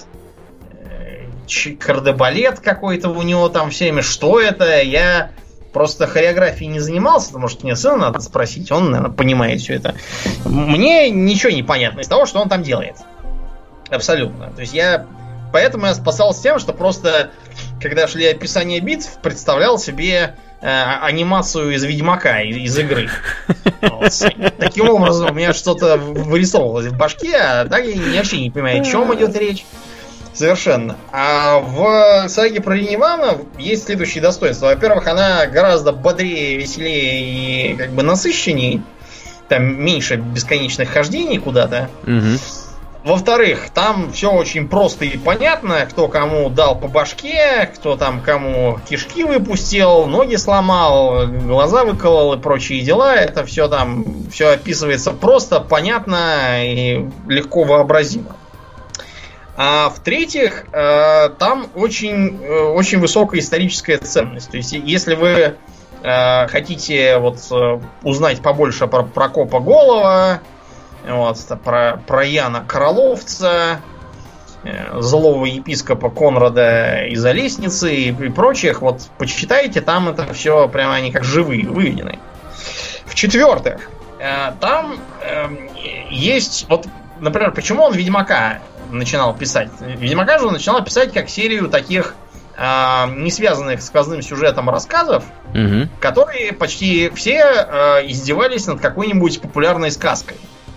кардебалет какой-то у него там всеми. Что это? Я просто хореографией не занимался, может, мне сына надо спросить, он, наверное, понимает все это. Мне ничего не понятно из того, что он там делает. Абсолютно. То есть я... Поэтому я спасался тем, что просто, когда шли описания битв, представлял себе э, анимацию из Ведьмака, из, из игры. Вот. Таким образом, у меня что-то вырисовывалось в башке, а так я вообще не понимаю, о чем идет речь. Совершенно. А в саге про Рейни Ивана есть следующие достоинства. Во-первых, она гораздо бодрее, веселее и как бы насыщеннее. Там меньше бесконечных хождений куда-то. Угу. Во-вторых, там все очень просто и понятно, кто кому дал по башке, кто там кому кишки выпустил, ноги сломал, глаза выколол и прочие дела. Это все там, все описывается просто, понятно и легко вообразимо. А в-третьих, там очень, очень высокая историческая ценность. То есть, если вы хотите вот узнать побольше про Прокопа Голова, вот, про, про Яна Кроловца, злого епископа Конрада из Олесницы и, и прочих, вот почитайте, там это все прямо они как живые выведены. В-четвертых, там есть, вот, например, почему он Ведьмака начинал писать? Ведьмака же он начинал писать как серию таких не связанных с сквозным сюжетом рассказов, угу. которые почти все издевались над какой-нибудь популярной сказкой.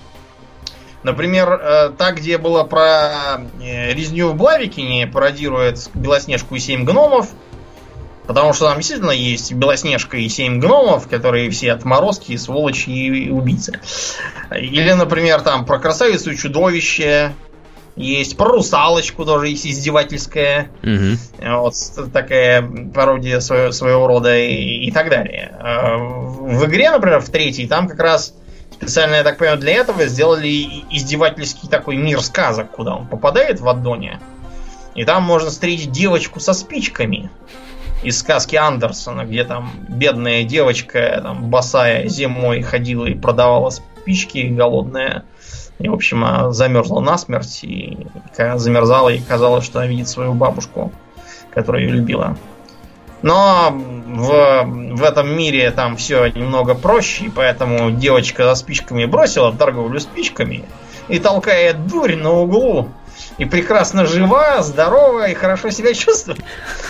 Например, та, где было про резню в Блавикине, пародирует Белоснежку и семь гномов, потому что там действительно есть Белоснежка и семь гномов, которые все отморозки, сволочи и убийцы. Или, например, там про Красавицу и Чудовище есть, про Русалочку тоже есть издевательская. Угу. Вот такая пародия своего, своего рода и, и так далее. В игре, например, в третьей, там как раз специально, я так понимаю, для этого сделали издевательский такой мир сказок, куда он попадает в аддоне. И там можно встретить девочку со спичками из сказки Андерсона, где там бедная девочка там, босая зимой ходила и продавала спички, голодная. И, в общем, замерзла насмерть. И когда замерзала, и казалось, что она видит свою бабушку, которая ее любила. Но в, в этом мире там все немного проще, и поэтому девочка за спичками бросила торговлю спичками и толкает дурь на углу. И прекрасно жива, здорова и хорошо себя чувствует.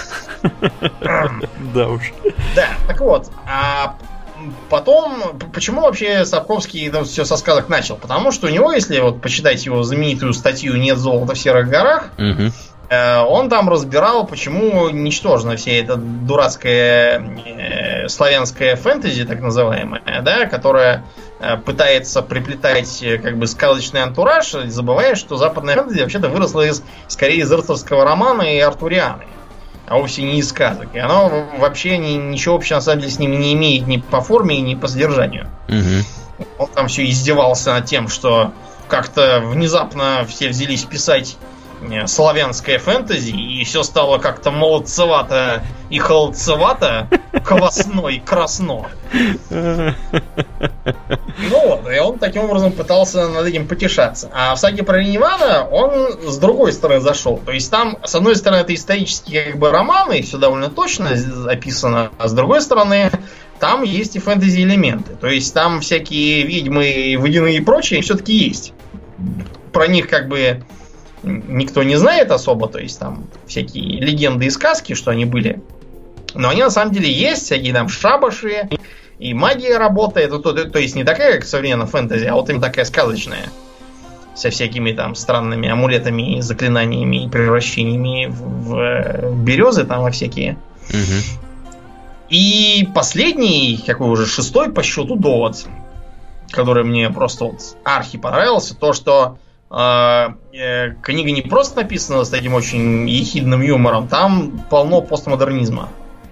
Да уж. Да, так вот. А потом, почему вообще Сапковский это все со сказок начал? Потому что у него, если вот почитать его знаменитую статью «Нет золота в серых горах», он там разбирал, почему ничтожна вся эта дурацкая э, славянская фэнтези, так называемая, да, которая э, пытается приплетать э, как бы сказочный антураж, забывая, что западная фэнтези вообще-то выросла из, скорее из рыцарского романа и артурианы, а вовсе не из сказок. И оно вообще ни, ничего общего на самом деле с ними не имеет ни по форме, ни по содержанию. Угу. Он там все издевался над тем, что как-то внезапно все взялись писать славянское фэнтези, и все стало как-то молодцевато и холодцевато, квасно и красно. Ну вот, и он таким образом пытался над этим потешаться. А в саге про Ренивана он с другой стороны зашел. То есть там, с одной стороны, это исторические как бы романы, все довольно точно описано, а с другой стороны, там есть и фэнтези-элементы. То есть там всякие ведьмы, водяные и прочие все-таки есть. Про них как бы никто не знает особо, то есть там всякие легенды и сказки, что они были. Но они на самом деле есть, всякие там шабаши, и магия работает. То, то, то есть не такая, как современная фэнтези, а вот именно такая сказочная. Со всякими там странными амулетами, заклинаниями и превращениями в, в березы там во всякие. Угу. И последний, какой уже шестой по счету довод, который мне просто вот архи понравился, то, что э, э, книга не просто написана с таким очень ехидным юмором, там полно постмодернизма.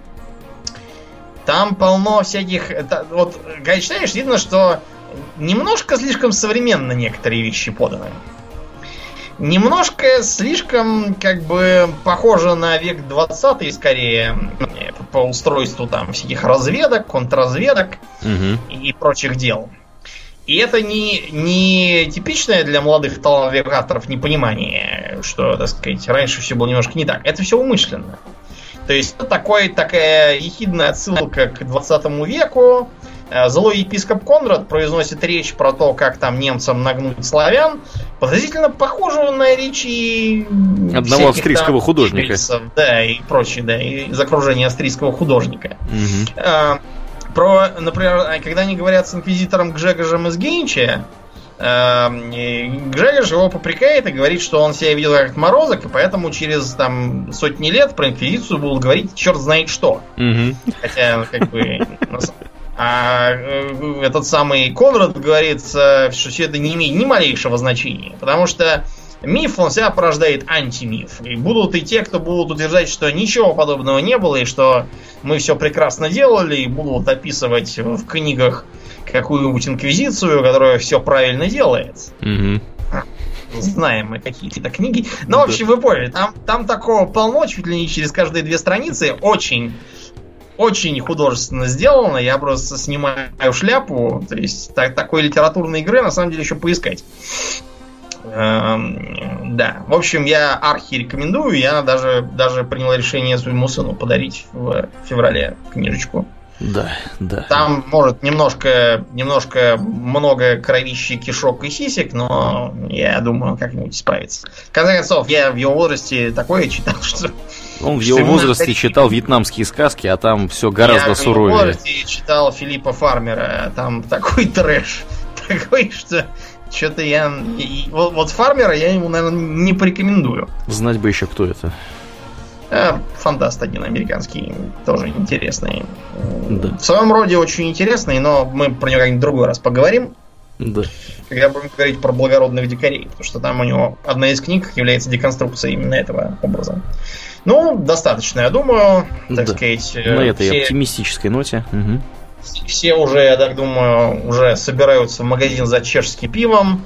Там полно всяких... Это, вот, когда читаешь, видно, что немножко слишком современно некоторые вещи поданы. Немножко слишком, как бы, похоже на век двадцатый, скорее, по устройству там всяких разведок, контрразведок угу. и прочих дел. И это не, не типичное для молодых талантливых авторов непонимание, что, так сказать, раньше все было немножко не так. Это все умышленно. То есть такой, такая ехидная отсылка к двадцатому веку. Злой епископ Конрад произносит речь про то, как там немцам нагнуть славян, подозрительно похожую на речи одного австрийского там художника. Геббельсов, да, и прочее, да, из окружения австрийского художника. Угу. А, про, например, когда они говорят с инквизитором Гжегожем из Гейнча, а, Гжегож его попрекает и говорит, что он себя видел как отморозок, и поэтому через там сотни лет про инквизицию будут говорить черт знает что. Угу. Хотя, как бы... А этот самый Конрад говорит, что все это не имеет ни малейшего значения. Потому что миф, он всегда порождает антимиф. И будут и те, кто будут утверждать, что ничего подобного не было, и что мы все прекрасно делали, и будут описывать в книгах какую-нибудь инквизицию, которая все правильно делает. Угу. Знаем мы какие-то книги. Но, в общем, вы поняли, там, там такого полно, чуть ли не через каждые две страницы. Очень... Очень художественно сделано, я просто снимаю шляпу. То есть так, такой литературной игры на самом деле еще поискать. Эм, да. В общем, я архи рекомендую. Я даже, даже принял решение своему сыну подарить в феврале книжечку. Да, да. Там, может, немножко, немножко много кровищи, кишок и сисек, но я думаю, он как-нибудь справится. В конце концов, я в его возрасте такое читал, что... Он в его возрасте надо... читал вьетнамские сказки, а там все гораздо я суровее. Я в его возрасте читал Филиппа Фармера, там такой трэш, такой, что что-то я... Вот, вот Фармера я ему, наверное, не порекомендую. Знать бы еще, кто это. А, фантаст один американский, тоже интересный. Да. В своем роде очень интересный, но мы про него как-нибудь в другой раз поговорим. Да. Когда будем говорить про благородных дикарей, потому что там у него одна из книг является деконструкцией именно этого образа. Ну, достаточно, я думаю, так да. сказать. На этой все, оптимистической ноте. Угу. Все уже, я так думаю, уже собираются в магазин за чешским пивом.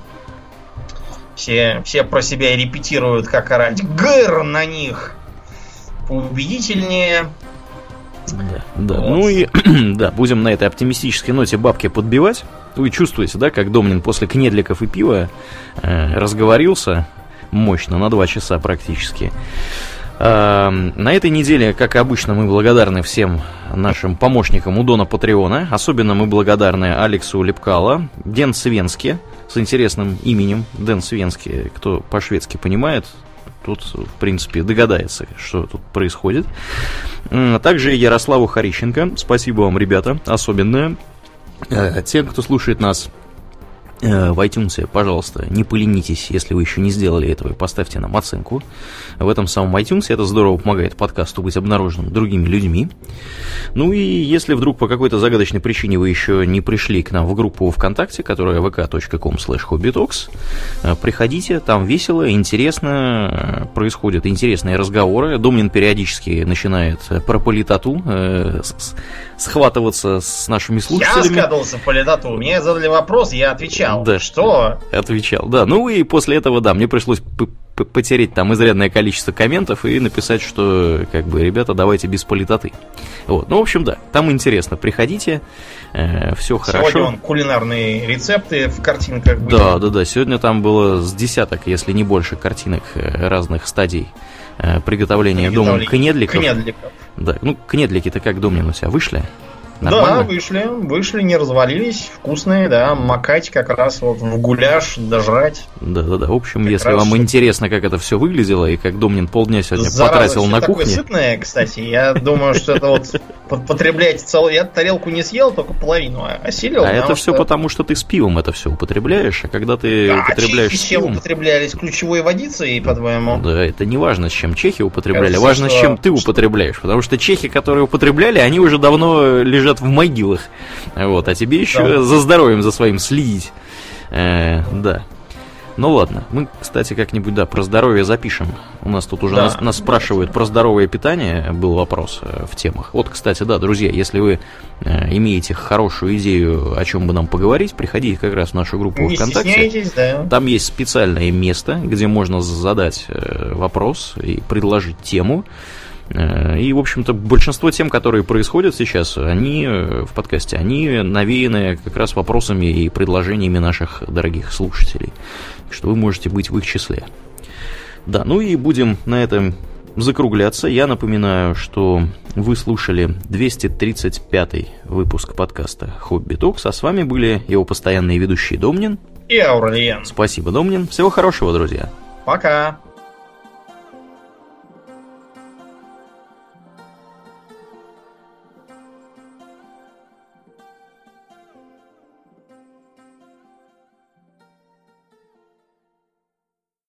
Все, все про себя репетируют, как орать «Гыр» на них поубедительнее. Да, да. Вот. Ну и да, будем на этой оптимистической ноте бабки подбивать. Вы чувствуете, да, как Домнин после кнедликов и пива э, разговорился мощно, на два часа практически. Э, на этой неделе, как и обычно, мы благодарны всем нашим помощникам у Дона Патреона. Особенно мы благодарны Алексу Лепкало, Ден Свенски, с интересным именем Ден Свенски, кто по-шведски понимает, тут, в принципе, догадается, что тут происходит. Также Ярославу Харищенко. Спасибо вам, ребята, особенное. Тем, кто слушает нас в iTunes, пожалуйста, не поленитесь, если вы еще не сделали этого, и поставьте нам оценку в этом самом iTunes. Это здорово помогает подкасту быть обнаруженным другими людьми. Ну и если вдруг по какой-то загадочной причине вы еще не пришли к нам в группу ВКонтакте, которая вэ ка точка ком слэш хоббитокс, приходите, там весело, интересно, происходят интересные разговоры. Домнин периодически начинает про политоту э, с, схватываться с нашими слушателями. Я скатывался в политоту, мне задали вопрос, я отвечал. Да. Что? Отвечал, да. Ну и после этого, да, мне пришлось потереть там изрядное количество комментов и написать, что, как бы, ребята, давайте без политоты. Вот. Ну, в общем, да, там интересно. Приходите, э, все хорошо. Сегодня вон кулинарные рецепты в картинках были. Да, да, да. Сегодня там было с десяток, если не больше, картинок разных стадий э, приготовления домом кнедликов. Кнедликов. Да, ну, кнедлики-то как, Домнин, у тебя вышли? Нормально? Да, вышли, вышли, не развалились, вкусные, да, макать как раз вот в гуляш, дожрать. Да-да-да, в общем, как если вам что... интересно, как это все выглядело, и как Домнин полдня сегодня Зараза, потратил на кухне. Такое сытное, кстати, я думаю, что это вот потребляете целую... Я тарелку не съел, только половину осилил. А это все потому, что ты с пивом это все употребляешь, а когда ты употребляешь с пивом... употребляли с ключевой водицей, по-твоему? Да, это не важно, с чем чехи употребляли, важно, с чем ты употребляешь, потому что чехи, которые употребляли, они уже давно лежат в могилах. Вот, а тебе еще да. за здоровьем за своим следить. Э, да. Ну ладно, мы, кстати, как-нибудь, да, про здоровье запишем. У нас тут уже да. нас, нас спрашивают про здоровое питание, был вопрос э, в темах. Вот, кстати, да, друзья, если вы э, имеете хорошую идею, о чем бы нам поговорить, приходите как раз в нашу группу Не ВКонтакте. Да. Там есть специальное место, где можно задать э, вопрос и предложить тему. И, в общем-то, большинство тем, которые происходят сейчас, они в подкасте, они навеяны как раз вопросами и предложениями наших дорогих слушателей. Так что вы можете быть в их числе. Да, ну и будем на этом закругляться. Я напоминаю, что вы слушали двести тридцать пятый выпуск подкаста Хобби Токс, а с вами были его постоянные ведущие Домнин и Аурельян. Спасибо, Домнин. Всего хорошего, друзья. Пока.